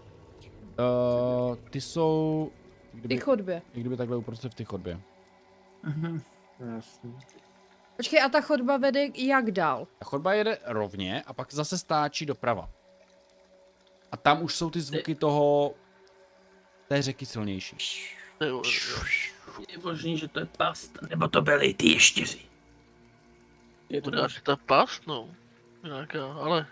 ty jsou... Ty Kdyby, chodbě. kdyby takhle uprostřed v té chodbě. Mhm. No, jasný. Počkej, a ta chodba vede jak dál? Ta chodba jede rovně a pak zase stáčí doprava. A tam už jsou ty zvuky toho... té řeky silnější. To je, Je možný, že to je past, nebo to byly ty ještěři. Je to bude možný. asi ta past, no. Nějaká, ale...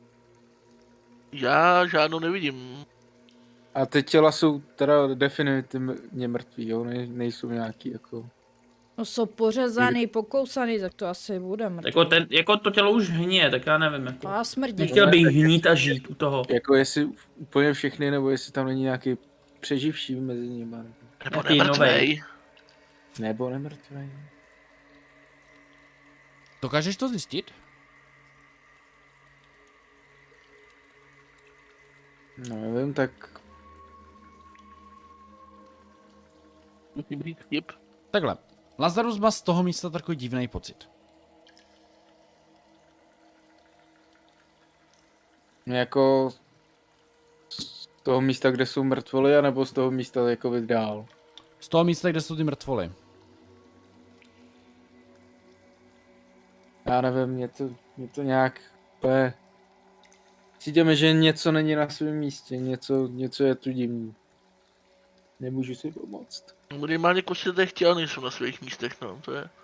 Já žádnou nevidím. A ty těla jsou teda definitivně mrtví, jo? Ne, nejsou nějaký jako... No jsou pořezaný, pokousaný, tak to asi bude mrtvý. Jako, ten, jako to tělo už hníje, tak já nevím. Jako. A smrdí. Nechtěl bych hnít a žít u toho. Jako jestli úplně všechny, nebo jestli tam není nějaký přeživší mezi nimi. Nebo Jaký nemrtvej. Nebo nemrtvý. Dokážeš to zjistit? No nevím, tak Musím říct vtip. Takhle. Lazarus má z toho místa takový divný pocit. jako z toho místa, kde jsou mrtvoly, anebo z toho místa jako dál. Z toho místa, kde jsou ty mrtvoly. Já nevím, mě to, mě to nějak úplně... Cítíme, že něco není na svém místě, něco, něco je tu divný. Nemůžu si pomoct. Minimálně kostěte chtěl, nejsou na svých místech, no, to je.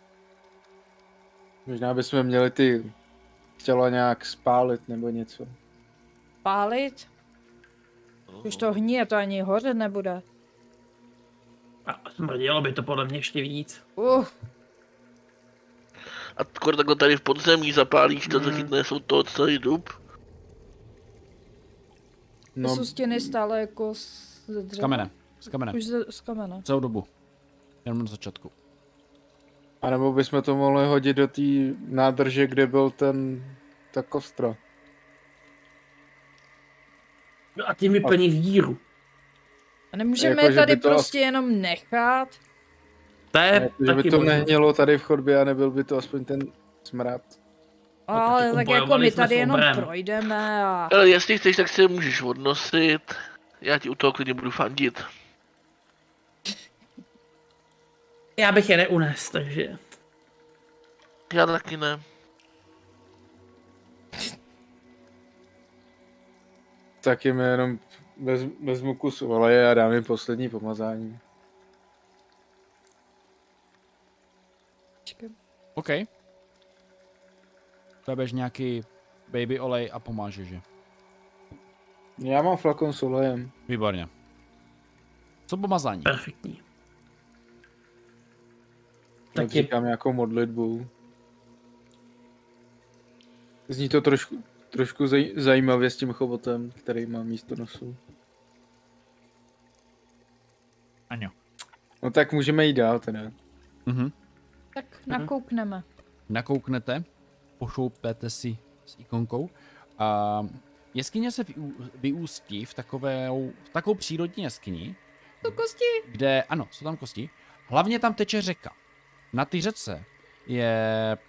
Možná bychom měli ty těla nějak spálit nebo něco. Pálit? Už to hníje, to ani hořet nebude. A smrdělo by to podle mě ještě víc. Uh, A skoro takhle tady v podzemí zapálíš to, co chytne jsou to celý dub. no. No, Jsou stěny stále jako z Z dřeva. kamene. Z kamene. Už ze, z kamene. Celou dobu. Jenom na začátku. a nebo bychom to mohli hodit do té nádrže, kde byl ten, ta kostra. No a tím vyplní v díru. A nemůžeme Jako, že tady by to prostě jenom nechat? To je Že by taky to možné. nehnělo tady v chodbě a nebyl by to aspoň ten smrad. No, Ale taky tak jako obojovali my jsme tady s jenom obrem. projdeme a... Ale jestli chceš, tak si je můžeš odnosit. Já ti u toho klidně budu fandit. Já bych je neunes, takže... Já taky ne. Tak jim jenom vez, vezmu kus oleje a dám jim poslední pomazání. Počkej. OK. Vebeš nějaký baby olej a pomážeš je. Já mám flakon s olejem. Výborně. Co pomazání? Perfektní. Tak Tak je- říkám nějakou modlitbu. Zní to trošku, trošku zaj, zajímavě s tím chobotem, který má místo nosu. Ano. No tak můžeme jít dál teda. Mhm. Tak nakoukneme. Nakouknete, pošoupete si s ikonkou. A jeskyně se vyú, vyústí v, takovou, v takovou přírodní jeskyni, To kosti. kde, ano, jsou tam kosti, hlavně tam teče řeka. Na té řece je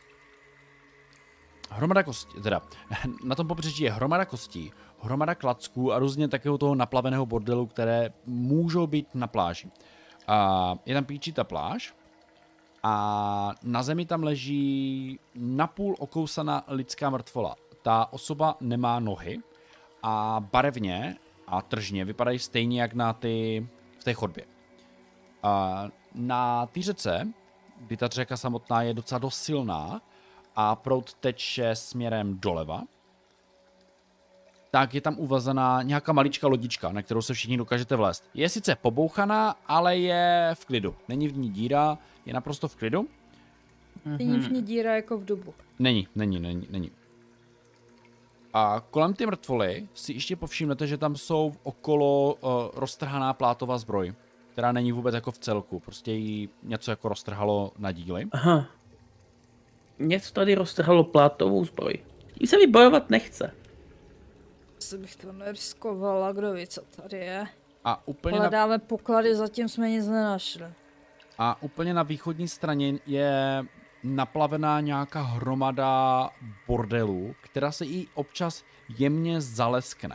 hromada kostí, teda na tom pobřeží je hromada kostí, hromada klacků a různě takového toho naplaveného bordelu, které můžou být na pláži. A je tam píčita pláž a na zemi tam leží napůl okousaná lidská mrtvola. Ta osoba nemá nohy a barevně a tržně vypadají stejně jak na ty, v té chodbě. A na té řece, kdy ta řeka samotná je docela dost silná a proud teče směrem doleva, tak je tam uvazená nějaká maličká lodička, na kterou se všichni dokážete vlézt. Je sice pobouchaná, ale je v klidu. Není v ní díra, je naprosto v klidu. Není v ní díra jako v dubu. Není, není, není, není. A kolem ty mrtvoly si ještě povšimnete, že tam jsou okolo uh, roztrhaná plátová zbroj, která není vůbec jako v celku, prostě jí něco jako roztrhalo na díly. Aha. Něco tady roztrhalo plátovou zbroj. Tím se mi bojovat nechce. Asi bych to neriskovala, kdo ví, co tady je. A úplně, na, Hledáme poklady, zatím jsme nic nenašli. a úplně na východní straně je naplavená nějaká hromada bordelů, která se jí občas jemně zaleskne.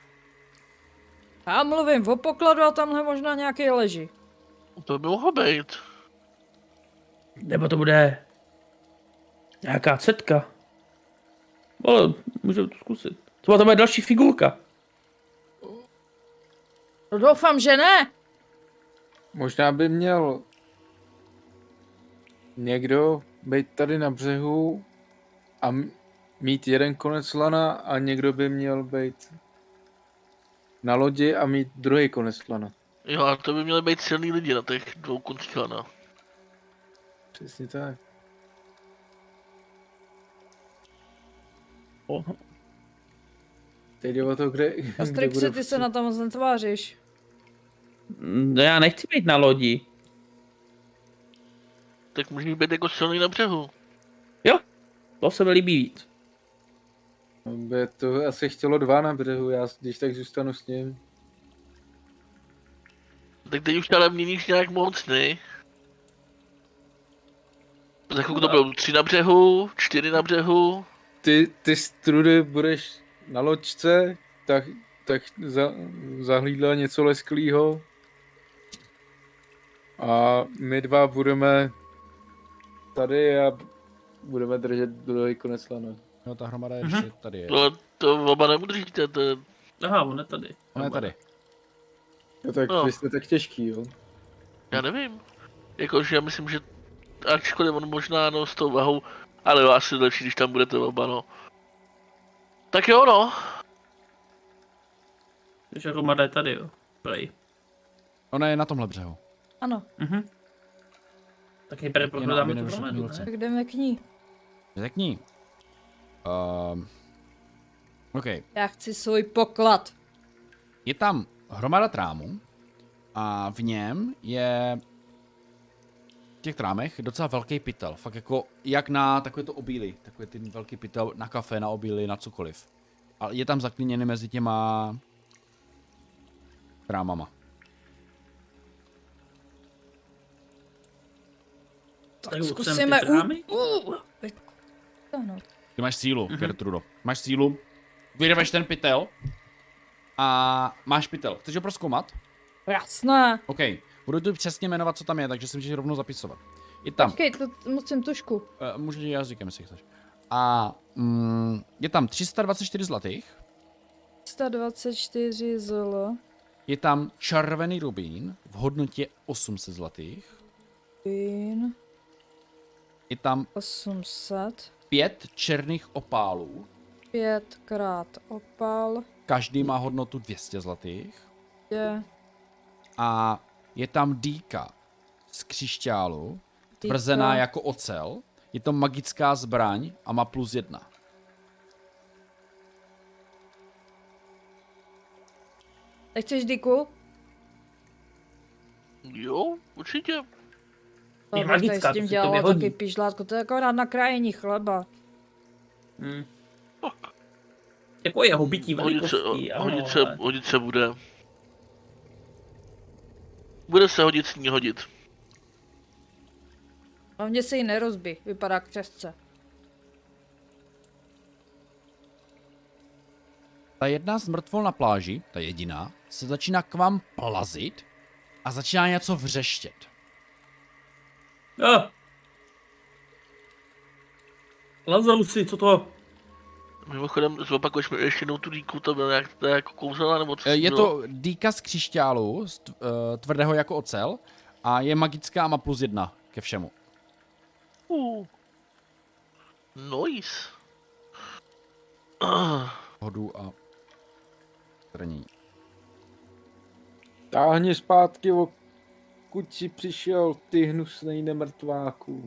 Já mluvím o pokladu a tamhle možná nějaký leží. To by mohlo být. Nebo to bude nějaká cetka. Ale můžeme to zkusit. Třeba to bude další figurka. No doufám, že ne. Možná by měl někdo být tady na břehu a m- mít jeden konec lana a někdo by měl být na lodi a mít druhý konec lana. Jo, a to by měly být silný lidi na těch dvou koncích lana. Přesně tak. Oho. Teď jde o to, kde, kde Astrixi, bude ty se na to moc netváříš. No já nechci být na lodi. Tak můžeš být jako silný na břehu. Jo, to se mi líbí víc. by to asi chtělo dva na břehu, já když tak zůstanu s ním. Tak teď už ale měníš nějak moc, ne? Za chvilku to bylo tři na břehu, čtyři na břehu. Ty, ty strudy budeš na loďce, tak, tak za, zahlídla něco lesklýho. A my dva budeme tady a budeme držet druhý konec lana. No ta hromada je Mhm. ještě tady. Je. No to oba neudržíte, to je... Aha, on je tady. Ona je tady. No tak No. vy jste tak těžký, jo. Já nevím. Jakože já myslím, že ačkoliv on možná no s tou vahou, ale jo, asi lepší, když tam budete oba, no. Tak jo, no. Takže Romada je tady, jo. Prej. Ona je na tomhle břehu. Ano, Mhm. Tak nejprve Jenom aby prohledáme tu nevyšel Romadu, milce. ne? tak jdeme k ní. Řekni. Um, OK. Já chci svůj poklad. Je tam hromada trámů a v něm je v těch trámech docela velký pytel. Fakt jako jak na takové to obíly. Takové ty velký pytel na kafe, na obíly, na cokoliv. Ale je tam zaklíněný mezi těma trámama. Tak už jsem ty Zkusíme trámy? u... u... vytáhnout. Ty máš sílu, Mhm. mm-hmm. Gertrudo. Máš sílu, vyrveš ten pytel a máš pytel. Chceš ho prozkoumat? Jasné. OK. Budu tu přesně jmenovat, co tam je, takže si můžeš rovnou zapisovat. Je tam. Počkej, to musím tušku. Uh, můžeš i jazykem, jestli chceš. A mm, je tam tři sta dvacet čtyři zlatých. sto dvacet čtyři zolo. Je tam červený rubín v hodnotě osm set zlatých. Pin. Je tam osm set. pět černých opálů. pět krát opal. Každý má hodnotu dvě stě zlatých. Je. A je tam dýka z křišťálu, tvrzená Dýka. jako ocel. Je to magická zbraň a má plus jedna. Nechceš díku? Jo, určitě. Je To bych magická, tady s to tím se dělala tobě hodí. taky pižlátko, to je akorát na krájení chleba. Hm. Jako jeho bytí Hodit se, velikostí, ano, hodit se, ale... hodit se bude. Bude se hodit s ní hodit. Hlavně se jí nerozbí, vypadá křesce. Ta jedna z mrtvol na pláži, ta jediná, se začíná k vám plazit a začíná něco vřeštět. Ah. Lazarusy, co to? Mimochodem, zopakuješ mi ještě jednou tu díku, to bylo nějak to jako kouzela, nebo co E, Je bylo? to dýka z křišťálu, z tv- e, tvrdého jako ocel, a je magická a má plus jedna ke všemu. Uh. Nice. Ah. Hodu a trní. Táhni zpátky, odkud si přišel, ty hnusnej nemrtváku.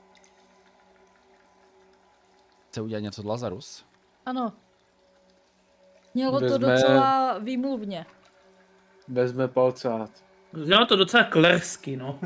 Chce udělat něco d Lazarus? Ano. Mělo to Vezme- docela výmluvně. Vezme palcát. Znělo to docela klersky, no.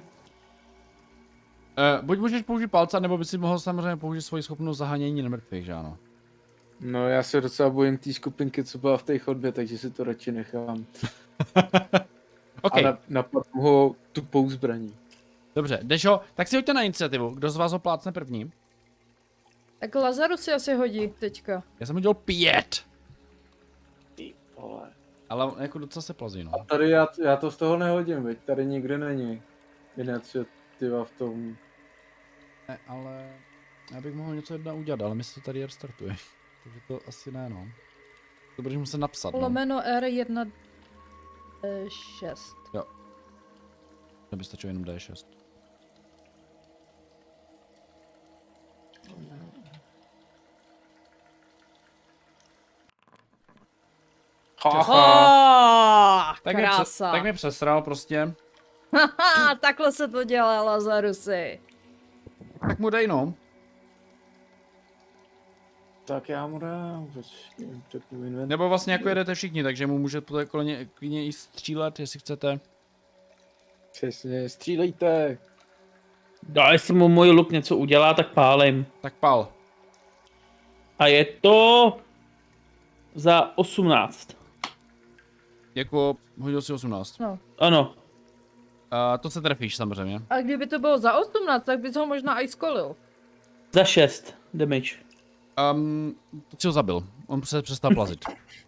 E, buď můžeš použít palce, nebo by si mohl samozřejmě použít svoji schopnost zahánění nemrtvých, že ano? No já se docela bojím té skupinky, co byla v té chodbě, takže si to radši nechám. OK, A na, napadnu ho tupou zbraní. dobře, jdeš ho, tak si hoďte na iniciativu, kdo z vás ho plácne první? Tak Lazarus si asi hodí teďka. Já jsem udělal pět, Ty vole. ale jako docela se plazí, no. A tady já, já to z toho nehodím, veď tady nikde není. Iniciativa v tom. Ne, ale já bych mohl něco jedna udělat, ale mi se to tady restartuje. Takže to asi ne, no. To budeš muset napsat, no. Lomeno R jedna šest. To by stačilo jenom D šest. Oh, Tak mě, přes, krása. tak mě přesral prostě. Haha, takhle se to dělá, Lazarusy. Tak mu dej, no. Tak já mu dám, počkej, přepnu inventář. Nebo vlastně jako jedete všichni, takže mu můžete kolem klidně i střílet, jestli chcete. Přesně, střílejte. No, jestli mu můj luk něco udělá, tak pálím. Tak pal. A je to... za osmnáct. Jako hodil si osmnáct. No. Ano. Uh, to se trefíš samozřejmě. A kdyby to bylo za osmnáct, tak bys ho možná i skolil. Za šest damage. Um, to si ho zabil. On se přestal plazit.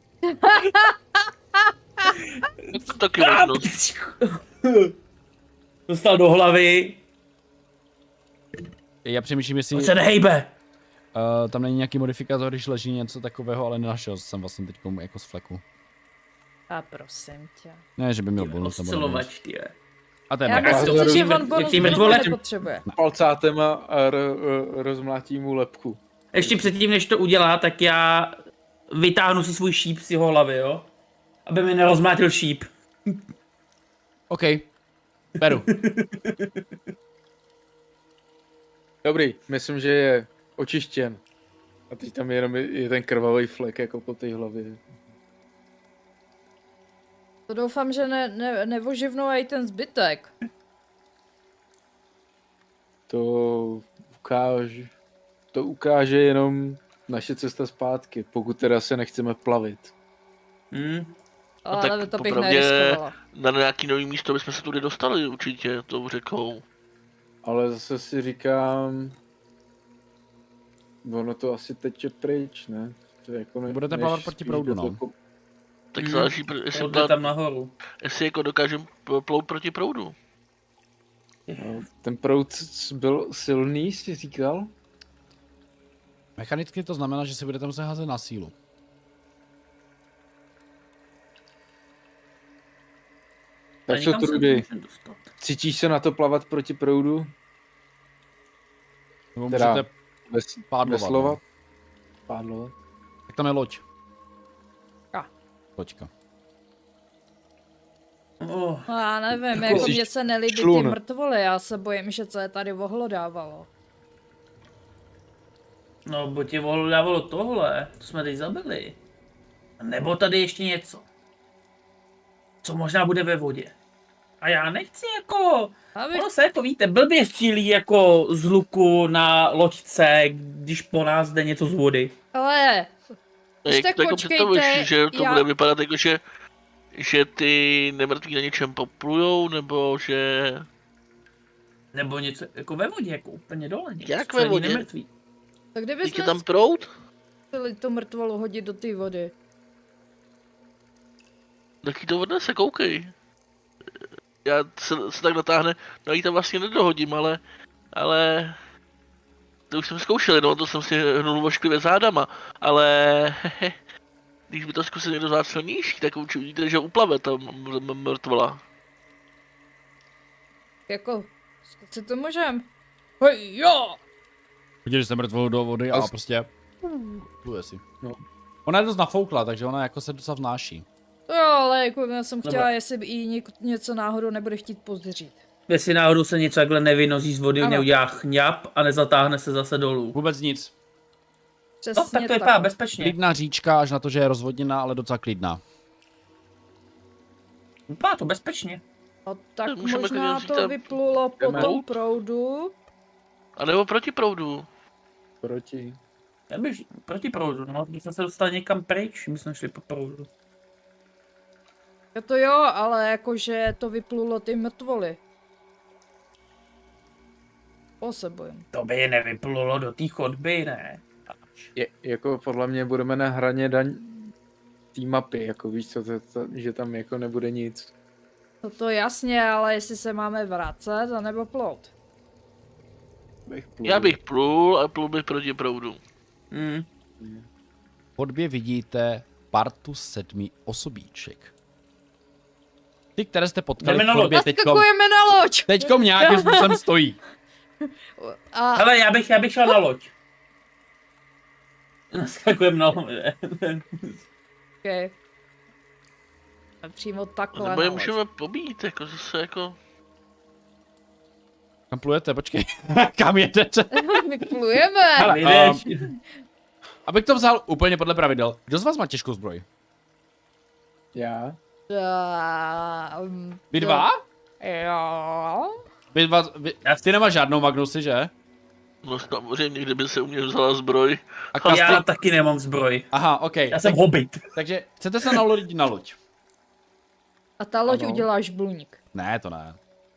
To taky možnost. Dostal do hlavy. Já přemýšlím, jestli On se nehejbe. uh, tam není nějaký modifikátor, když leží něco takového, ale nenašel jsem vlastně teď jako z fleku. A prosím tě. Ne, že by měl bonus nebo bonus. Oscilovač, ty je. A to je Já max. myslím si, že on bonus Tím bonus mrtvole- nepotřebuje. Palcátem a, a r, r, rozmlátí mu lepku. Ještě předtím, než to udělá, tak já vytáhnu si svůj šíp z jeho hlavy, jo? Aby mi nerozmátil šíp. OK. Beru. Dobrý, myslím, že je očištěn. A teď tam jenom je, je ten krvavý flek jako po té hlavě. To doufám, že ne, ne, nevoživnou i ten zbytek. To ukáže, to ukáže jenom naše cesta zpátky, pokud teda se nechceme plavit. Hm? Ale tak to bych popravdě- neriskovala. Na nějaký nový místo bychom se tudy dostali určitě, tou řekou. Ale zase si říkám, ono to asi teče pryč, ne? To je jako ne, Budete než plavat proti spíš proudu, do no. toho- Tak Mhm. záleží, pr- jestli, Jde pla- tam nahoru. jestli jako dokážeme plout proti proudu. No, ten proud s- byl silný, jsi říkal? Mechanicky to znamená, že si budete muset házet na sílu. Tak A co někam se trudy? můžem dostat. Cítíš se na to plavat proti proudu? Nebo Teda- můžete Bez, pádlovat. bez slova? No. Pádlovat? Tak tam je loď. A. Loďka. Oh, No já nevím, Jako jako jsi mně se nelíbí ty člun. mrtvoly, já se bojím, že co je tady ohlodávalo. no, bo tě dávalo tohle, to jsme teď zabili. Nebo tady ještě něco. Co možná bude ve vodě. A já nechci jako, Abych... ono se jako víte, blbě střílí jako z luku na loďce, když po nás jde něco z vody. Ale, Když Jak tak to jako počkejte, představuješ, že to já- bude vypadat jako, že, že ty nemrtví na něčem poplujou, nebo že... Nebo něco jako ve vodě, jako úplně dole. Něco, Jak co ve není vodě? nemrtvý. tak Teď je kdybychom tam proud? chtěli tu mrtvolu hodit do té vody. Tak jí to odnese, koukej. Já se, se tak natáhne, no jí tam vlastně nedohodím, ale... Ale... To už jsem zkoušel, no, to jsem si hnul vošklivě zádama, ale... Když by to zkusil někdo zácilnější, tak uvidíte, že uplave ta m- m- mrtvola. Jako, zkusit to můžem. Hej, jo! Hodili jste mrtvou do vody a A s- prostě pluje si. No. Ona je dost nafoukla, takže ona jako se docela vnáší. Jo, ale jako já jsem chtěla, Dobra. jestli jí něk- něco náhodou nebude chtít pozdřít. Jestli náhodou se něco takhle nevynozí z vody, Ano. neudělá chňap a nezatáhne se zase dolů. Vůbec nic. Přesně No, tak to vypadá bezpečně. Klidná říčka, až na to, že je rozvodněná, ale docela klidná. Vypadá to bezpečně. No, tak Tak můžeme možná klidně to říct, vyplulo po jdeme. tom proudu. A nebo proti proudu. Proti. Já bych proti proudu, no, když jsme se dostali někam pryč, my jsme šli po proudu. Je to jo, ale jakože to vyplulo ty mrtvoly. O se bojím. To by je nevyplulo do té chodby, ne? Je, jako podle mě budeme na hraně daň té mapy, jako víš co, to, to, že tam jako nebude nic. No to jasně, ale jestli se máme vracet, anebo plout. Bych plul. Já bych plul a plul bych proti proudu. Hmm. V chodbě vidíte partu sedmi osobíček. Ty, které jste potkali Jdeme v na loď. chodbě teďkom, Naskakujeme na loď! teďkom nějakým způsobem stojí. A Hele, já bych, já bych šel na loď. Naskakujem na loď. okay. A přímo takhle Nebo je na loď. můžeme pobít, jako zase jako... Kam plujete, počkej. Kam jedete? My plujeme! Hele, Vyjdeš. Abych to vzal úplně podle pravidel. Kdo z vás má těžkou zbroj? Já? A, um, Vy dva? Jo. Vy dva, vy, Já- ty nemáš žádnou Magnusy, že? No samozřejmě, kdyby se u mě vzala zbroj. A Kasty... Já taky nemám zbroj. Aha, ok. Já jsem Tak, hobbit. takže chcete se nalodit na loď? A ta loď Ano. udělá žbluník. Ne, to ne.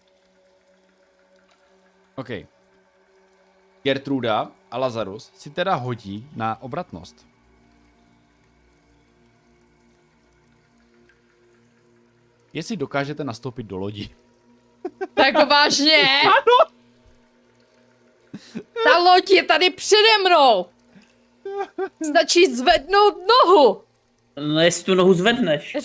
OK. Gertruda a Lazarus si teda hodí na obratnost. Jestli dokážete nastoupit do lodi. Tak vážně? Ta loď je tady přede mnou! Stačí zvednout nohu! No jestli tu nohu zvedneš.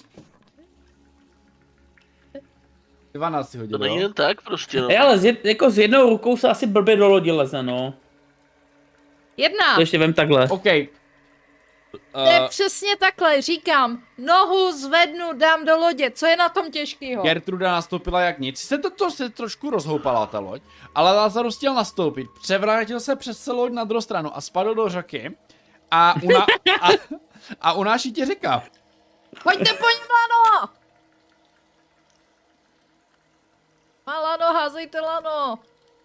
dvanáct si To hodil, není jo? jen tak prostě, no. Hej, ale s, jed, jako s jednou rukou se asi blbě do lodi leze, no. Jedna! To ještě vem takhle. OK. To je Uh, přesně takhle, říkám. Nohu zvednu, dám do lodě. Co je na tom těžkýho? Gertruda nastoupila jak nic. Se to, to se trošku rozhoupala ta loď, ale Lazarus chtěl nastoupit, převrátil se přes celou loď na druhou stranu a spadl do řeky a, una, a, a unáší tě řeka. Pojďte po něm, lano! Má lano, házejte lano!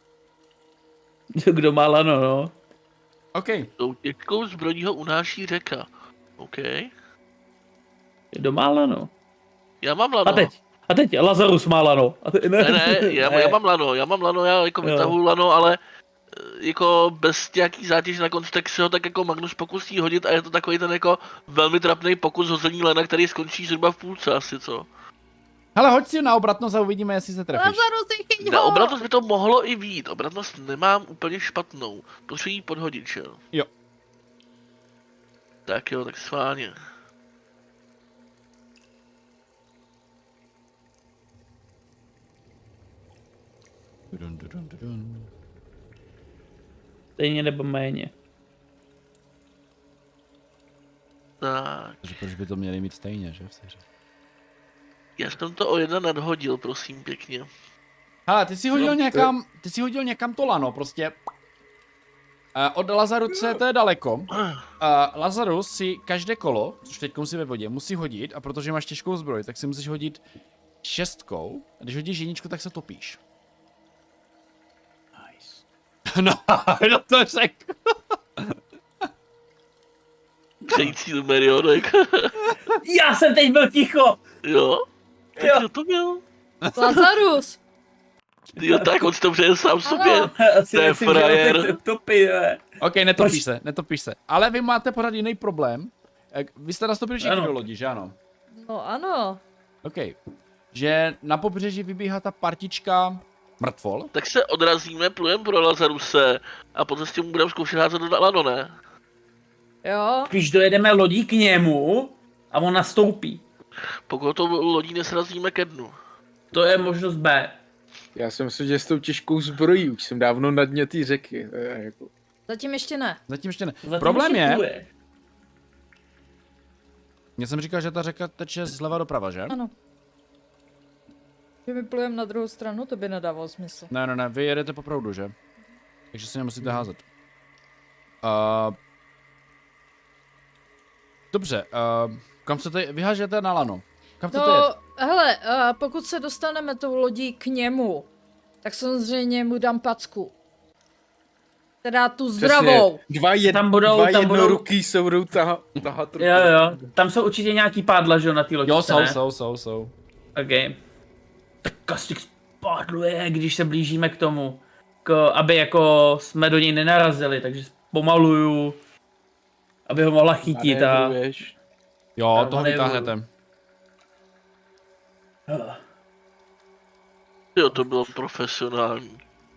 Kdo má lano, no. OK. Tou těžkou zbrojí ho unáší řeka. OK. Kdo má lano. Já mám lano. A teď, a teď Lazarus má lano. A te, Ne, ne, já, já mám lano, já mám lano, já jako Jo. vytahuji lano, ale eh, jako bez nějaký zátěže na konci, tak si ho tak jako Magnus pokusí hodit a je to takový ten jako velmi trapný pokus hození lana, který skončí zhruba v půlce asi, co? Hele, hoď si na obratnost a uvidíme, jestli se trefíš. Lazarus, chyť Na ho! obratnost by to mohlo i vít, obratnost nemám úplně špatnou, potřebuji ji podhodit, že jo? Jo. Tak jo, tak schválně. Dun, dun, dun, dun. Stejně nebo méně. Tak, Takže proč by to měli mít stejně, že? V té hře? já jsem to o jedna nadhodil, prosím pěkně. Hele, ty si hodil No, to- někam, ty si hodil někam to lano, prostě. Uh, od Lazaruse to je daleko. Uh, Lazarus si každé kolo, což teď si ve vodě, musí hodit a protože máš těžkou zbroj, tak si musíš hodit šestkou. A když hodíš jedničku, tak se topíš. Nice. No, no to řekl. Přející numerionek. Já jsem teď byl ticho! Jo? Tak Jo. kdo to byl? Lazarus! Jo, tak on si to přeje sám sobě. Asi To je myslím, že frajer. on se utopí, ne? OK, netopíš se, netopíš se. Ale vy máte pořád jiný problém. Eh, Vy jste nastoupili všichni Ano. do lodi, že ano? No ano. OK. Že na pobřeží vybíhá ta partička mrtvol. Tak se odrazíme, plujeme pro Lazaruse a po cestě mu budeme zkoušet házet do lano, ne? Jo. Když dojedeme lodí k němu a on nastoupí. Pokud to lodí nesrazíme ke dnu. To je možnost B. Já jsem myslel, že s tou těžkou zbrojí, už jsem dávno na dně té řeky. To je jako... Zatím ještě ne. Zatím ještě ne. Zatím Problém ještě je, pluje. já jsem říkal, že ta řeka teče zleva doprava, že? Ano. Že my plujeme na druhou stranu, to by nedávalo smysl. Ne, ne, ne, vy jedete po proudu, že? Takže si nemusíte házet. Uh, dobře, uh, kam chcete, vyhážete na lano. Kam chcete jet? No, hele, uh, pokud se dostaneme tou lodí k němu, tak samozřejmě mu dám packu. Teda tu zdravou. Přesně, dva, jed, Tam budou- dva tam budou- jednoruký se budou tahat, tahat ruku. Jo, jo. Tam jsou určitě nějaký pádla, že jo, na té loďce, Jo, jsou, ne? jsou, jsou, jsou. OK. Tak Kastix spádluje, když se blížíme k tomu. K, aby jako jsme do něj nenarazili, takže pomaluju, aby ho mohla chytit a... Manévruješ. Jo, Já toho manévruju. vytáhnete. Jo, to bylo profesionální.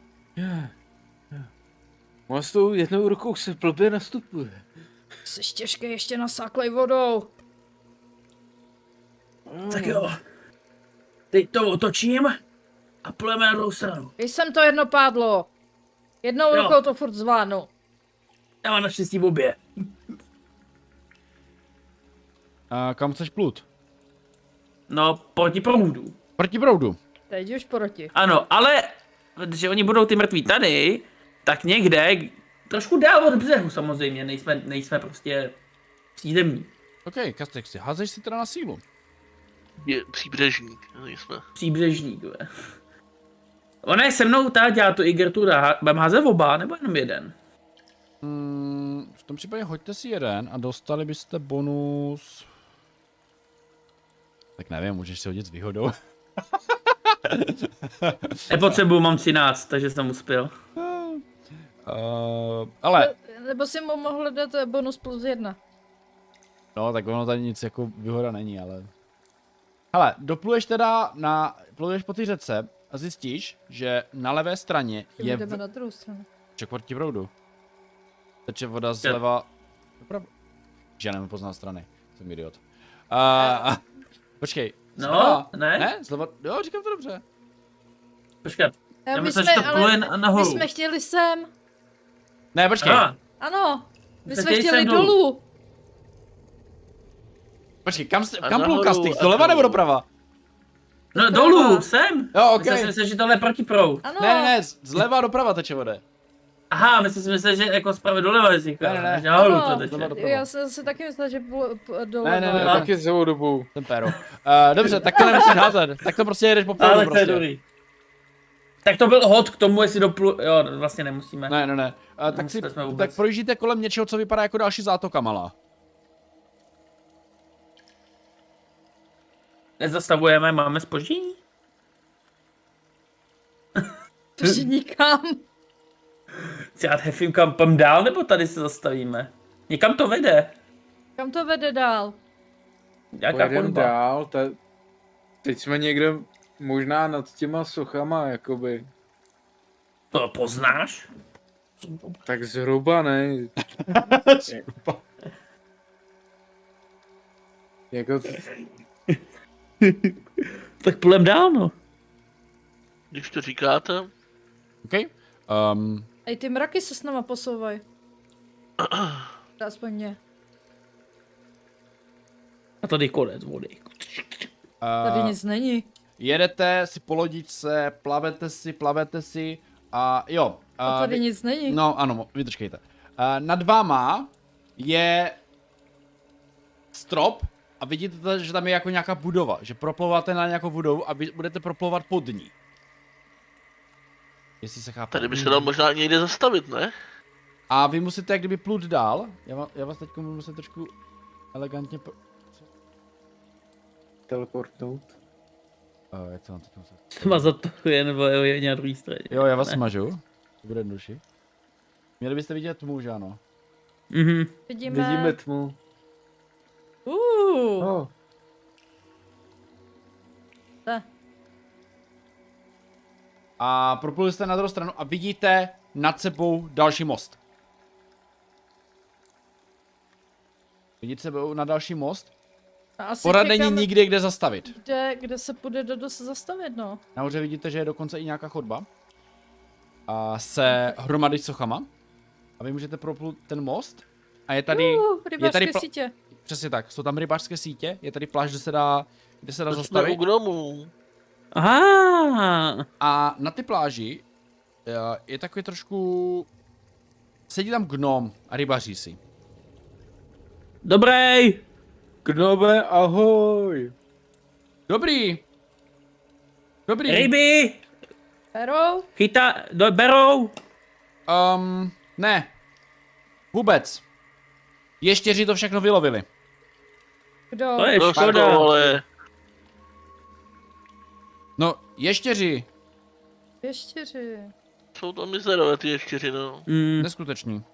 On s tou jednou rukou se blbě nastupuje. Jsi těžké, ještě nasáklej vodou. Tak jo. Teď to otočím a plujeme na druhou stranu. Jsem to jedno pádlo. Jednou Jo. rukou to furt zvládnu. Já mám naštěstí v obě. A kam chceš plut? No, proti proudu. Proti proudu. Teď už proti. Ano, ale, protože oni budou ty mrtví tady, tak někde, trošku dál od břehu samozřejmě, nejsme, nejsme prostě přízemní. OK, Kastexi, házeš si teda na sílu. Je příbřežník, nejsme. Příbřežník, ve. Ona je se mnou, ta dělá to i Gertruda. Budeme házet oba, nebo jenom jeden? Hmm, v tom případě hoďte si jeden a dostali byste bonus... Tak nevím, můžeš si hodit s výhodou. Nepotřebuju, mám třináct, takže jsem uspěl. Uh, ale, Nebo si mu mohl dát eh, bonus plus jedna. no tak ono tady nic jako výhoda není, ale... Hele, dopluješ teda na, pluješ po té řece a zjistíš, že na levé straně je... Jdeme V... na druhou stranu. teče proti proudu. Teče voda zleva doprava. Že já nevím poznat strany, jsem idiot. Uh, počkej. No, zleva? ne? Ne, zleva, jo, říkám to dobře. Počkat, Jo, já my myslím, jsme, že to ale pluje na- nahoru. my jsme chtěli sem. Ne, počkej, Aha, Ano, my Tak jsme dej chtěli sem dolů. dolů. počkej, kam, jste, A kam nahoru, plukastých, a doleva nebo dolů. doprava? no Doprava. dolů, sem. Jo, Já okej. jsem si myslel, že tohle je proti proud. Ano. Ne, ne, ne, z- zleva doprava teče vody. Aha, my jsme si mysleli, že jako zprava doleva, jestli Ne, ne, ne. že nahoru Ano. to teče. Zleva doprava. Já jsem si taky myslela, že půl- p- doleva. Ne, ne, ne, Já taky celou dobu. Jsem péro. Uh, dobře, tak to nemusíš házet, tak to prostě jedeš po proudu Ale to je prostě. dobrý. Tak to byl hod k tomu, jestli doplu... Jo, vlastně nemusíme. Ne, ne, ne. Uh, tak, si, Nemuseli jsme vůbec. tak projíždíte kolem něčeho, co vypadá jako další zátoka malá. Nezastavujeme, máme zpoždění? Protože nikam. Chci já hefím kam pam dál, nebo tady se zastavíme? Někam to vede. Kam to vede dál? Jaká Pojedem chodba? dál, te... teď jsme někde možná nad těma sochama, jakoby. To poznáš? Tak zhruba ne. Jako, Tak půjdem dál, no. Když to říkáte, OK? Um, Ej, ty mraky se s náma posouvají. Aspoň mě. A tady konec vody. Tady uh, nic není. jedete si po lodičce, plavete si, plavete si a jo. A Uh, tady vy, nic není. no ano, vydržkejte. Uh, nad váma je strop a vidíte, že tam je jako nějaká budova, že proplouváte na nějakou budovu a vy budete proplouvat pod ní. Jestli se chápe. tady by se dal možná někde zastavit, ne? A vy musíte jak kdyby plut dál. Já, vám, já vás teď budu muset trošku elegantně... Pro... teleportnout. Uh, jak to mám teď muset? Má za to je, nebo je na druhé straně. Jo, já vás Ne. smažu. To bude jednodušší. Měli byste vidět tmu, že ano? Mhm. Vidíme. Vidíme tmu. Uh, Oh. ne. A propluli jste na druhou stranu a vidíte nad sebou další most. Vidíte sebou na další most? A asi Pořád není čekám, nikde, kde zastavit. Kde, kde se půjde do, do se zastavit, no. Nahoře vidíte, že je dokonce i nějaká chodba. A se hromady sochama. A vy můžete proplut ten most. A je tady, Uh, rybářské tady pla- sítě. přesně tak, jsou tam rybářské sítě, je tady pláž, kde se dá, kde se dá To jsme u zastavit. gnomů. Aha. A na ty pláži eh, je takový trošku... Sedí tam gnom a rybaří si. Dobrý. Gnome, ahoj. Dobrý. Dobrý. Ryby. Perou? Chytá, do, berou. Um, ne. Vůbec. Ještěři to všechno vylovili. Kdo? To je To škoda. ale No, ještěři. Ještěři. jsou to mizerové ty ještěři, no. Mm. Neskutečný.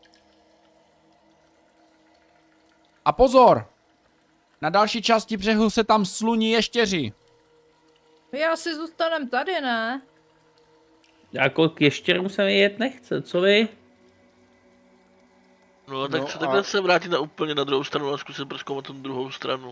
A pozor! Na další části břehu se tam sluní ještěři. My asi zůstanem tady, ne? Jako k ještěrům se mi jet nechce, co vy? No tak No se a- takhle se vrátit na úplně na druhou stranu a zkusit prozkoumat tu druhou stranu.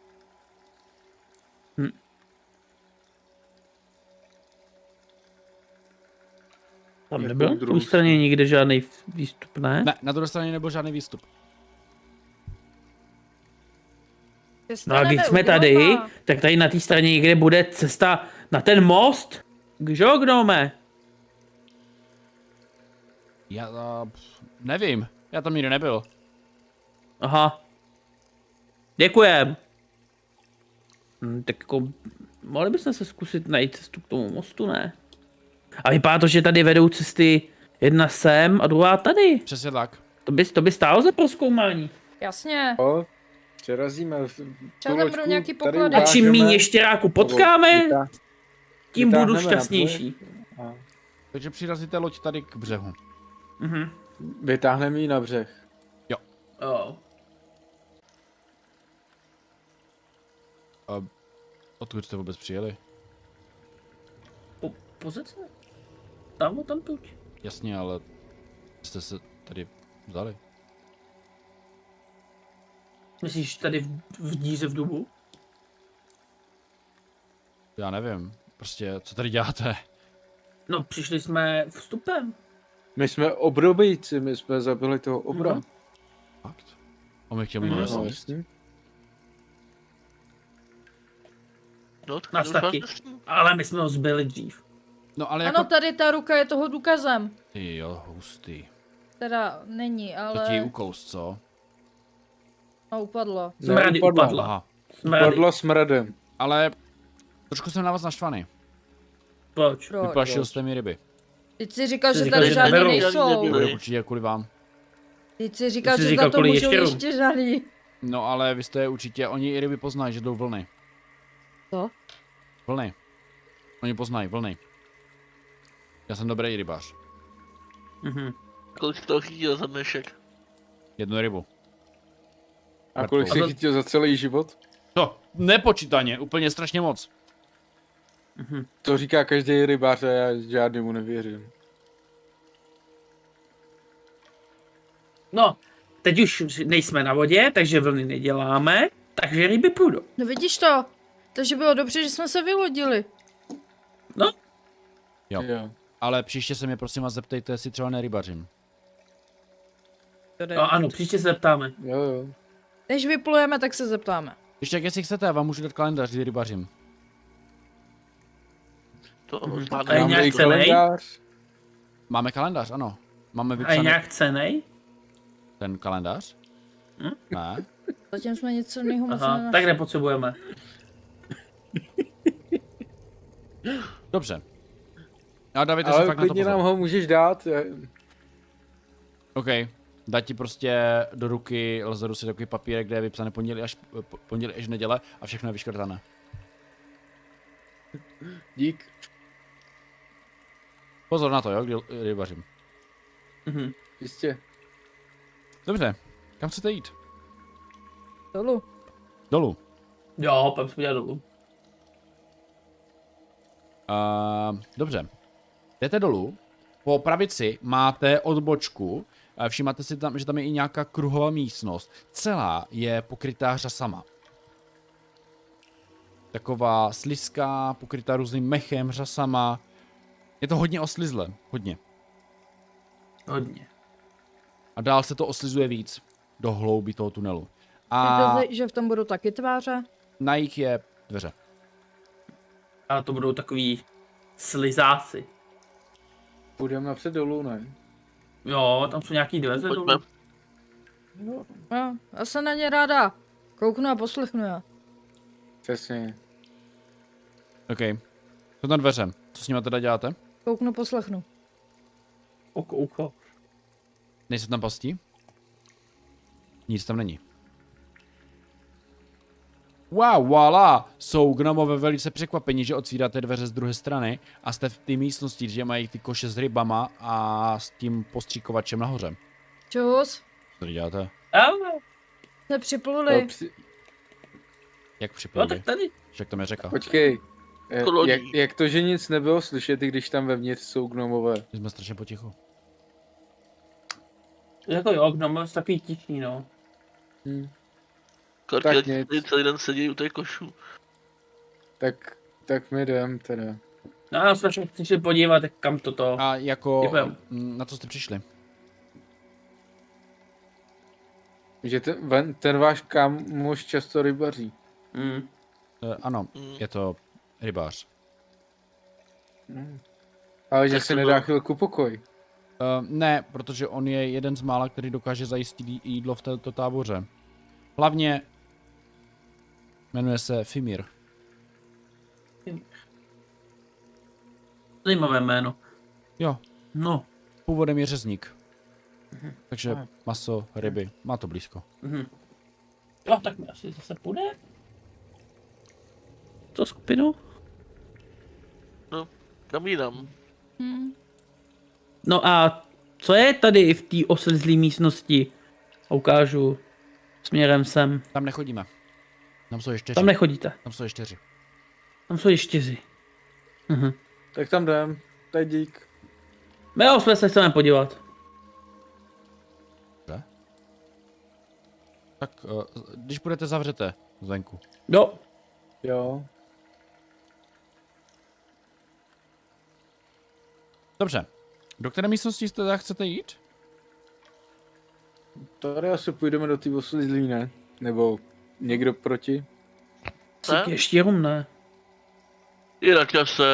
Tam Jakou nebyl na druhou druhé straně nikde žádný výstup, ne? Ne, na druhé straně nebyl žádný výstup. No a když jsme tady, tak tady na té straně někde bude cesta na ten most. Kdo, gnome? Já uh, nevím, já tam nikdy nebyl. Aha. Děkujem. Hm, tak jako, mohli bychom se zkusit najít cestu k tomu mostu, ne? A vypadá to, že tady vedou cesty jedna sem a druhá tady. Přesně tak. To by, to by stálo za prozkoumání. Jasně. O, přerazíme. v- tu Třeba tam budou loďku nějaký tady poklady. A čím ukážeme. méně štěráku potkáme, Vytá- tím budu vytáhneme na šťastnější. a Takže přirazíte loď tady k břehu. Mhm. Vytáhneme ji na břeh. Oh. Uh, odkud jste vůbec přijeli? Po, pozice? Tam, tam tuď. Jasně, ale Jste se tady vzali? Myslíš tady v, v díře v dubu? Já nevím. Prostě, co tady děláte? No, přišli jsme vstupem. My jsme obrobejci, my jsme zabili toho obra. Mhm. Fakt? On mi chtěl Mhm. mluvit. No, No, jasně. No, tak Nás doufám, taky. že s ním- Ale my jsme ho zbyli dřív. no ale Ano, jako... tady ta ruka je toho důkazem. Ty jo, hustý. Teda není, To ti ale ukous, co? no, upadlo. Smrady Neupadla. upadla. Aha. Smrady. Padla smradem. Ale trošku jsem na vás naštvaný. Proč? Proč? Vyplašil jste mi ryby. Teď si říkal, Jsi že říkal, tady že žádný neberou. nejsou. Nebyli. To určitě kvůli vám. Teď si říkal, Jsi že říkal za to kvůli můžou ještěrům. ještě žádný. No ale vy jste určitě, oni i ryby poznají, že jdou vlny. Co? Vlny. Oni poznají, vlny. Já jsem dobrý rybář. Mhm. Kolik jsi toho chytil za dnešek? Jednu rybu. A kolik Mrtvou. jsi chytil za celý život? To, nepočítaně, úplně strašně moc. Mhm. To říká každý rybář a já žádnému nevěřím. No, teď už nejsme na vodě, takže vlny neděláme, takže ryby půjdou. No vidíš to? Takže bylo dobře, že jsme se vylodili. No, Jo. Jo. Ale příště se mě prosím vás zeptejte, jestli třeba nerybařím. no ano, příště se zeptáme. Jo, jo. Než vyplujeme, tak se zeptáme. Když tak jestli chcete, já vám můžu dát kalendář, kdy rybařím. To Mhm. zvládne. A je Mám nějak i celý? kalendář. Máme kalendář, ano. Máme A je vypsaný nějak cenej? ten kalendář? Hm? Ne. Zatím jsme něco jiného moc Aha, nenašli. tak nepotřebujeme. Dobře. A dávejte si Ale fakt na to klidně pozor. nám ho můžeš dát. já- OK. Dá ti prostě do ruky Lazaru si takový papírek, kde je vypsané pondělí až, po- pondělí až neděle a všechno je vyškrtané. Dík. Pozor na to, jo, kdy rybařím. Mhm. Jistě. Dobře. Kam chcete jít? Dolů. Dolů. Jo, pojďme se podívat dolů. Uh, dobře. Jdete dolů. Po pravici máte odbočku. a Všímáte si tam, že tam je i nějaká kruhová místnost. Celá je pokrytá řasama. Taková slizká, pokrytá různým mechem, řasama. Je to hodně oslizlé. Hodně. Hodně. A dál se to oslizuje víc. Do hlouby toho tunelu. A Myslíte, že v tom budou taky tváře? na jich je dveře. A to budou takový slizáci. Půjdeme napřed dolů, ne? Jo, tam jsou nějaký dveře dolů. Pojďme. Jo. Jo, já se na ně ráda kouknu a poslechnu je. Přesně. OK. Jsou tam dveře. Co s nimi teda děláte? Kouknu, poslechnu. Oko, ucho. Nejsou tam pastí? Nic tam není. Wow, voilà! Jsou gnomové velice překvapení, že otvíráte dveře z druhé strany a jste v té místnosti, že mají ty koše s rybama a s tím postříkovačem nahoře. Čus, Co tady děláte? Ale, jsme Jo, připluli. při... Jak no připluli? tak tady. Však to mi řeka. Počkej. Eh, Jako lodí. Jak, jak to, že nic nebylo slyšet, i když tam vevnitř jsou gnomové? My jsme strašně potichu. Jako jo, gnomové jsou takový tichý, no. Hm. Karty Tak lidi nic. tady celý den sedí u těch košů. Tak, tak mi jdem teda. No a jsme se přišli podívat, jak kam toto. A jako, Děkujem. m, na co jste přišli? Že ten, ven- ten váš kámoš často rybaří. Mm. E, ano, Mm. je to rybář. Hm. Ale že Tak si to nedá bylo. chvilku pokoj. Uh, ne, protože on je jeden z mála, který dokáže zajistit jí- jídlo v této táboře. Hlavně jmenuje se Fimir. Zajímavé jméno. Jo, No. původem je řezník. Mhm. Takže Ah. maso, ryby, má to blízko. Mhm. Jo, tak mi asi zase půjde. To skupinu? Kam jinam? Hm. No a co je tady v té oslizlé místnosti? Ukážu směrem sem. Tam nechodíme. Tam jsou ještěři. Tam nechodíte. Tam jsou ještěři. Tam jsou ještěři. Mhm. Tak tam jdem. Tak dík. My jo, jsme se chceme podívat. můžete. Tak, uh, když budete, zavřete zvenku. Jo. Jo. Dobře. Do které místnosti jste teda chcete jít? Tady asi půjdeme do té oslizlí, ne? Nebo někdo proti? Ne? Ještě rum, ne? Je na čase.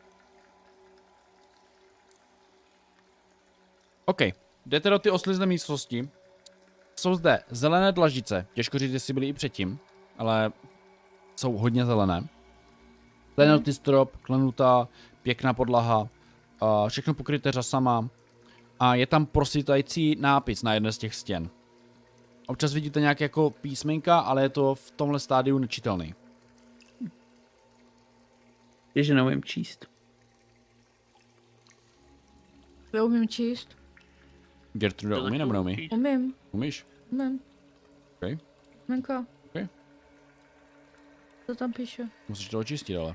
OK. Jdete do ty oslizné místnosti. Jsou zde zelené dlaždice. Těžko říct, jestli byly i předtím, ale jsou hodně zelené. Klenutý strop, klenutá, pěkná podlaha, a všechno pokryté řasama. A je tam prosvítající nápis na jedné z těch stěn. Občas vidíte nějaké jako písmenka, ale je to v tomhle stádiu nečitelný. Je, že neumím číst. Já umím číst. Gertruda umí nebo neumí? Umím. Umíš? Umím. OK. Menka. OK. Co tam píše? Musíš to očistit, ale.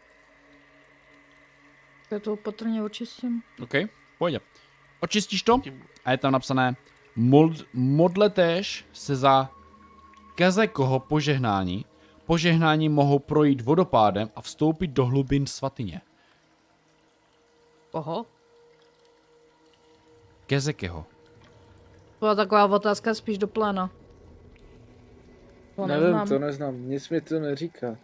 Já to opatrně očistím. OK, pojď. Očistíš to a je tam napsané mod, modletéž se za kazekoho požehnání. Požehnání mohou projít vodopádem a vstoupit do hlubin svatyně. Oho. Kezekeho. Byla taková otázka spíš do pléna. To Nevím, neznám. to neznám, nic mi to neříká.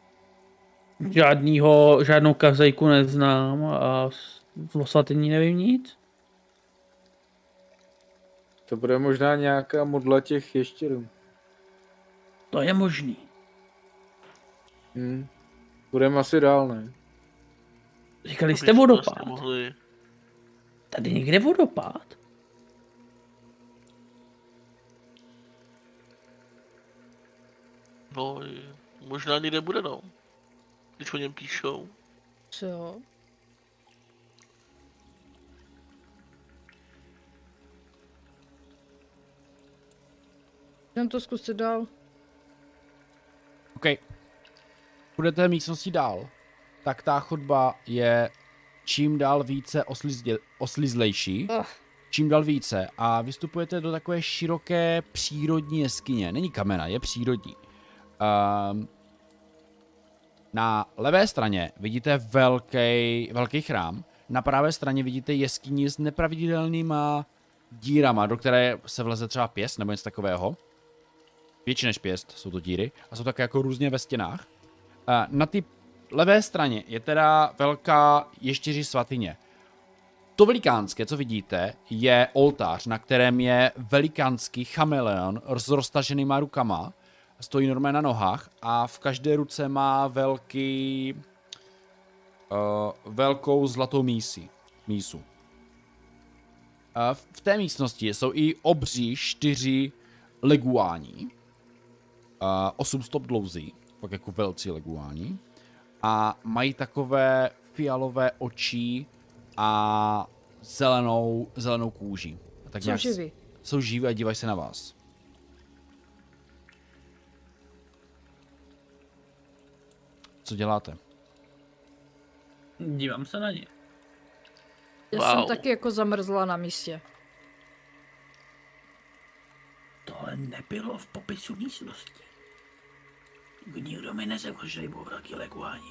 Žádnýho, žádnou kazejku neznám a o svatyni nevím nic. To bude možná nějaká modla těch ještěrů. To je možný. Hm. Budeme asi dál, ne? Říkali jste Abychom vodopád. vlastně mohli... Tady někde vodopád? No, možná někde bude, no. Když o něm píšou. Co? Jdem to zkusit dál. OK. Půjdete místností dál, tak ta chodba je čím dál více oslizlě, oslizlejší. Oh. Čím dál více a vystupujete do takové široké přírodní jeskyně. Není kamena, je přírodní. Um, na levé straně vidíte velký, velký chrám. Na pravé straně vidíte jeskyni s nepravidelnýma dírama, do které se vleze třeba pěst nebo něco takového. Větší než pěst jsou to díry a jsou také jako různě ve stěnách. Uh, na té levé straně je teda velká ještěří svatyně. To velikánské, co vidíte, je oltář, na kterém je velikánský chameleon s roztaženýma rukama. Stojí normálně na nohách a v každé ruce má velký, uh, velkou zlatou mísi, mísu. Uh, v té místnosti jsou i obří čtyři leguáni. Uh, osm stop dlouzí, pak jako velcí leguáni. A mají takové fialové oči a zelenou, zelenou kůži. A tak Jsou živí. Jsou živí a dívají se na vás. Co děláte? Dívám se na ně. Já Wow. jsem taky jako zamrzla na místě. Tohle nebylo v popisu místnosti. Nikdo mi neřekl, že budou velký leguáni.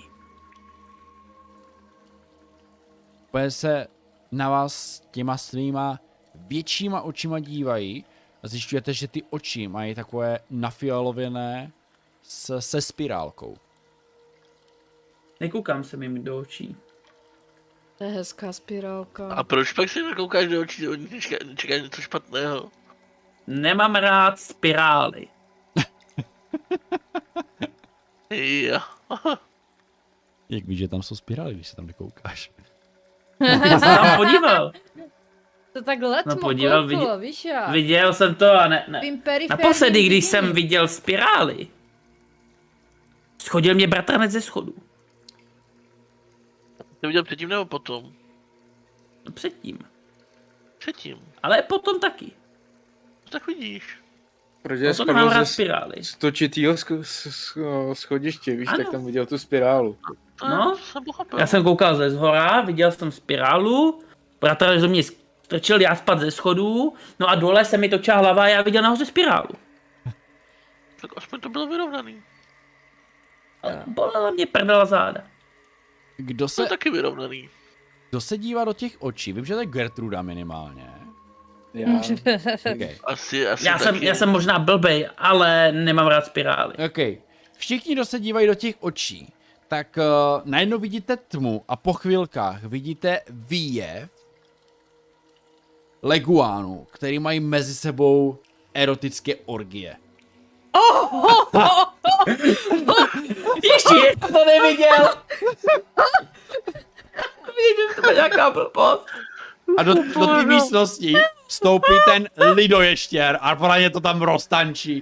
Úplně se na vás těma svýma většíma očima dívají a zjišťujete, že ty oči mají takové nafialověné se, se spirálkou. Nekoukám se mi do očí. To je hezká spirálka. A proč pak si nekoukáš do očí, oni čekají čeká něco špatného? Nemám rád spirály. Jo. Jak víš, že tam jsou spirály, když se tam nekoukáš? Já jsem tam podíval. To tak letmo No, podíval, kouklo, vidě- víš jak? Viděl jsem to a ne, ne. Tvým periferním Naposledy, když viděním. jsem viděl spirály, schodil mě bratranec ze schodu. Jsi viděl předtím nebo potom? No předtím. Předtím. Ale potom taky. Co tak vidíš? Protože Potom nemám spadl rád ze spirály. stočitýho sch- sch- schodiště, víš, Ano. tak tam viděl tu spirálu. To No. jsem pochopil. Já jsem koukal ze zhora, viděl jsem spirálu, bratranec do mě strčil, já spad ze schodů, no a dole se mi točila hlava a já viděl nahoře spirálu. Tak aspoň to bylo vyrovnaný. Ale bolela mě prdela záda. Kdo To se, je taky vyrovnaný. kdo se dívá do těch očí? Vím, že to je Gertruda minimálně. Já. Okay. Asi, asi Já jsem, taky. já jsem možná blbej, ale nemám rád spirály. OK. Všichni, kdo se dívají do těch očí, tak uh, najednou vidíte tmu a po chvilkách vidíte výjev leguánů, který mají mezi sebou erotické orgie. Ještě to neviděl! Vidím, že to je nějaká blbost. A do, do té místnosti vstoupí ten lidoještěr a podle mě to tam roztančí.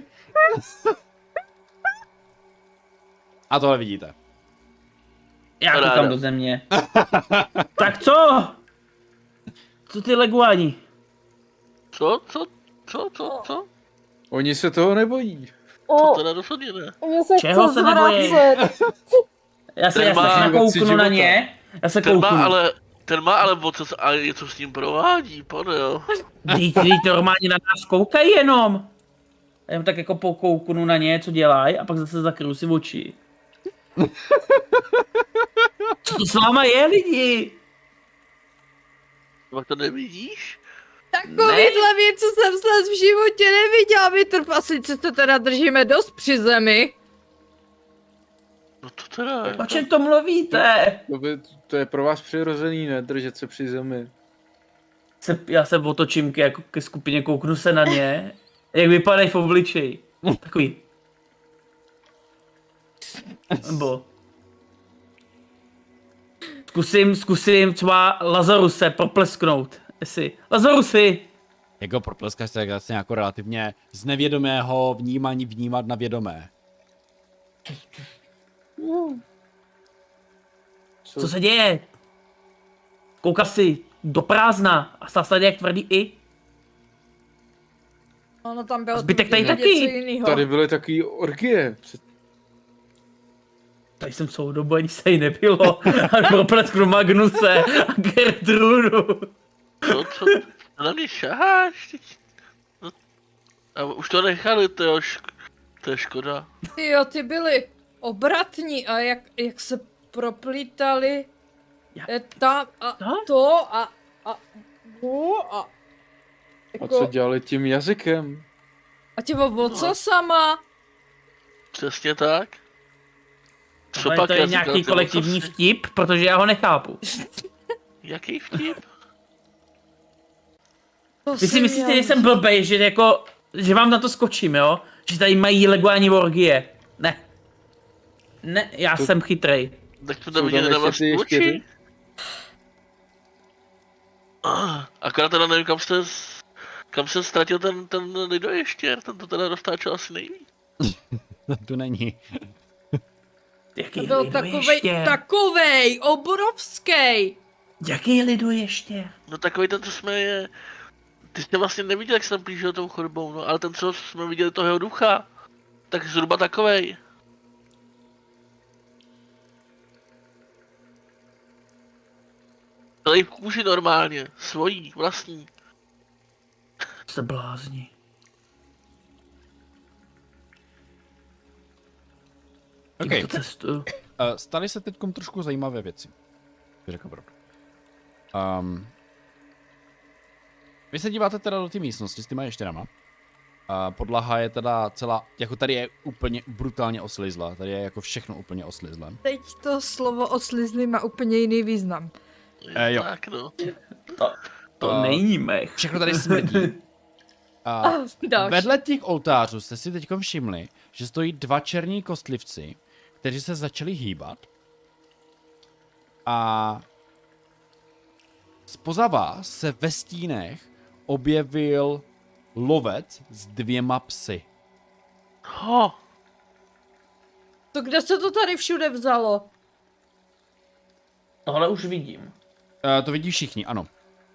A tohle vidíte. Já Ráda. koukám do země. Tak co? Co ty leguáni? Co, co, co, co, co? Oni se toho nebojí. To teda rozhodně ne. Mě se Čeho chce se nebojí? zvracet. Já se, Ten já se má- nakouknu na ně. Já se Ten má kouknu. ale, ten má ale vocec a něco s ním provádí, pane jo. Teď normálně na nás koukají jenom. Já jim tak jako pokouknu na ně, co dělají, a pak zase zakryju si oči. Co to s váma je, lidi? Pak to nevidíš? Takovýhle věc, co jsem snad v životě neviděla, vytrp, a sice se teda držíme dost při zemi. No to teda je. O čem to mluvíte? To, by, to je pro vás přirozený, ne? Držet se při zemi. Se, já se otočím ke, jako ke skupině, kouknu se na ně, jak vypadají v obličeji. Takový. Nebo... Zkusím, zkusím třeba Lazaruse proplesknout. Jestli. Lazarusy! Jako propleskáš se vlastně jako relativně z nevědomého vnímání vnímat na vědomé. Co se děje? Kouká si do prázdna a stál jak tvrdý i. Ono tam bylo Zbytek tady vidět taky. něco jinýho. Tady byly takový orgie. Před- Tady jsem celou dobu ani se jí nebylo. A proplesknu Magnuse a Gertrudu. Co, co? To na mě šaháš? teď? No, a už to nechali, to je, šk- to je škoda. Jo, ty byli obratní a jak, jak se proplítali Jak? eh, tam a Co? to a a no a A jako, co dělali tím jazykem? a těma vocasama. Přesně tak. Co Ale pak to já je říkal, nějaký ty kolektivní vocasy? vtip, protože já ho nechápu. Jaký vtip? To Vy si jsem myslíte, já- že jsem blbej, že jako, že vám na to skočím, jo? Že tady mají leguáni orgie. Ne. Ne, já To- jsem chytrej. Tak to Jsou tam neviděli na ještě vlastní ty oči? ještěry? Ah, akorát teda nevím, kam jste, s- kam se ztratil ten, ten lidoještěr, ten to teda roztáčel asi nejvíc. To není. Jaký To byl takovej, lidoještěr? takovej, obrovský. Jaký lidoještěr? No takový ten, co jsme je... Ty jste vlastně neviděl, jak se tam plížil tou chodbou, no, ale ten, co jsme viděli toho jeho ducha, tak zhruba takovej. Celý v kůži normálně, svojí, vlastní. Se blázní. Okay. Tímto cestu. Uh, staly se teď trošku zajímavé věci. Řekl pravdu. Um, vy se díváte teda do té místnosti s těma ještěrama. Uh, podlaha je teda celá, jako tady je úplně brutálně oslizla. Tady je jako všechno úplně oslizlé. Teď to slovo oslizlý má úplně jiný význam. Eh, jo. Tak no. To, to A- není mech. Všechno tady smrdí. Uh, Další. vedle těch oltářů jste si teď všimli, že stojí dva černí kostlivci, kteří se začali hýbat. A spoza vás se ve stínech objevil lovec s dvěma psy. Ho, To kde se to tady všude vzalo? Tohle už vidím. Uh, to vidí všichni, ano.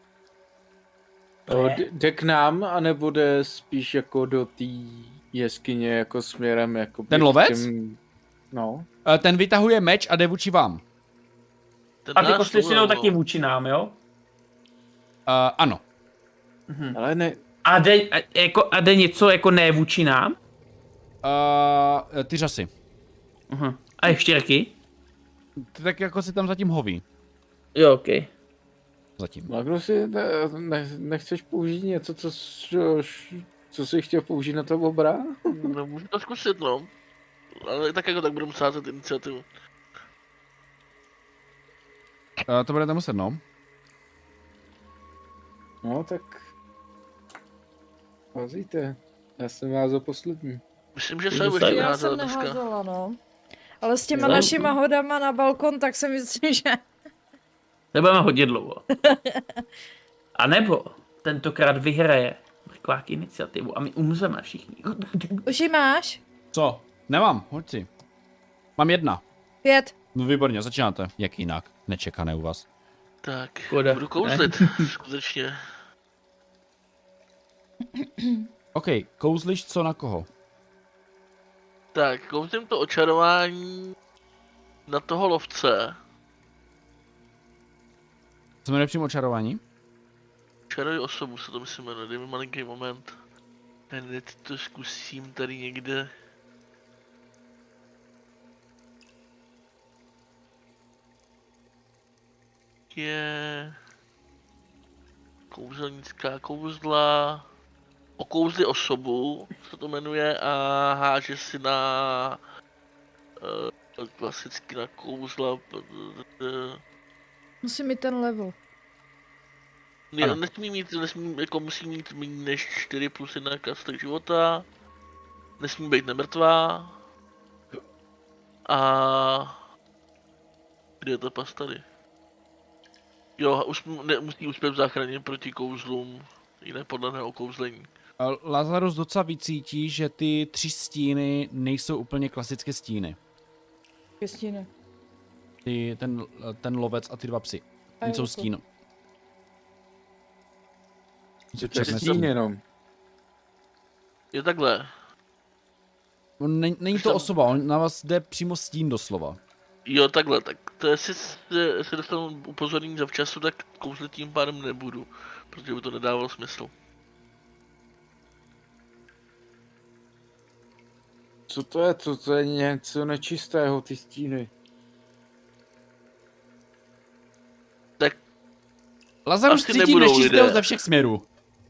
O, d- jde k nám, anebo jde spíš jako do té jeskyně, jako směrem jako Ten k lovec? těm- No. Uh, ten vytahuje meč a jde vůči vám. Uh, ten A ty nás kostlivci jdou mluvil, taky no. vůči nám, jo? ano. Mhm. Ale ne, A jde, a, jako, a jde něco jako ne vůči nám? Uh, ty řasy. Aha. A ještě jaký? Ty tak jako si tam zatím hoví. Jo, ok. Zatím. Magnusi, ne, ne, nechceš použít něco, co, co, co jsi chtěl použít na toho obra? No, můžu to zkusit, no. Ale tak jako tak budu sázet iniciativu. Uh, to budete muset, no. No tak... Házíte. Já jsem házal poslední. Myslím, že Ty se jsi- ještě Já vyházela jsem dneska. neházela, no. Ale s těma No. našima hodama na balkon, tak si myslím, že... Nebudeme hodně dlouho. A nebo tentokrát vyhraje Mrkvák iniciativu a my umřeme všichni. Už ji máš? Co? Nemám, hoď si. Mám jedna. Pět. No výborně, začínáte. Jak jinak? Nečekané u vás. Tak, Škoda. budu kouzlit, skutečně. OK, kouzliš co na koho? Tak, kouzlím to očarování na toho lovce. Co jmenuje přímo očarování? Čaruj osobu se to myslím jmenuje, dej mi malinký moment. Hned to zkusím tady někde. Je... Kouzelnická kouzla... Okouzli osobu se to jmenuje a háže si na... Uh, klasicky na kouzla... Musím mít ten level. Ne, Ano. nesmí mít, nesmí, jako musí mít méně než čtyři plus jedna kastek života. Nesmí být nemrtvá. A... Kde je ta pas tady? Jo, už ne, musí uspět v záchraně proti kouzlům. Jiné podle okouzlení. Uh, Lazarus docela vycítí, že ty tři stíny nejsou úplně klasické stíny. Pěstiny. Ty, ten, ten lovec a ty dva psy. A Nejsou jo, stín. Že to je stín jenom. Je takhle. Není, není to osoba, on na vás jde přímo stín doslova. Jo, takhle, tak to jestli se, se dostanu upozornění zavčasu, tak kouzlit tím pádem nebudu. Protože by to nedávalo smysl. Co to je? Co to je něco nečistého, ty stíny? Tak Lazarus Asi cítí nebudou nečistého lidé. ze všech směrů.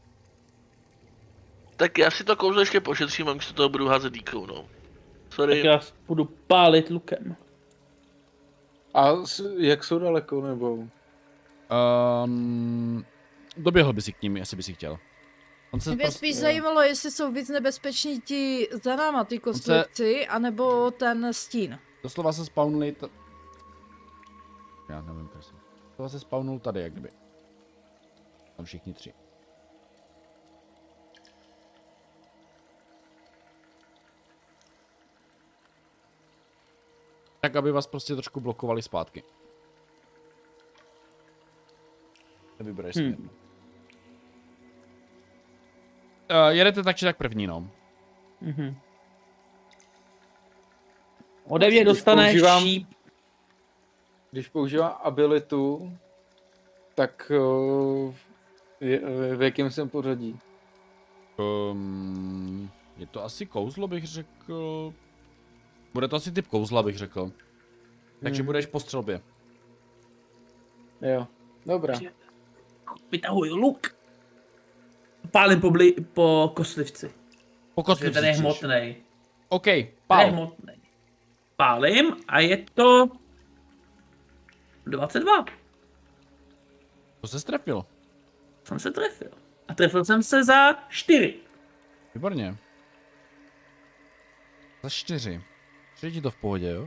Tak já si to kouzlo ještě pošetřím a místo toho budu házet díkou, no. Tak Sorry. já budu pálit lukem. A s- jak jsou daleko, nebo? Um, doběhl by si k ním, jestli by si chtěl. On se Mě prostě, spíš zajímalo, jestli jsou víc nebezpeční ti za náma, ty kostlivci, anebo ten stín. doslova se spawnuli t... Já nevím, prosím. Doslova se spawnul tady, jak kdyby. Tam všichni tři. Tak, aby vás prostě trošku blokovali zpátky. Nevybereš si Hmm. jedno. Uh, jedete tak či tak první, no. Mhm. Ode mě dostaneš používám- šíp. Když používám abilitu, tak uh, je, v jakém jsem pořadí? Um, je to asi kouzlo, bych řekl. Bude to asi typ kouzla, bych řekl. Takže Hmm. budeš po střelbě. Jo, dobrá. Vytahuji luk. Pálím po, bli, po kostlivci. Po Že kostlivci ten je chceš. hmotnej. OK, Ten je pál. hmotnej. Pálím a je to... dvacet dva. To se strefil. Jsem se trefil. A trefil jsem se za čtyři. Výborně. Za čtyři. Přijde ti to v pohodě, jo?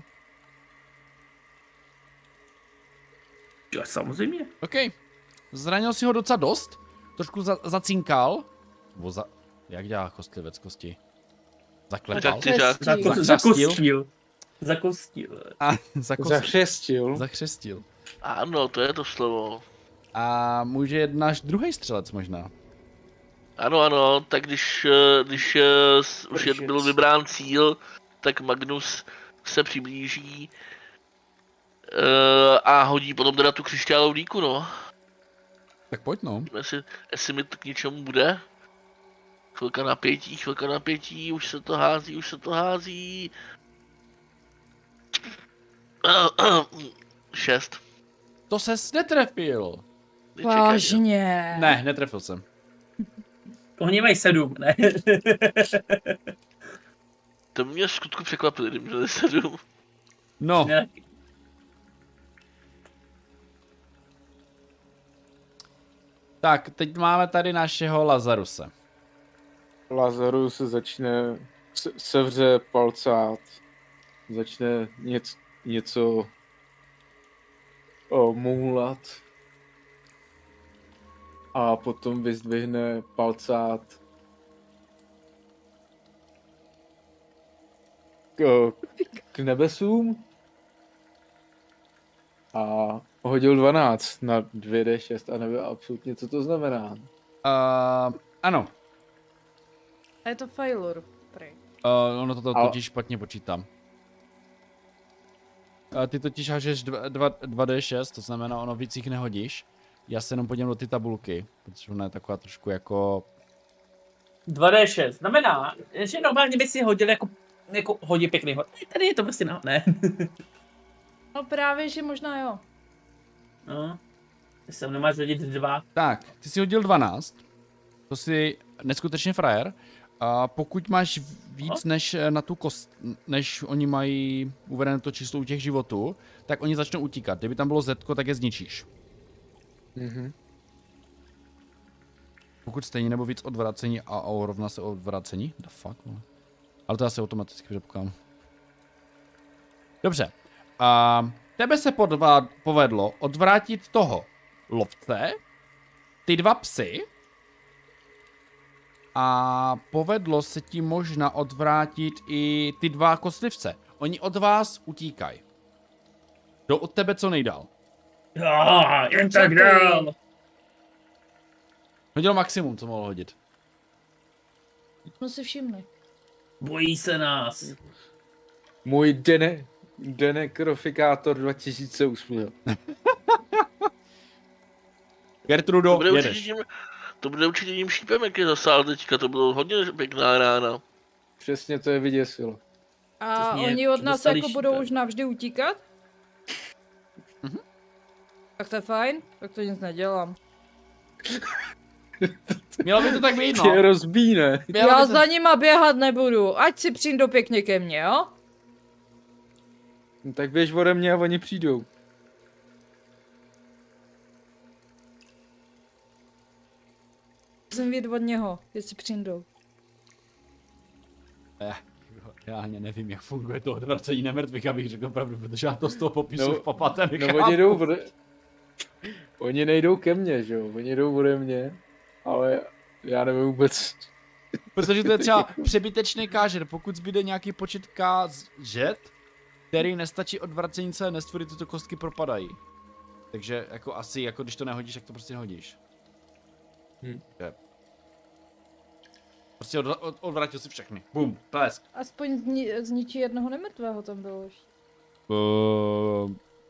Jo, samozřejmě. OK. Zranil si ho docela dost. Trošku za, zacinkal. Nebo za... Jak dělá kostlivec kosti? Zaklepal. Tak ty žák. Zako, Zakřastil. zakostil. Zakostil. A zakos... Zachřestil. Zachřestil. Ano, to je to slovo. A může jet náš druhý střelec možná. Ano, ano, tak když, eh, když eh, s- už je Pršec. byl vybrán cíl, tak Magnus se přiblíží eh, a hodí potom teda tu křišťálovou dýku, no. Tak pojď no. Jestli, jestli mi to k něčemu bude. Chvilka napětí, chvilka napětí, už se to hází, už se to hází. Šest. To ses netrefil. Nečekaj, Vážně. Ne, netrefil jsem. Oni mají sedm, ne? To mě v skutku překvapili, kdyby měli sedm. No, Ne. tak teď máme tady našeho Lazaruse. Lazarus začne, se- sevře palcát, začne něco, něco o, moulat a potom vyzdvihne palcát k, k nebesům a hodil dvanáct na dvě dé šest a nevím absolutně, co to znamená. Uh, ano, A je to failure. Prej. uh, ono to, to Ale- totiž špatně počítám. Uh, ty totiž hažeš dva dé šest, to znamená, ono víc jich nehodíš. Já se jenom podívám do ty tabulky, protože ona je taková trošku jako... dva dé šest. Znamená, že normálně by si hodil jako, jako hodí pěkný hod. Tady je to prostě na, ne. No právě, že možná jo. No. Ty sem nemáš hodit dva. Tak, ty jsi hodil dvanáct. To jsi neskutečně frajer. A pokud máš víc než na tu kost, než oni mají uvedené to číslo u těch životů, tak oni začnou utíkat. Kdyby tam bylo zetko, tak je zničíš. Mhm. Pokud stejně nebo víc odvracení a O rovná se odvracení. The fuck, no. Ale to asi automaticky předpokládám. Dobře. A tebe se podva- povedlo odvrátit toho lovce, ty dva psy, a povedlo se ti možná odvrátit i ty dva kostlivce. Oni od vás utíkají. Jdou od tebe co nejdál. Jo, jen tak dál. Hodil maximum, co mohl hodit. Jsme si všimli. Bojí se nás. Můj dene, denekrofikátor dva tisíce usměl. Gertrudo, To bude, určitě jedeš. tím, to bude určitě tím šípem, jak je zasál teďka, to bylo hodně pěkná rána. Přesně to je vyděsilo. A Přesně, oni od nás dostali jako budou šípem. už navždy utíkat? Mhm. Tak to je fajn, tak to nic nedělám. Mělo by to tak být, Tě no. rozbíne. Mělo Já by to... za nima běhat nebudu, ať si přijdou pěkně ke mně, jo? No, tak běž ode mě a oni přijdou. Jsem vědět od něho, jestli přijdou. Eh, já ani nevím, jak funguje to odvracení nemrtvých, abych řekl pravdu, protože já to z toho popisu No, v papate No nechápu. oni jdou ode... Oni nejdou ke mně, že jo? Oni jdou ode mě, ale já nevím vůbec. Protože to je třeba přebytečný kážer, pokud zbyde nějaký počet kážet, který nestačí odvracení celé nestvory, tyto kostky propadají. Takže jako asi, jako když to nehodíš, tak to prostě nehodíš. Hm. Je. Prostě od, od, odvratil si všechny. Bum, plesk. Aspoň zni, zničí jednoho nemrtvého tam bylo už. Uh,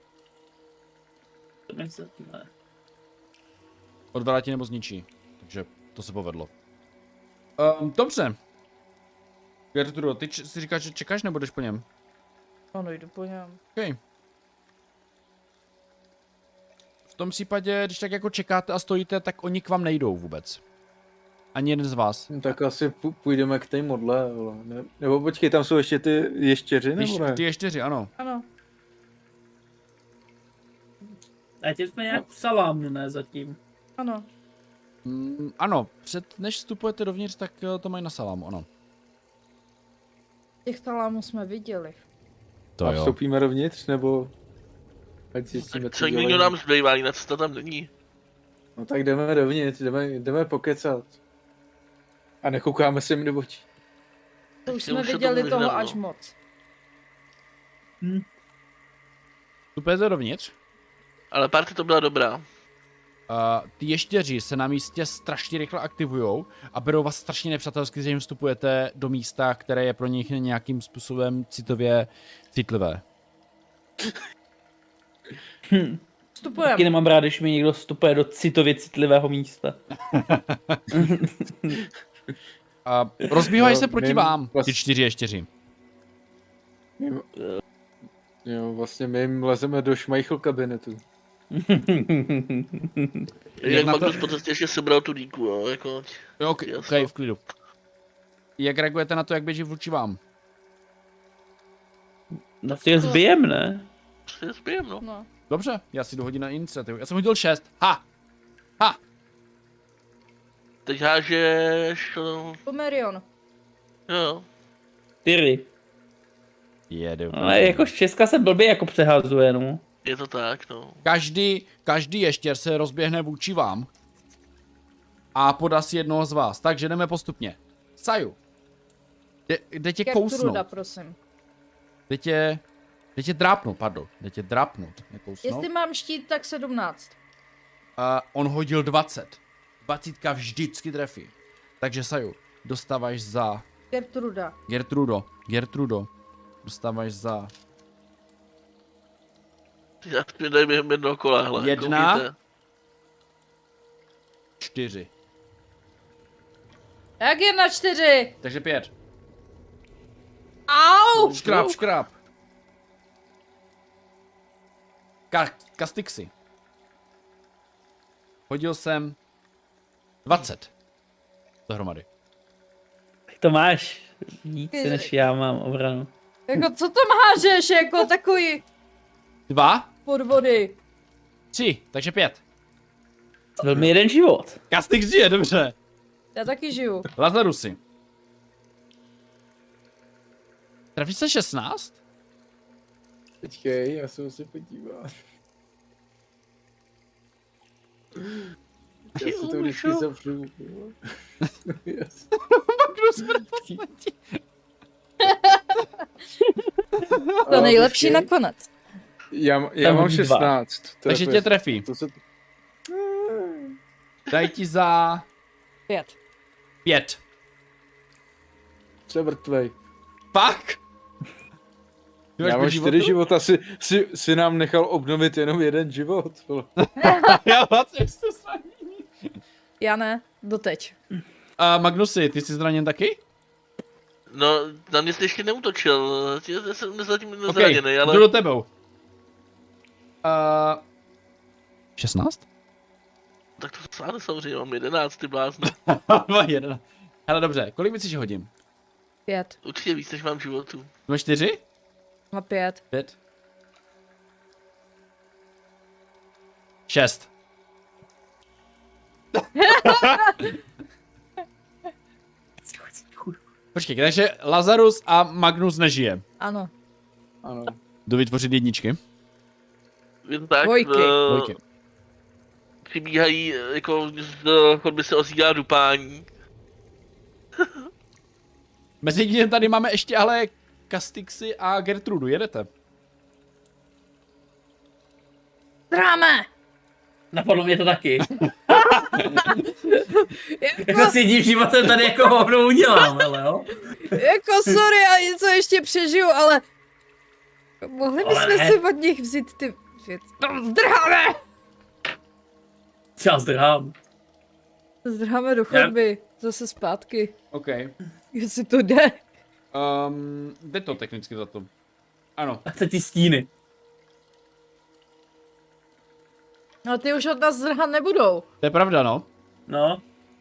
To mi se- ne. odvrátí nebo zničí. Takže to se povedlo. Um, dobře. Gertrudo, ty č- si říkáš, že čekáš nebo jdeš po něm? Ano, jdu po něm. OK. V tom případě, když tak jako čekáte a stojíte, tak oni k vám nejdou vůbec. Ani jeden z vás. No, tak asi pů- půjdeme k té modle, vole. Ne, nebo počkej, tam jsou ještě ty ještěři, Když, nebo ne? ty ještěři, ano. Ano. A teď jsme nějak v salámu, ne zatím. Ano. Mm, ano, před, než vstupujete dovnitř, tak eh, to mají na salámu, ano. Těch salámů jsme viděli. To A vstoupíme dovnitř, nebo... Ať zjistíme, Co dělají. jiného nám zbývá, jinak cesta tam není. No tak jdeme dovnitř, jdeme, jdeme pokecat. A nekoukáme se jim do očí. To už Ještě jsme už se to viděli vyhnalo. toho až moc. Vstupujete dovnitř. Ale party to byla dobrá. Uh, ty ještěři se na místě strašně rychle aktivujou a berou vás strašně nepřátelsky, že jim vstupujete do místa, které je pro nich nějakým způsobem citově citlivé. vstupujeme. Taky nemám rád, když mi někdo vstupuje do citově citlivého místa. A rozbíhají No, se proti my- vám, vlast- ty čtyři ještěři. My, jo, vlastně my jim lezeme do šmajchl kabinetu. Jak na to- Magnus po cestě ještě sebral tu dýku, jo, jako... Jo, ok, Jasno. ok, v klidu. Jak reagujete na to, jak běží vůči vám? Na to je zbijem, ne? Prostě zbijem, no. No. Dobře, já si dohodím na iniciativu. Já jsem hodil šest. Ha! Ha! Teď hážeš... no, Pomerion. Jo. Čtyři. Jedu. Ale jako z Česka se blbě jako přehazuje, no. Je to tak, no. Každý, každý ještěr se rozběhne vůči vám a podá si jednoho z vás. Takže jdeme postupně. Saju. Jde, jde tě Gertruda, kousnout. prosím. Jde tě, jde tě drápnout, pardon. Jde tě drápnout, nekousnout. Jestli mám štít, tak sedmnáct. A on hodil dvacet. Dvacítka vždycky trefí. Takže Saju, dostáváš za Gertruda. Gertrudo. Gertrudo. Dostáváš za Já mi dej během jednoho kola, hele. Jedna. koukejte. čtyři. Jak je na čtyři? Takže pět. Au! Škráp, škráp. Ka Kastixi. Hodil jsem dvacet. Dohromady. Tak to máš více než já mám obranu. Jako co tam hážeš, jako takový Dva, podvody. tři, takže pět. Byl mi jeden život. Kastix žije, dobře. Já taky žiju. Lazarusy. Trefíš se šestnáct? Počkej, já se musím podívat. Já si to vždycky zapřu. Yes. To A, nejlepší počkej. nakonec. Já, já Tam mám hodí dva. šestnáct. To Takže je- tě trefí. To se... Daj ti za Pět. pět. Jsi mrtvej. Pak. Já mám čtyři života, si, si, si nám nechal obnovit jenom jeden život. vole. Já vlastně jste sami. Já ne, doteď. A Magnusy, ty jsi zraněn taky? No, na mě jsi ještě neútočil, já jsem zatím Ok, nezraněný, ale... jdu do tebou. Uh, šestnáct? Tak to sáhne samozřejmě, mám jedenáct, ty blázne. Jeden. Hele, dobře, kolik myslíš, že hodím? Pět. Určitě víc, než mám životů. Dva čtyři? Má pět. Pět. Šest. Počkej, takže Lazarus a Magnus nežije. Ano. Ano. Jdu vytvořit jedničky. Jen tak, Dvojky. eh, Dvojky. přibíhají, eh, jako z chodby se ozývá dupání. Mezi tím tady máme ještě ale Kastixy a Gertrudu, jedete? Dráme! Napadlo mě to taky. Jako, Jako s jedním životem tady jako hovno udělám, ale jo. jako sorry, já něco ještě přežiju, ale... Mohli Ale bychom ne. si od nich vzít ty věci. No, zdrháme! Já zdrhám. Zdrháme do chodby. Zase zpátky. OK. Jestli to jde. Um, jde to technicky za to. Ano. A se ty stíny. No ty už od nás zdrhat nebudou. To je pravda, no. No.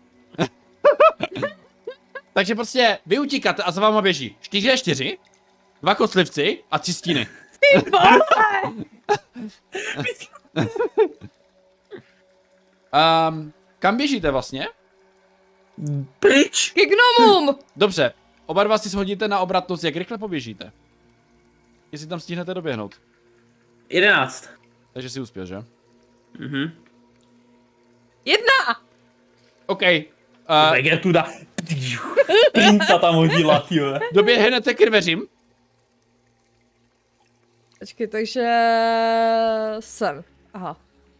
Takže prostě vy utíkáte a za váma běží čtyři a čtyři, dva kostlivci a tři stíny. um, kam běžíte vlastně? Pryč! Ke gnomům! Dobře, oba dva si shodíte na obratnost, jak rychle poběžíte. Jestli tam stihnete doběhnout. Jedenáct. Takže si uspěl, že? Mhm. Jedna! OK. Uh, Uh, Gertruda. Sprinta tam hodila, tyjo. doběhnete k dveřím. Počkej, takže... Sem. Aha.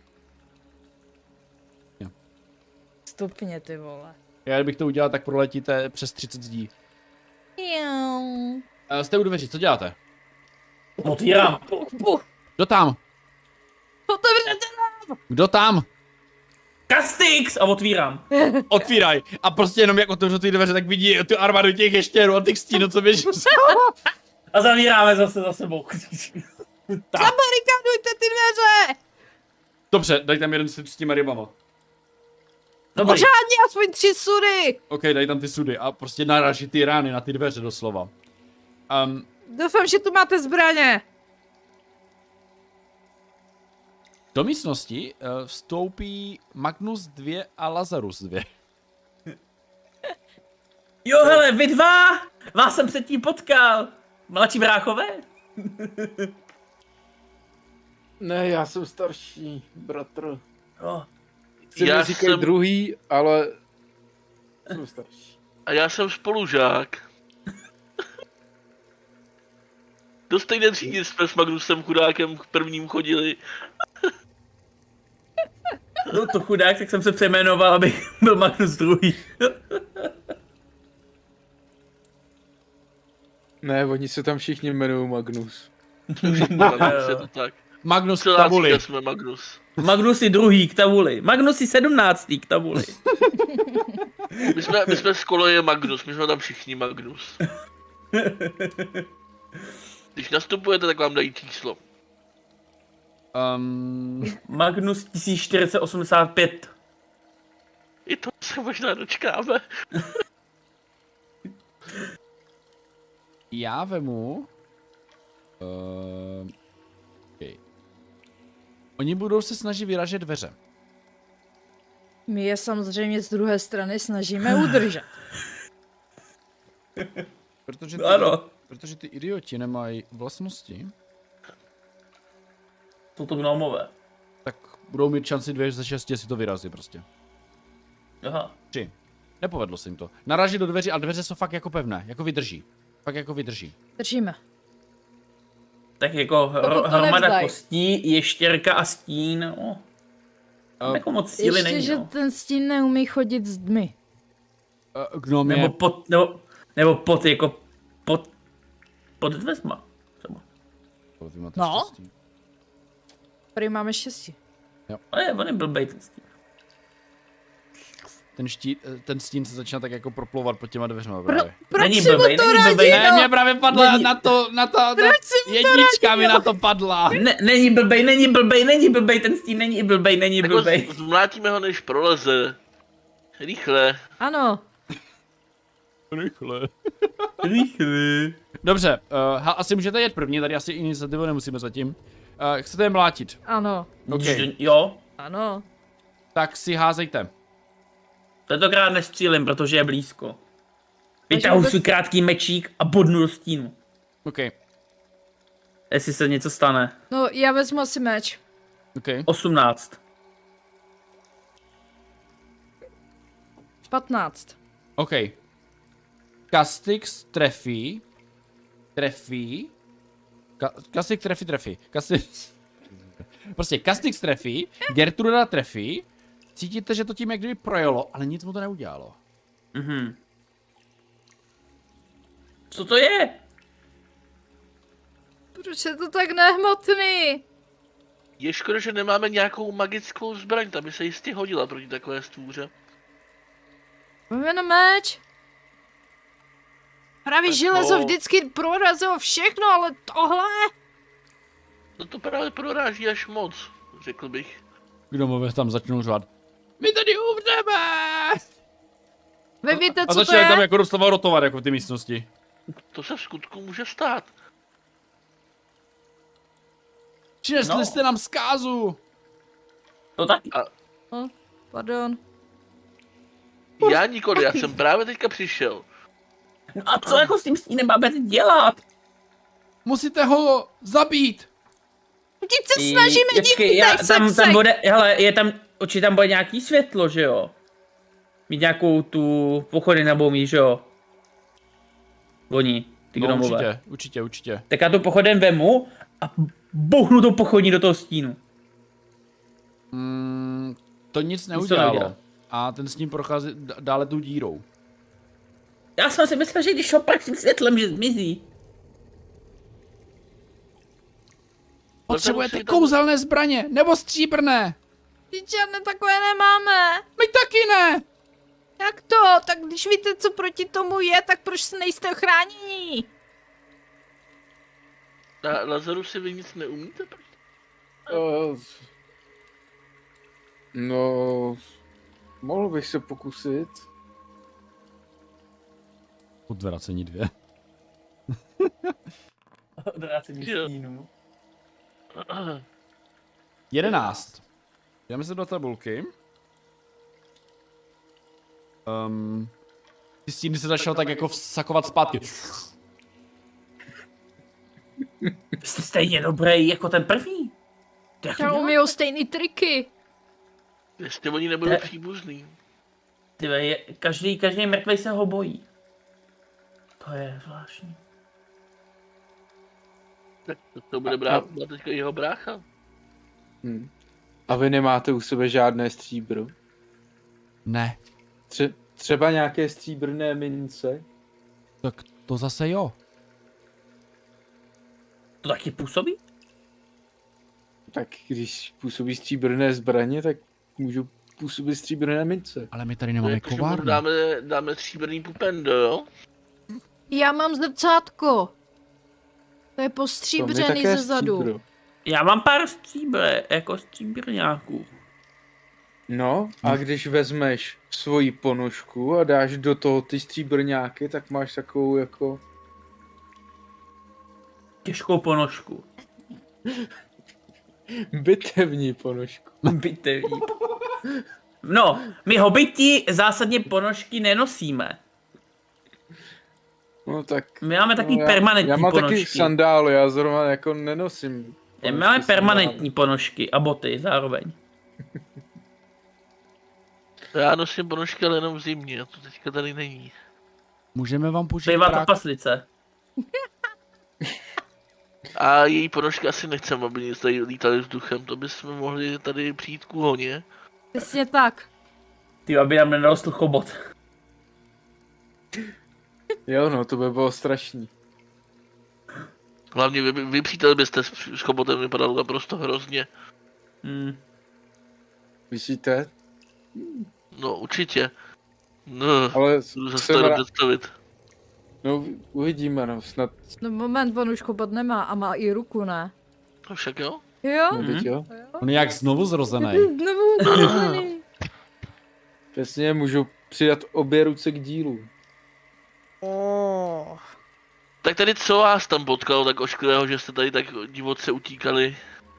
Jo. Stupně, ty vole. Já kdybych to udělal, tak proletíte přes třicet zdí. Jau. Uh, jste u dveří, co děláte? Otvírám. Puch, puch. Kdo tam? Otevřete Kdo tam? Kastix! A otvírám. Otvíraj. A prostě jenom jak otevřu ty dveře, tak vidí tu armádu těch ještěrů a těch stínů, co běží. A zavíráme zase za sebou. Zabarikádujte ty dveře! Dobře, daj tam jeden s těma rybama. Dobrý. Pořádně, aspoň tři sudy! OK, daj tam ty sudy a prostě naráží ty rány na ty dveře doslova. Um, Doufám, že tu máte zbraně. do místnosti uh, vstoupí Magnus dva a Lazarus dva. Jo, hele, vy dva! Vás jsem předtím potkal. Mladší bráchové? Ne, já jsem starší, bratr. Jo. Jsem Já mi říkají jsem- druhý, ale jsem starší. A já jsem spolužák. Do stejné třídy jsme s Magnusem chudákem k prvním chodili. No to chudák, tak jsem se přejmenoval, aby byl Magnus druhý. Ne, oni se tam všichni jmenují Magnus. Magnus je to tak. Magnus k Celá tabuli. třída jsme Magnus. Magnus je druhý k tabuli. Magnus je sedmnáctý k tabuli. My jsme, my jsme z koleje Magnus, my jsme tam všichni Magnus. Když nastupujete, tak vám dají číslo. Um, Magnus tisíc čtyři sta osmdesát pět. I to se možná dočkáme. já vemu... Uh, okay. Oni budou se snažit vyražet dveře. My je samozřejmě z druhé strany snažíme udržet. Protože ty, Ano. protože ty idioti nemají vlastnosti, Jsou to gnomové. tak budou mít šanci dvě ze šesti, si to vyrazí prostě. Aha. Tři. Nepovedlo se jim to. Naráží do dveří, ale dveře jsou fakt jako pevné, jako vydrží. Fakt jako vydrží. Držíme. Tak jako hro, to hromada nevzdaj. kostí, ještěrka a stín. No. Uh, Jako moc síly Ještě, není, že no. ten stín neumí chodit s dmy. uh, gnom je... Nebo pod, nebo, nebo pod, jako pod, pod dveřma. Třeba. Oh, vy máte No. štěstí. Prý máme štěstí. On je, on je blbej ten stín. Ten, štít, eh, ten stín se začíná tak jako proplouvat pod těma dveřma Pro, právě. proč Není si mu blbej, to není radí? blbej, Ne, no? mě právě padla Není- na to, na to, na Proč si mi to jednička mi na to padla. Ne, není blbej, není blbej, není blbej, ten stín není blbej, není Jako blbej. z- zmlátíme ho, než proleze. Rychle. Ano. Rychle. Rychle. Dobře, uh, ha, asi můžete jet první, tady asi iniciativu nemusíme zatím. Uh, chcete je mlátit, Ano. Ok. Jo, Ano. tak si házejte. tentokrát nestřílim, protože je blízko. Vytahuji vůbec- svůj krátký mečík a bodnu do stínu. OK, Jestli se něco stane. No, já vezmu asi meč. OK. osmnáct. patnáct. OK. Castix trefí. Trefí. Ka- Castix trefí, trefí. Castix... Prostě Castix trefí, Gertruda trefí. Cítíte, že to tím jak kdyby projelo, ale nic mu to neudělalo. Mhm. Co to je? Proč je to tak nehmotný? Je škoda, že nemáme nějakou magickou zbraň, ta by se jistě hodila proti takové stvůře. Máme na meč. Právě Tak železo to- vždycky prorazilo všechno, ale tohle? No to právě proráží až moc, řekl bych. Gnomové tam začnou řvat. My tady umřeme! Vy víte, A co to začínají tam je? jako doslova rotovat jako v té místnosti. To se v skutku může stát. Přinesli No. jste nám zkázu! To taky. Oh, pardon. Já nikoli, já jsem právě teďka přišel. No a co jako s tím stínem máme teď dělat? Musíte ho zabít! Vždyť se snažíme Počkej, díky, já, tak tam, sek, tam sek. bude, hele, je tam, určitě tam bude nějaký světlo, že jo? Mít nějakou tu pochody na boumí, že jo? Oni, ty No, gnomové. určitě, určitě, určitě. Tak já to pochodem vemu a bouchnu to pochodní do toho stínu. Mm, to nic to neudělalo. neudělá. A ten s ním prochází d- dále tou dírou. Já jsem si myslel, že když ho pak tím světlem, že zmizí. Potřebujete musí tam- kouzelné zbraně, nebo stříbrné! Teď žádné takové nemáme. My taky ne! Jak to? Tak když víte, co proti tomu je, tak proč se nejste ochránění? Na Lazaru si vy nic neumíte? Uh, no, mohl bych se pokusit. Odvracení dvě. Odvrácení Jo. stínu. Jedenáct. Jdeme se do tabulky. Um, ty stíny se začal tak jako vsakovat zpátky. Jste stejně dobrý jako ten první. To jak to Já dělá? umíjou stejný triky. Jestli oni nebudou Ne. příbuzný. Ty ve, je, každý, každý mrtvej se ho bojí. To je zvláštní. Tak to, to bude brát teďka jeho brácha. Hm. A vy nemáte u sebe žádné stříbro? Ne, Tře- třeba nějaké stříbrné mince? tak to zase jo. To taky působí? Tak když působí stříbrné zbraně, tak můžu působit stříbrné mince. Ale my tady nemáme Takže mu kovárnu. dáme, dáme stříbrný pupendo, jo? Já mám zrcátko. To je To mi postříbřený také ze zadu. stříbro. Já mám pár stříbre, jako stříbrňáků. No, a když vezmeš svoji ponožku a dáš do toho ty stříbrňáky, tak máš takovou jako... Těžkou ponožku. bitevní ponožku. Bitevní. No, my hobiti zásadně ponožky nenosíme. No tak... My máme takový no, já, permanentní já mám ponožky. taky sandály, já zrovna jako nenosím. My ponožky, máme sandály. permanentní ponožky a boty zároveň. Já nosím ponožky, ale jenom v zimě, a to teďka tady není. Můžeme vám půjčit Bývá brák? trpaslice. A její ponožky asi nechcem, aby nic tady lítali vzduchem, to bychom mohli tady přijít k úhoně. Přesně tak. Ty, aby nám nenarostl chobot. Jo, no, to by bylo strašný. Hlavně vy, vy přítel byste s, s chobotem vypadal naprosto hrozně. Hmm. Myslíte? No určitě. No, Ale budu zase jsem to ra- představit. no, uvidíme, no, snad, No moment, on už chobot nemá a má i ruku, ne? No však jo. Jo? no, teď jo. On je jak znovu zrozený. Znovu zrozený. Přesně, můžu přidat obě ruce k dílu. Oh. Tak tady co vás tam potkalo tak ošklivého, že jste tady tak divoce utíkali?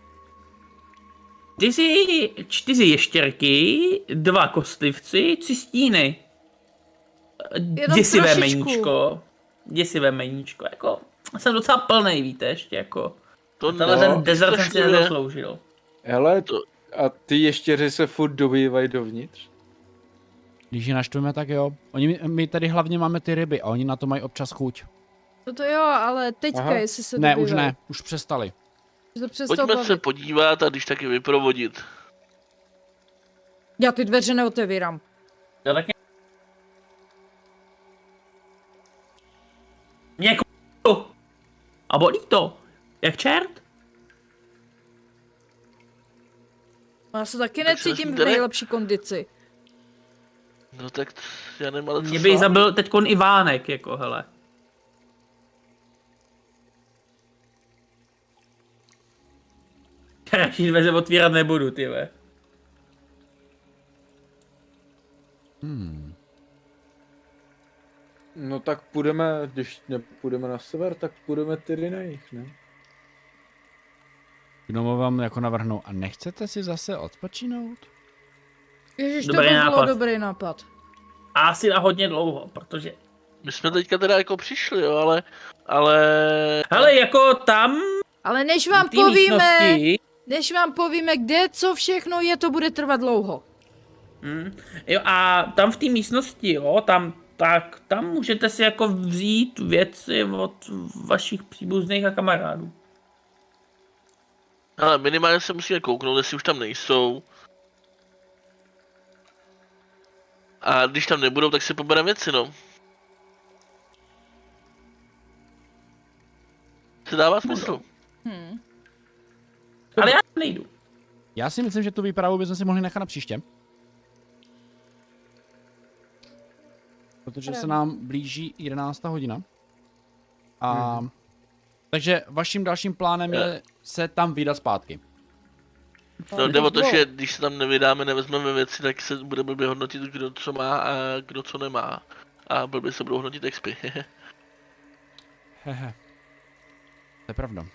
Ty jsi čtyři ještěrky, dva kostlivci, tři stíny. Jenom Děsivé trošičku. meníčko. Děsivé meníčko, jako... Jsem docela plnej, víte, ještě jako... To Tenhle No, ten desert jsem si strašlivě. nezasloužil. Hele, To- a ty ještěři se furt dobývají dovnitř? Když je naštveme, tak jo. Oni, my tady hlavně máme ty ryby a oni na to mají občas chuť. No to jo, ale teďka, Aha. jestli se Ne, dobývají. už ne, už přestali. Že to přestal Pojďme bavit. se podívat a když taky vyprovodit. Já ty dveře neotevírám. Já taky... Mě k***u. A bolí to. Jak čert? Já se taky Tak se necítím v vezměte, ne? nejlepší kondici. No tak t- já nevím, ale co Mě s by vámi? zabil teďkon Ivánek, jako hele. Radši dveře otvírat nebudu, ty ve. Hmm. No tak půjdeme, když nepůjdeme na sever, tak půjdeme tedy na jich, ne? Gnomo vám jako navrhnou, a nechcete si zase odpočinout? Ježiš, to Dobrý by bylo nápad. dobrý nápad. A asi na hodně dlouho, protože... My jsme teďka teda jako přišli, jo, ale... Ale... Hele, jako tam... Ale než vám v té povíme, místnosti- než vám povíme, kde co všechno je, to bude trvat dlouho. Hmm. Jo, a tam v té místnosti, jo, tam, tak, tam můžete si jako vzít věci od vašich příbuzných a kamarádů. Ale minimálně se musíme kouknout, jestli už tam nejsou. A když tam nebudou, tak si pobereme věci, no. Se dává smysl. Hm. Ale já nejdu. Já si myslím, že tu výpravu bychom si mohli nechat na příště. Protože se nám blíží jedenáctá hodina. A... Hmm. Takže vaším dalším plánem je se tam vydat zpátky. No jde o to, že když se tam nevydáme, nevezmeme věci, tak se bude blbě hodnotit, kdo co má a kdo co nemá. A blbě se budou hodnotit expy. Hehe. To je pravda.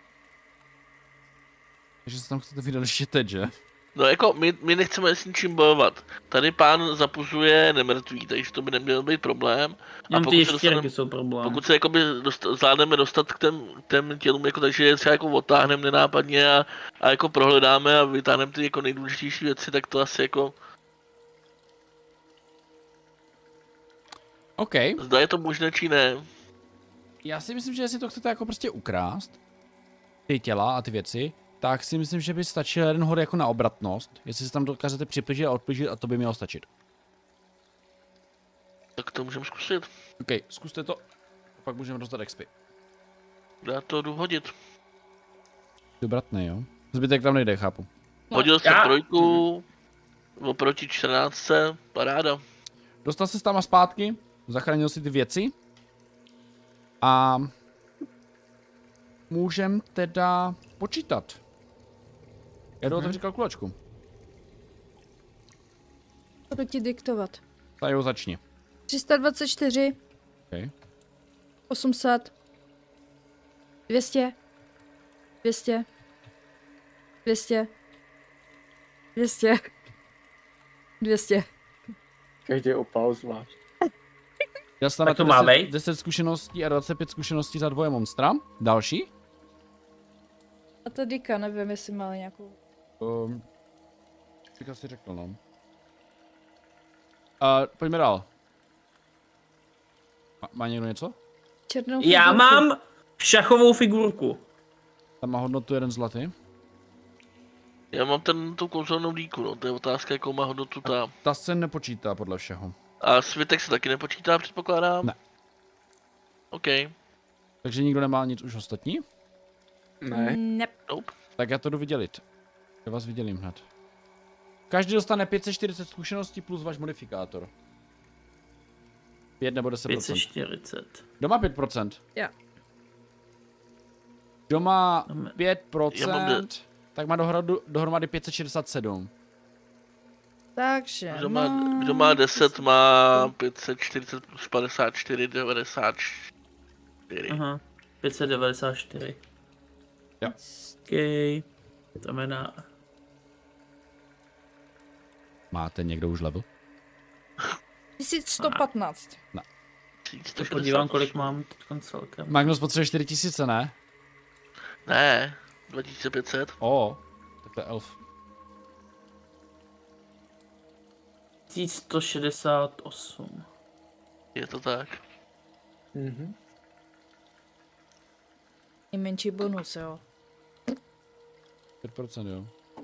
Takže se tam chcete vydat ještě teď, že? No jako, my, my nechceme s ničím bojovat. Tady pán zapuzuje nemrtví, takže to by neměl být problém. A pokud se, dostanem, jsou problém. pokud se jakoby dost, zvládneme dostat k těm, k těm tělům, jako, takže je třeba jako otáhneme nenápadně a, a jako prohledáme a vytáhneme ty jako nejdůležitější věci, tak to asi jako... OK. Zda je to možné, či ne. Já si myslím, že jestli to chcete jako prostě ukrást, ty těla a ty věci, tak si myslím, že by stačil jeden hod jako na obratnost, jestli se tam dokážete připlížit a odplížit a to by mělo stačit. Tak to můžeme zkusit. OK, zkuste to, a pak můžeme dostat expy. Já to jdu hodit. Dobratný, jo? Zbytek tam nejde, chápu. No, hodil jsem já... trojku, oproti čtrnáctce, paráda. Dostal se tam a zpátky, zachránil si ty věci a můžem teda počítat. Já jdu hmm. otevřít kalkulačku. Budu ti diktovat. Tak jo, začni. tři sta dvacet čtyři. Okay. osm set. dvě stě. dvě stě. dvě stě. dvě stě. dvě stě. Každý opal zvlášť. Já jsem na to deset, deset zkušeností a dvacet pět zkušeností za dvoje monstra. Další? A ta Dika, nevím, jestli má nějakou... Um, Dika si řekl, no. Uh, pojďme dál. Má, má někdo něco? Černou Já figurku. mám šachovou figurku. Tam má hodnotu jeden zlatý. Já mám ten, tu kouzelnou díku, no, to je otázka, jakou má hodnotu ta. A ta se nepočítá podle všeho. A svitek se taky nepočítá, předpokládám? Ne. OK. Takže nikdo nemá nic už ostatní? Ne. Ne. Nope. Tak já to jdu vydělit. Já vás vydělím hned. Každý dostane pět set čtyřicet zkušeností plus váš modifikátor. pět nebo deset procent. pět set čtyřicet. Kdo má pět procent? Já. Kdo má pět procent, de... tak má dohromady, dohromady pět set šedesát sedm. Takže Kdo má, kdo má deset, má pět set čtyřicet plus padesát čtyři, devadesát čtyři. Aha, pět set devadesát čtyři. Jo. OK. To znamená... Máte někdo už level? tisíc sto patnáct. Ne. To podívám, kolik mám teď celkem. Magnus potřebuje čtyři tisíce, ne? Ne, dva tisíce pět set. O, tak to je elf. tisíc sto šedesát osm. Je to tak. Mhm. Nejmenší bonus, jo. pět procent, jo.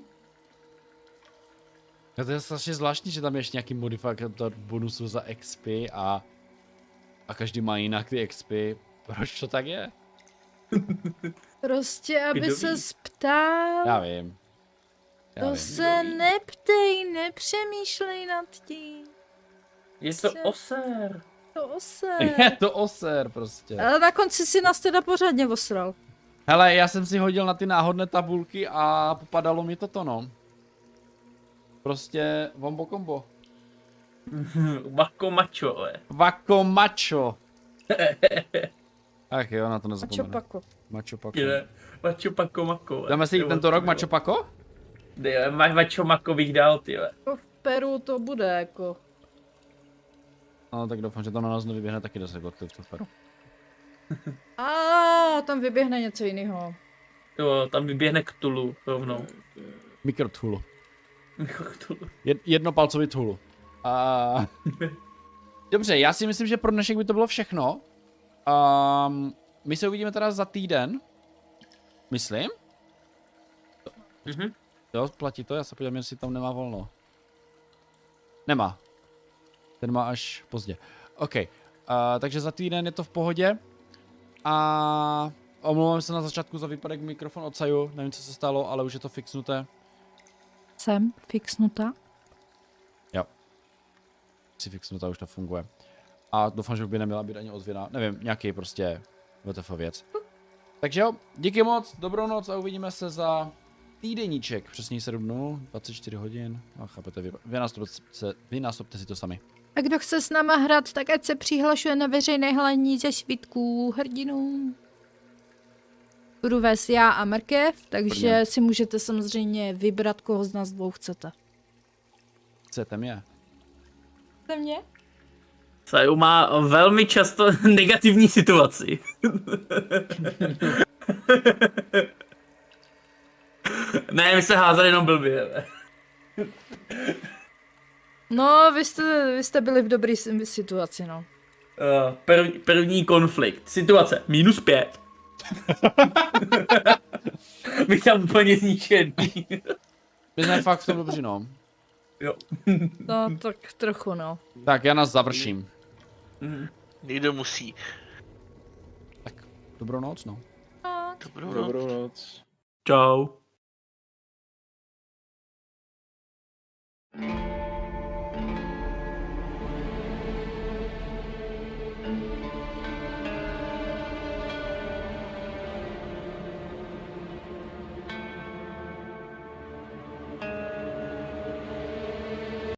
A to je strašně zvláštní, že tam je ještě nějaký modifikátor bonusu za X P a a každý má jinak ty X P. Proč to tak je? Prostě, aby se ptal. Já vím. Já to vím. se neptej, nepřemýšlej nad tím. Je to oser. To oser. Je to oser prostě. Ale na konci si nás teda pořádně osral. Hele, já jsem si hodil na ty náhodné tabulky a popadalo mi toto, no. Prostě vombo kombo. Vako mačo, ale. Vako mačo. Ach jo, na to nezapomenu. Mačo pako. Mačo pako. Je, mačo pako mako. Dáme si jít tento rok mačo pako? Ne, máš mačo mako bych dal, tyhle. V Peru to bude jako. No tak doufám, že tam na nás nevyběhne taky deset gotlů v Peru. A tam vyběhne něco jiného. Jo, tam vyběhne Cthulhu rovnou. Mikrotulu. Cthulhu. Jed, jednopalcový tulu. A... Dobře, já si myslím, že pro dnešek by to bylo všechno. Um, my se uvidíme teda za týden. Myslím. Mhm. Jo, platí to, já se podívám, jestli tam nemá volno. Nemá. Ten má až pozdě. OK, uh, takže za týden je to v pohodě. A omlouvám se na začátku za výpadek mikrofon od Saju, nevím, co se stalo, ale už je to fixnuté. Jsem fixnuta. Si fixnuta, už to funguje. A doufám, že by neměla být ani ozvěna, nevím, nějaký prostě W T F věc. Takže jo, díky moc, dobrou noc a uvidíme se za týdeníček, přesně sedm dnů, dvacet čtyři hodin, a chápete, vy, vynásobte, vynásobte si to sami. A kdo chce s náma hrát, tak ať se přihlašuje na veřejné hledání ze svítků hrdinů. Budu vést já a Mrkev, takže Prvně. si můžete samozřejmě vybrat, koho z nás dvou chcete. Chcete mě? Chcete mě? Saju má velmi často negativní situaci. Ne, my se házeli jenom blbě. No, vy jste, vy jste byli v dobré situaci, no. Uh, prv, první konflikt. Situace. Minus pět. My tam úplně zničený. My jsme fakt v tom dobří, no. Jo. No, tak trochu, no. Tak já nás završím. Někdo musí. Tak, dobrou noc, no. Dobrou noc. Dobrou noc. Čau. Thank you.